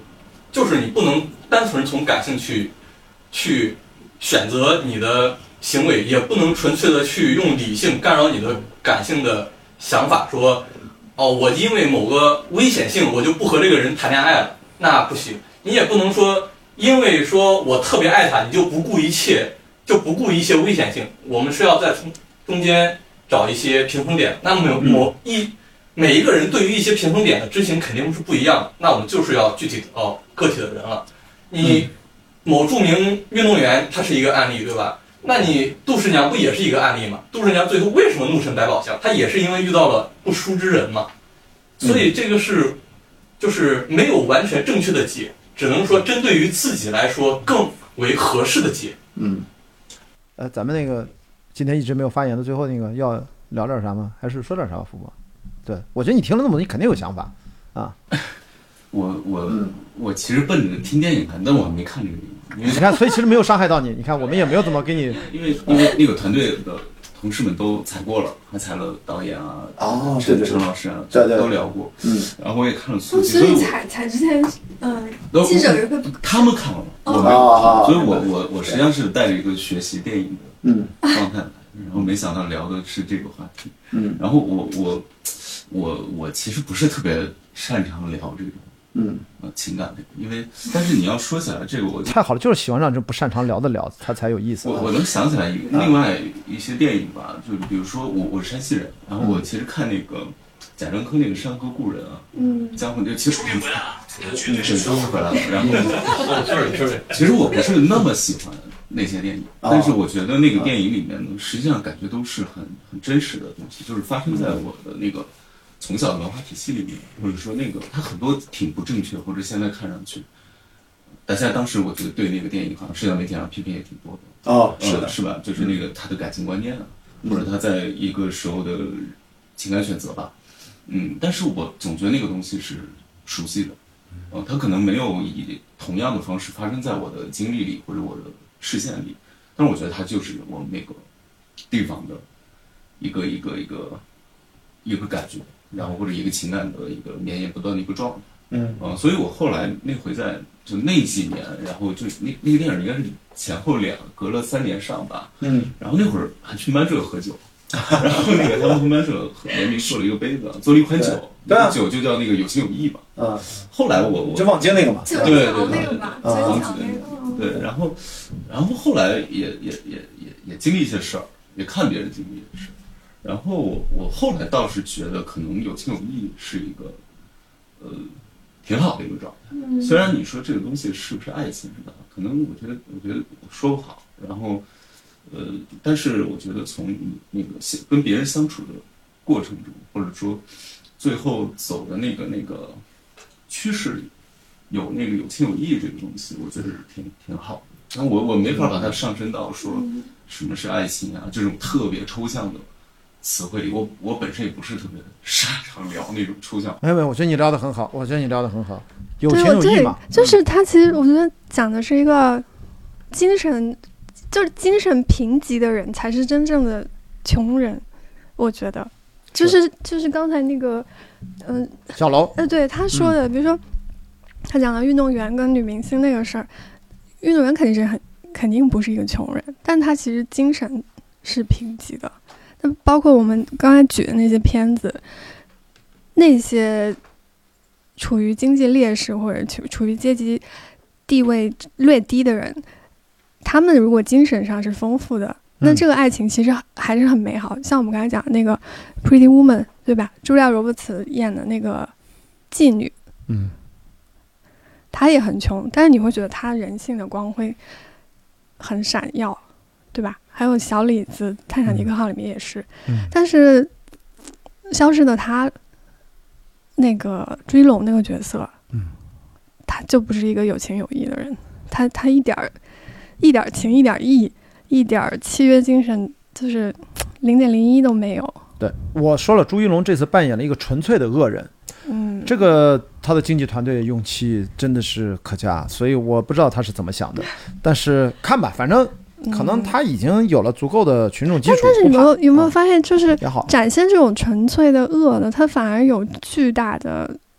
就是你不能单纯从感性去去选择你的行为，也不能纯粹的去用理性干扰你的感性的想法，说哦，我因为某个危险性我就不和这个人谈恋爱了，那不行。你也不能说因为说我特别爱他，你就不顾一切就不顾一些危险性，我们是要在中中间找一些平衡点。那么某一每一个人对于一些平衡点的知情肯定是不一样的，那我们就是要具体哦个体的人了。你某著名运动员他是一个案例，对吧？那你杜十娘不也是一个案例吗？杜十娘最后为什么怒沉百宝箱？她也是因为遇到了不淑之人嘛。所以这个是就是没有完全正确的解，只能说针对于自己来说更为合适的解。 嗯，呃，咱们那个今天一直没有发言的，最后那个要聊点啥吗？还是说点啥吧，福伯？对，我觉得你听了那么多，你肯定有想法啊。 我我、嗯、我其实奔着听电影看，但我还没看这个电影。因为你看，所以其实没有伤害到你。你看，我们也没有怎么给你， 因为因为那个团队的同事们都采过了，还采了导演啊， 哦， 陈陈老师啊， 对对都聊过。嗯，然后我也看了速记， 所以采采之前，嗯、呃，记者会他们看了，我没有看，所以我我我实际上是带着一个学习电影的嗯状态，然后没想到聊的是这个话题。嗯，然后我我我我其实不是特别擅长聊这种。嗯，呃，情感类，因为但是你要说起来这个我，我太好了，就是喜欢让这不擅长聊的聊，他才有意思。 我我能想起来一个另外一些电影吧，就比如说我我是山西人，然后我其实看那个贾樟柯那个《山河故人》啊，嗯，江湖就其实回来了，对，都回来了。然后，其实我不是那么喜欢那些电影，但是我觉得那个电影里面呢，实际上感觉都是很很真实的东西，就是发生在我的那个。从小的文化体系里面，或者说那个它很多挺不正确，或者现在看上去，但现在当时我觉得对那个电影好像社交媒体上批评也挺多的。 哦，是的， 呃、是吧？就是那个他的感情观念啊，嗯、或者他在一个时候的情感选择吧。嗯，但是我总觉得那个东西是熟悉的，呃，他可能没有以同样的方式发生在我的经历里或者我的视线里，但是我觉得它就是我们那个地方的一个一个一个一个感觉。然后或者一个情感的一个绵延不断的一个状态，嗯啊、呃，所以我后来那回在就那几年，然后就那那个电影应该是前后两隔了三年上吧，嗯，然后那会儿还去曼舍喝酒，然后那个他们和曼舍联名做了一个杯子，做了一款酒， 对啊， 酒就叫那个有情有义嘛， 嗯， 后来我我就望京那个嘛， 对对对对对， 望京那个，对，然后然后后来也也也也也经历一些事儿，也看别人经历一些事儿。然后我我后来倒是觉得，可能有情有义是一个，呃，挺好的一个状态。嗯、虽然你说这个东西是不是爱情是吧？可能我觉得，我觉得说不好。然后，呃，但是我觉得从那个跟别人相处的过程中，或者说最后走的那个那个趋势里，有那个有情有义这个东西，我觉得是挺挺好的。然后我我没法把它上升到说什么是爱情啊这种特别抽象的。词汇里，我我本身也不是特别擅长聊那种抽象。 没有没有，我觉得你聊得很好，我觉得你聊得很好，有情有义嘛。 就是他其实我觉得讲的是一个精神，就是精神贫瘠的人才是真正的穷人，我觉得，就是就是刚才那个，嗯、呃， 小楼， 呃，对他说的，嗯、比如说他讲了运动员跟女明星那个事儿，运动员肯定是很肯定不是一个穷人，但他其实精神是贫瘠的。那包括我们刚才举的那些片子，那些处于经济劣势或者处处于阶级地位略低的人，他们如果精神上是丰富的，那这个爱情其实还是很美好。嗯、像我们刚才讲的那个 Pretty Woman， 对吧？茱莉亚·罗伯茨演的那个妓女，嗯，她也很穷，但是你会觉得她人性的光辉很闪耀。对吧？还有小李子，《泰坦尼克号》里面也是，嗯、但是消失的他，那个追龙那个角色，嗯，他就不是一个有情有义的人，他他一点一点情一点义一点契约精神，就是零点零一都没有。 对，我说了，朱一龙这次扮演了一个纯粹的恶人，嗯，这个他的经纪团队用气真的是可嘉，所以我不知道他是怎么想的，但是看吧，反正。可能他已经有了足够的群众基础， 但是你有没有有没有发现，就是展现这种纯粹的恶的，它反而有巨大的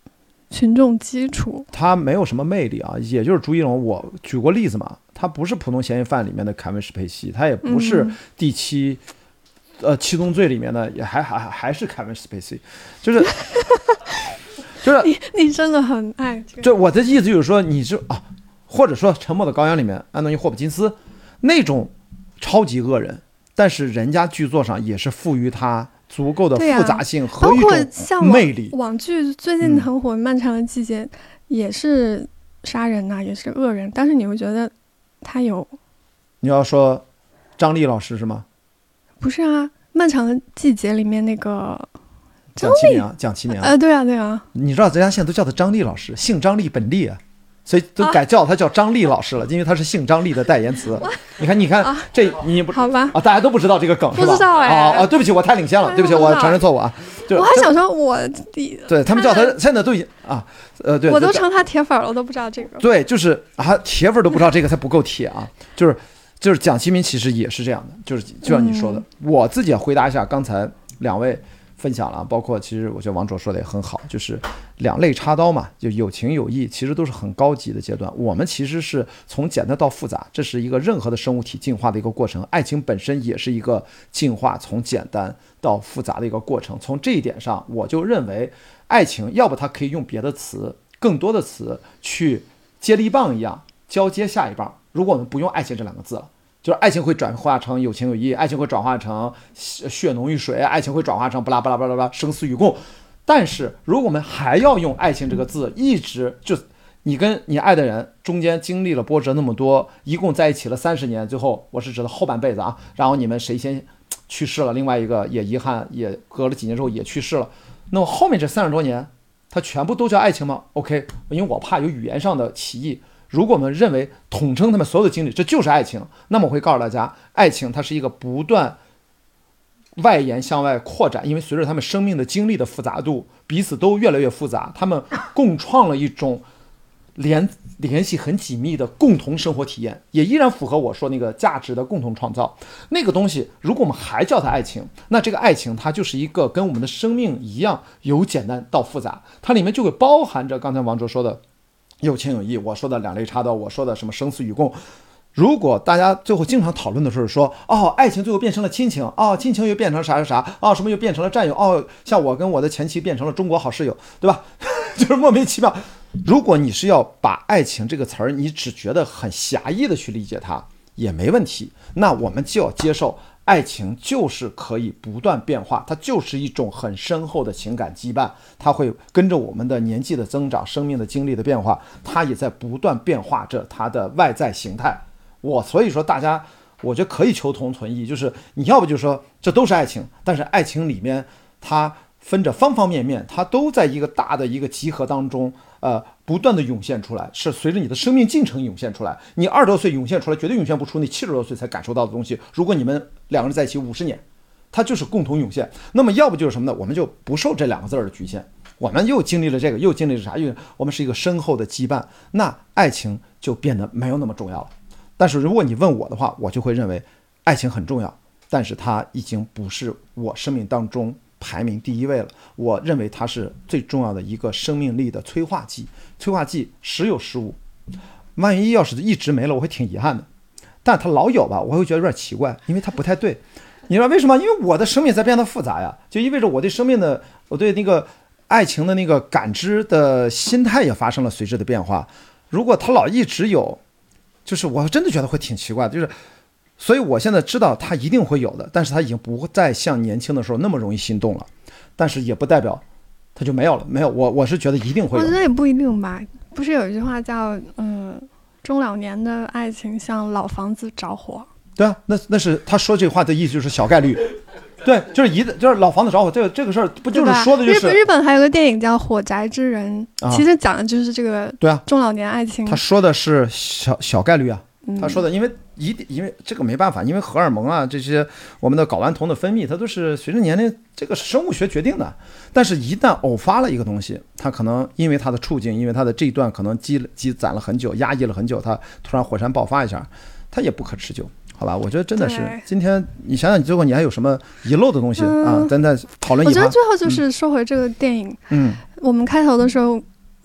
群众基础， 他没有什么魅力啊。也就是朱一龙，我举过例子嘛，他不是普通嫌疑犯里面的凯文·史佩西，他也不是第七、嗯、呃七宗罪里面的，也还还还是凯文·史佩西，就是就是你你真的很爱这个。 就我的意思就是说，你是啊，或者说《沉默的羔羊》里面安东尼·霍普金斯那种超级恶人，但是人家剧作上也是赋予他足够的复杂性和一种魅力。 网剧最近很火，《漫长的季节》也是杀人呐、啊，也是恶人，但是你会觉得他有。 你要说张力老师是吗？ 不是啊，《漫长的季节》里面那个蒋奇明，蒋奇明。 呃，对啊，对啊。 你知道，人家现在都叫他张力老师，姓张力本力啊。所以都改叫他叫张力老师了，啊、因为他是姓张力的代言词。你看，你看，啊、这你不好吧？ 啊，大家都不知道这个梗是吧？ 不知道哎。 啊啊，对不起，我太领先了，对不起，我承认错误啊。 我还想说我，我对他们叫他现在都已啊，呃，对， 我都成他铁粉了，我都不知道这个。 对，就是啊，铁粉都不知道这个才不够铁啊，就是就是蒋奇明其实也是这样的，就是就像你说的，嗯、我自己也回答一下刚才两位分享了，包括其实我觉得王卓说的也很好，就是两肋插刀嘛，就有情有义，其实都是很高级的阶段。我们其实是从简单到复杂，这是一个任何的生物体进化的一个过程。爱情本身也是一个进化从简单到复杂的一个过程。从这一点上，我就认为爱情要不它可以用别的词，更多的词去接力棒一样交接下一棒。如果我们不用爱情这两个字了，就是爱情会转化成有情有义，爱情会转化成血浓于水，爱情会转化成不拉不拉不拉不拉生死与共。但是如果我们还要用爱情这个字，一直就你跟你爱的人中间经历了波折那么多，一共在一起了三十年，最后我是指的后半辈子啊，然后你们谁先去世了，另外一个也遗憾也隔了几年之后也去世了，那么后面这三十多年它全部都叫爱情吗？ OK， 因为我怕有语言上的歧义。如果我们认为统称他们所有的经历这就是爱情，那么我会告诉大家，爱情它是一个不断外延向外扩展，因为随着他们生命的经历的复杂度，彼此都越来越复杂，他们共创了一种联联系很紧密的共同生活体验，也依然符合我说那个价值的共同创造。那个东西如果我们还叫它爱情，那这个爱情它就是一个跟我们的生命一样由简单到复杂，它里面就会包含着刚才王卓说的有情有义，我说的两肋插刀，我说的什么生死与共。如果大家最后经常讨论的时候说，哦，爱情最后变成了亲情，哦，亲情又变成了啥啥啥，哦，什么又变成了战友，哦，像我跟我的前妻变成了中国好室友，对吧？就是莫名其妙。如果你是要把爱情这个词儿，你只觉得很狭义的去理解它，也没问题。那我们就要接受，爱情就是可以不断变化，它就是一种很深厚的情感羁绊，它会跟着我们的年纪的增长，生命的经历的变化，它也在不断变化着它的外在形态。我所以说大家我觉得可以求同存异，就是你要不就说这都是爱情，但是爱情里面它分着方方面面，它都在一个大的一个集合当中呃，不断的涌现出来，是随着你的生命进程涌现出来。你二十多岁涌现出来，绝对涌现不出你七十多岁才感受到的东西。如果你们两个人在一起五十年，它就是共同涌现。那么要不就是什么呢？我们就不受这两个字的局限，我们又经历了这个，又经历了啥？因为我们是一个深厚的羁绊，那爱情就变得没有那么重要了。但是如果你问我的话，我就会认为爱情很重要，但是它已经不是我生命当中排名第一位了。我认为它是最重要的一个生命力的催化剂，催化剂时有时无，万一要是一直没了，我会挺遗憾的。但它老有吧，我会觉得有点奇怪，因为它不太对。你知道为什么？因为我的生命在变得复杂呀，就意味着我对生命的，我对那个爱情的那个感知的心态也发生了随之的变化。如果它老一直有，就是我真的觉得会挺奇怪的，就是。所以我现在知道它一定会有的，但是它已经不再像年轻的时候那么容易心动了，但是也不代表它就没有了。没有，我我是觉得一定会有。 我觉得也不一定吧。不是有一句话叫嗯，中老年的爱情像老房子着火。 对啊，那那是他说这话的意思就是小概率。对，就是一就是老房子着火，这个这个事儿不就是说的就是。 日本日本还有个电影叫《火宅之人》，啊，其实讲的就是这个对啊中老年爱情。 他说的是小小概率啊。他说的，因为一定因为这个没办法，因为荷尔蒙啊这些我们的睾丸酮的分泌，它都是随着年龄，这个生物学决定的。但是，一旦偶发了一个东西，它可能因为它的处境，因为它的这一段可能积积攒了很久，压抑了很久，它突然火山爆发一下，它也不可持久。好吧，我觉得真的是今天你想想，最后你还有什么遗漏的东西，嗯，啊？咱再讨论一下。 我觉得最后就是说回这个电影，嗯，我们开头的时候。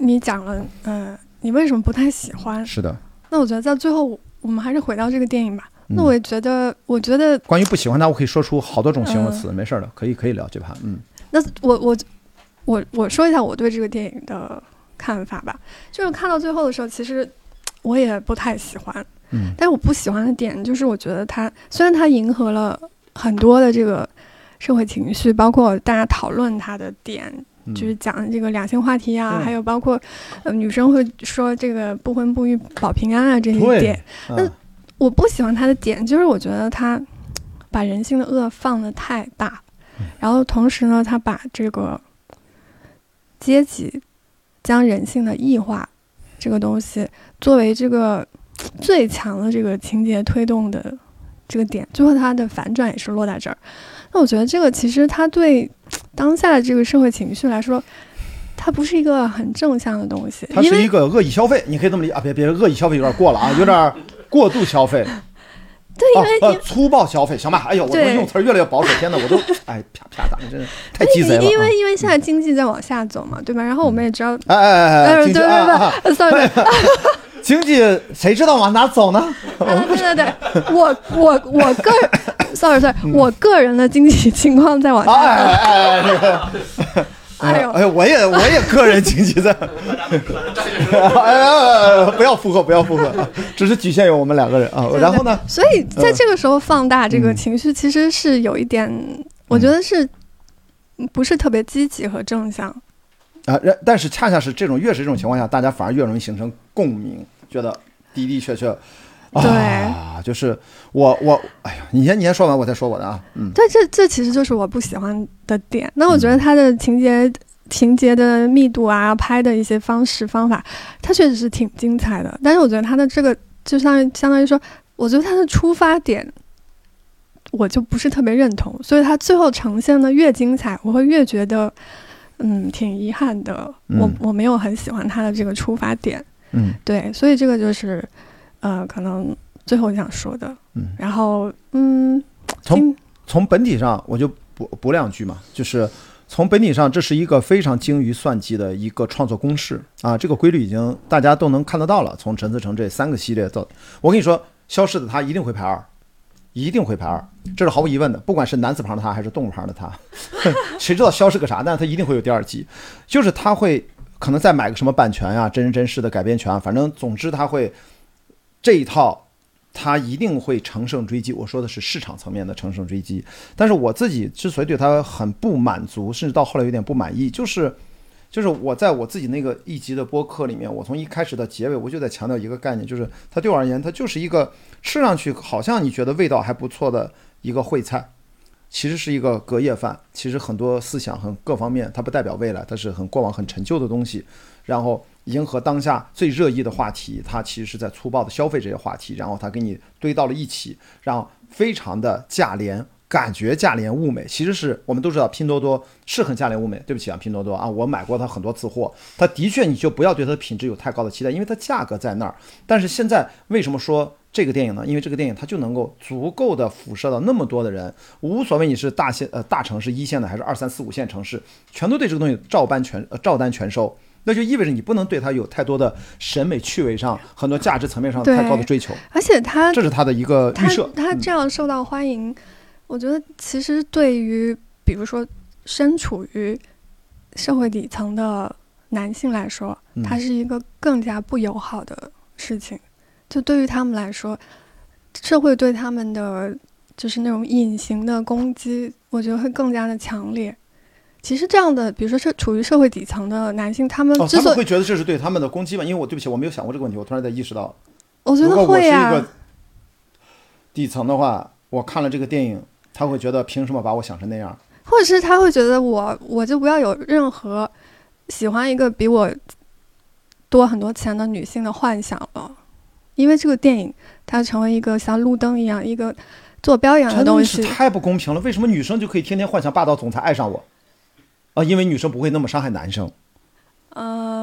你讲了，呃，你为什么不太喜欢？ 是的。 那我觉得在最后，我们还是回到这个电影吧。嗯、那我也觉得，我觉得关于不喜欢它，我可以说出好多种形容词，嗯、没事的，可以可以聊这盘。嗯， 那我我我我说一下我对这个电影的看法吧。就是看到最后的时候，其实我也不太喜欢。嗯，但是我不喜欢的点就是我觉得它虽然它迎合了很多的这个社会情绪，包括大家讨论它的点，嗯、就是讲这个两性话题啊，嗯、还有包括呃女生会说这个不婚不育保平安啊这些点。嗯、那我不喜欢它的点就是我觉得它把人性的恶放得太大，嗯、然后同时呢，它把这个阶级将人性的异化这个东西作为这个最强的这个情节推动的这个点，最后它的反转也是落在这儿。那我觉得这个其实它对当下的这个社会情绪来说，它不是一个很正向的东西， 它是一个恶意消费，你可以这么理解啊，别别恶意消费有点过了啊，有点过度消费。 对，因为、 哦呃、粗暴消费，行吧？哎呦，我用词越来越保守，天哪，我都哎啪啪打，真是太鸡贼了。 因为因为现在经济在往下走嘛，对吧？然后我们也知道， 哎哎哎哎， 对对对 ，sorry， 经济谁知道往哪走呢？ 啊、对对对，我我我个人 ，sorry sorry，、嗯、我个人的经济情况在往下走。 哎哎哎哎，这个。哎呦，哎，我也我也个人经济在，哎呀，不要附和，不要附和，只是局限于我们两个人啊。然后呢？ 所以在这个时候放大这个情绪，其实是有一点，嗯、我觉得是不是特别积极和正向啊？但是恰恰是这种越是这种情况下，大家反而越容易形成共鸣，觉得的的确确。 对啊，就是我我哎呀，你先你先说完，我再说我的啊。嗯， 对，这这其实就是我不喜欢的点。那我觉得它的情节、嗯、情节的密度啊，拍的一些方式方法，它确实是挺精彩的。但是我觉得它的这个就相相当于说，我觉得它的出发点我就不是特别认同，所以它最后呈现的越精彩，我会越觉得嗯挺遗憾的。嗯、我我没有很喜欢它的这个出发点。 嗯， 对，所以这个就是。呃，可能最后想说的，嗯，然后，嗯， 从从本体上我就补补两句嘛，就是从本体上，这是一个非常精于算计的一个创作公式啊，这个规律已经大家都能看得到了。从陈思诚这三个系列到，我跟你说，消失的他一定会排二，一定会排二，这是毫无疑问的，不管是男字旁的他还是动物旁的他，谁知道消失个啥？但是他一定会有第二季，就是他会可能再买个什么版权啊、真人真事的改编权啊，反正总之他会。这一套他一定会乘胜追击，我说的是市场层面的乘胜追击。但是我自己之所以对他很不满足，甚至到后来有点不满意，就是就是我在我自己那个一集的播客里面，我从一开始到结尾我就在强调一个概念，就是它对我而言它就是一个吃上去好像你觉得味道还不错的一个烩菜，其实是一个隔夜饭，其实很多思想和各方面它不代表未来，它是很过往很陈旧的东西，然后迎合当下最热议的话题，它其实是在粗暴的消费这些话题，然后它给你堆到了一起，让非常的价廉，感觉价廉物美。其实是我们都知道拼多多是很价廉物美，对不起啊，拼多多啊，我买过它很多次货，它的确你就不要对它的品质有太高的期待，因为它价格在那儿。但是现在为什么说这个电影呢？因为这个电影它就能够足够的辐射到那么多的人，无所谓你是大线呃大城市一线的还是二三四五线城市，全都对这个东西照搬全呃照单全收。那就意味着你不能对它有太多的审美趣味上、很多价值层面上太高的追求， 而且它这是它的一个预设。 它这样受到欢迎，嗯、我觉得其实对于比如说身处于社会底层的男性来说， 嗯、 它是一个更加不友好的事情。就对于他们来说，社会对他们的就是那种隐形的攻击，我觉得会更加的强烈。其实这样的，比如说是处于社会底层的男性，他们之所以、 哦、他们会觉得这是对他们的攻击吗？因为我对不起，我没有想过这个问题，我突然在意识到， 我觉得会啊。 如果我是一个底层的话，我看了这个电影，他会觉得凭什么把我想成那样？ 或者是他会觉得我我就不要有任何喜欢一个比我多很多钱的女性的幻想了，因为这个电影它成为一个像路灯一样、一个坐标一样的东西， 真是太不公平了。为什么女生就可以天天幻想霸道总裁爱上我？啊，因为女生不会那么伤害男生。 呃，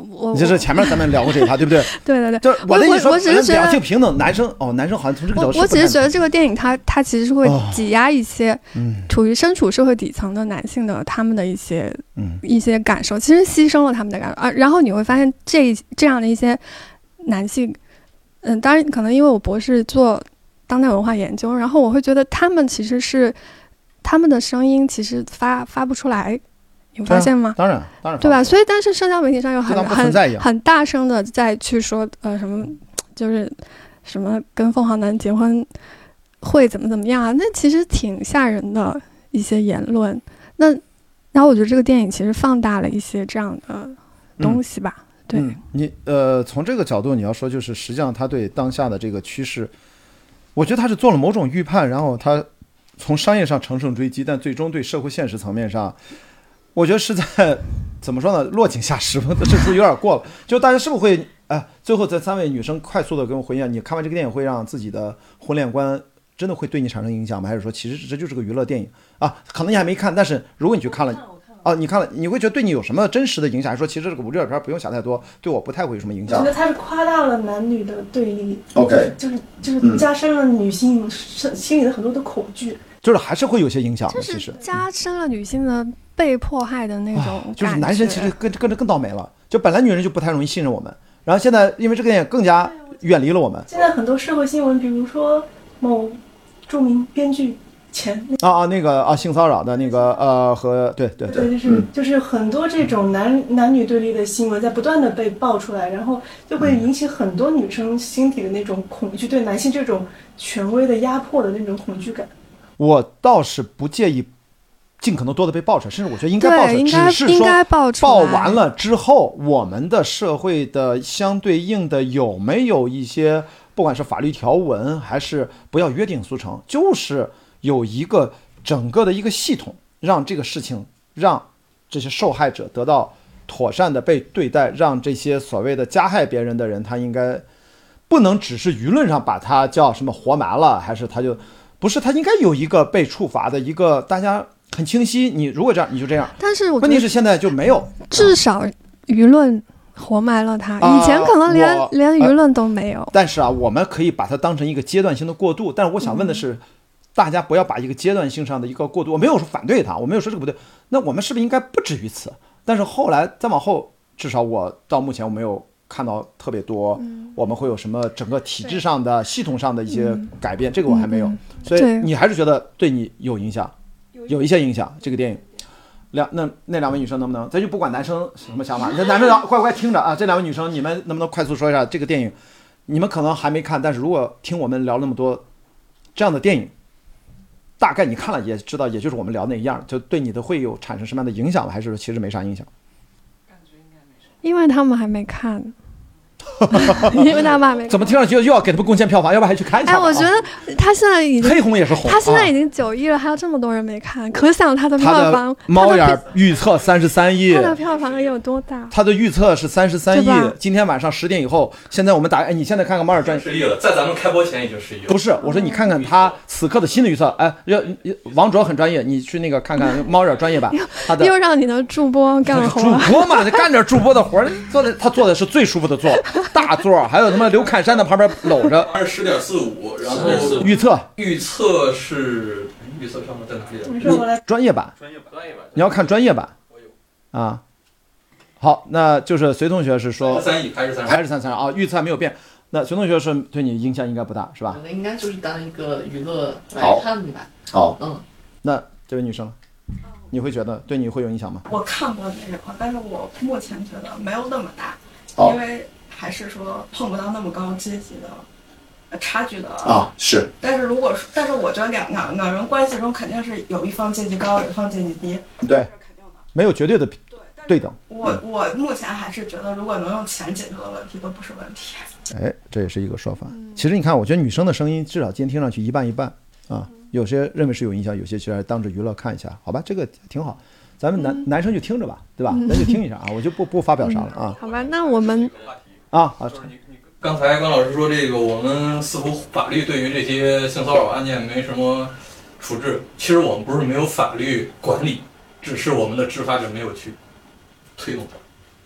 我你这是前面咱们聊过这一趴，对不对？ 对对对， 就是我的意思说， 我只是觉得两性平等，男生哦，男生好像从这个角度， 我我只是觉得这个电影它它其实是会挤压一些， 嗯， 处于身处社会底层的男性的他们的一些嗯一些感受，其实牺牲了他们的感受啊。然后你会发现这这样的一些男性，嗯，当然可能因为我博士做当代文化研究，然后我会觉得他们其实是他们的声音其实发发不出来。有发现吗？ 当然，当然， 对吧？所以，但是社交媒体上又很很很大声的在去说，呃，什么就是什么跟凤凰男结婚会怎么怎么样啊？那其实挺吓人的一些言论。那然后我觉得这个电影其实放大了一些这样的东西吧。 嗯、 对、 嗯，你呃，从这个角度你要说，就是实际上他对当下的这个趋势，我觉得他是做了某种预判，然后他从商业上乘胜追击，但最终对社会现实层面上。我觉得是在怎么说呢？落井下石，这是不是有点过了？就大家是不是会哎，最后这三位女生快速的跟我回应，你看完这个电影会让自己的婚恋观真的会对你产生影响吗？还是说其实这就是个娱乐电影啊？可能你还没看，但是如果你去看了啊，你看了，你会觉得对你有什么真实的影响？还是说其实这个娱乐片不用想太多，对我不太会有什么影响？ 我觉得它是夸大了男女的对立 ，OK， 就是就是加深了女性心里的很多的恐惧。 就是还是会有些影响的， 就是其实加深了女性的被迫害的那种感觉、 啊、就是男生其实跟跟着更倒霉了，就本来女人就不太容易信任我们，然后现在因为这个电影更加远离了我们。 现在很多社会新闻，比如说某著名编剧前啊啊那个啊性骚扰的那个呃和对对对，就是、嗯、就是很多这种男男女对立的新闻在不断的被爆出来，然后就会引起很多女生心底的那种恐惧，对男性这种权威的压迫的那种恐惧感。 我倒是不介意尽可能多的被爆出来，甚至我觉得应该爆出来，只是应该爆出来。 爆完了之后，我们的社会的相对应的有没有一些，不管是法律条文还是不要约定俗成，就是有一个整个的一个系统，让这个事情让这些受害者得到妥善的被对待，让这些所谓的加害别人的人，他应该不能只是舆论上把他叫什么活埋了，还是他就。不是，他应该有一个被处罚的一个，大家很清晰。你如果这样，你就这样。 但是我问题是现在就没有， 至少舆论活埋了他。以前可能连、呃、连舆论都没有、呃。 但是啊，我们可以把它当成一个阶段性的过渡。但是我想问的是，嗯、大家不要把一个阶段性上的一个过渡，我没有说反对它，我没有说这个不对。那我们是不是应该不止于此？但是后来再往后，至少我到目前我没有。看到特别多、嗯，我们会有什么整个体制上的、系统上的一些改变，这个我还没有， 嗯、 所以你还是觉得对你有影响，有一些影响。这个电影，两那那两位女生能不能，咱就不管男生什么想法，你男生乖乖听着啊，这两位女生你们能不能快速说一下这个电影？你们可能还没看，但是如果听我们聊那么多这样的电影，大概你看了也知道，也就是我们聊那样，就对你的会有产生什么样的影响，还是其实没啥影响？ 因为他们还没看。因为他们还没怎么听上去又要给他们贡献票房，要不然还去看一下？ 哎，我觉得他现在已经黑红也是红， 他现在已经九亿了，还有这么多人没看，可想他的票房。 猫眼预测三十三亿， 他的票房有多大？ 他的预测是三十三亿。今天晚上十点以后，现在我们打，哎，你现在看看猫眼专十亿了，在咱们开播前已经十亿了。 不是，我说你看看他此刻的新的预测，哎，王卓很专业，你去那个看看猫眼专业版，他的又让你的助播干活， 主播嘛，干点助播的活，做的他做的是最舒服的座，大座。还有他妈刘侃山在旁边搂着， 二十点四五，然后预测预测是预测上面在哪里？ 专业版， 专业版，专业版， 你要看专业版。我有啊。好，那就是隋同学是说三亿还是三还是三三啊？预测没有变。那隋同学是对你影响应该不大，是吧？ 应该就是当一个娱乐来看吧。 好， 嗯。 那这位女生，你会觉得对你会有影响吗？ 我看过内容，但是我目前觉得没有那么大，因为。还是说碰不到那么高阶级的差距的啊，是。 但是如果但是我觉得两两两人关系中肯定是有一方阶级高，有一方阶级低， 对，肯定的，没有绝对的对等。 我我目前还是觉得，如果能用钱解决的问题，都不是问题。 哎，这也是一个说法。其实你看，我觉得女生的声音至少今天听上去一半一半啊，有些认为是有影响，有些其实当着娱乐看一下，好吧，这个挺好。咱们男、嗯、男生就听着吧，对吧？咱就听一下啊，我就不不发表啥了啊。 好吧，那我们。 啊，好， 刚才关老师说这个，我们似乎法律对于这些性骚扰案件没什么处置。其实我们不是没有法律管理，只是我们的执法者没有去推动它。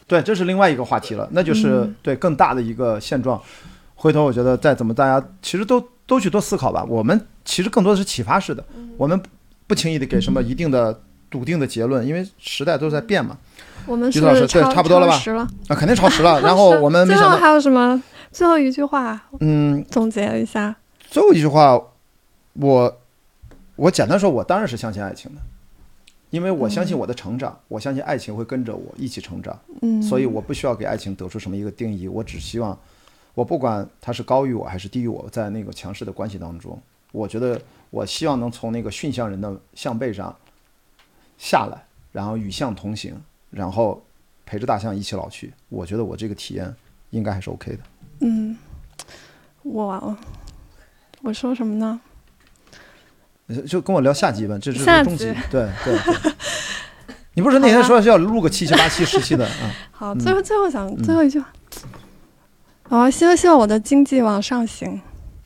对，这是另外一个话题了，那就是对更大的一个现状。回头我觉得再怎么大家其实都都去多思考吧。我们其实更多的是启发式的，我们不轻易的给什么一定的笃定的结论，因为时代都在变嘛。 我们是于老师对差不多了吧？ 超时了啊，肯定超时了。然后我们没想到最后还有什么最后一句话， 嗯， 总结一下。 最后一句话，我我简单说，我当然是相信爱情的。因为我相信我的成长、嗯、我相信爱情会跟着我一起成长、嗯、所以我不需要给爱情得出什么一个定义，我只希望我不管它是高于我还是低于我，在那个强势的关系当中，我觉得我希望能从那个驯象人的象背上下来，然后与象同行，然后陪着大象一起老去，我觉得我这个体验应该还是 OK 的。 嗯，我我说什么呢？ 就跟我聊下集吧，这是终极。对对对，你不是那天说是要录个七七八七十期的啊？ 好，最后最后想、嗯、最后一句话，啊，希望希望我的经济往上行。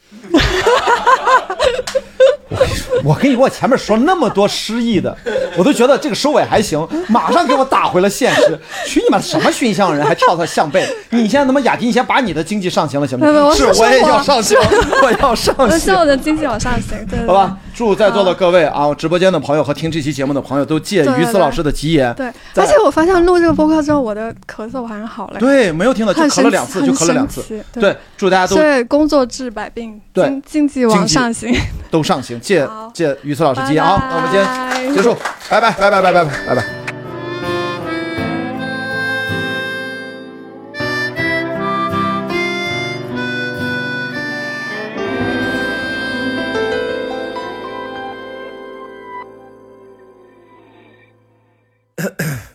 我跟你我前面说那么多诗意的，我都觉得这个收尾还行，马上给我打回了现实。去你妈什么驯象人还跳到象背？你现在他妈雅迪，你先把你的经济上行了行不行？是，我也要上行，我要上行。 希望我的经济往上行，对, 对, 对。 好吧，祝在座的各位啊，直播间的朋友和听这期节目的朋友都借于思老师的吉言。 对, 对, 对，而且我发现录这个播客之后，我的咳嗽好像好了。 对，没有听到，就咳了两次，就咳了两次。 对, 对，祝大家都对工作治百病，对经济往上行， 都上行。借借于思老师吉言啊！那我们今天结束，拜拜拜拜拜拜拜拜。咳咳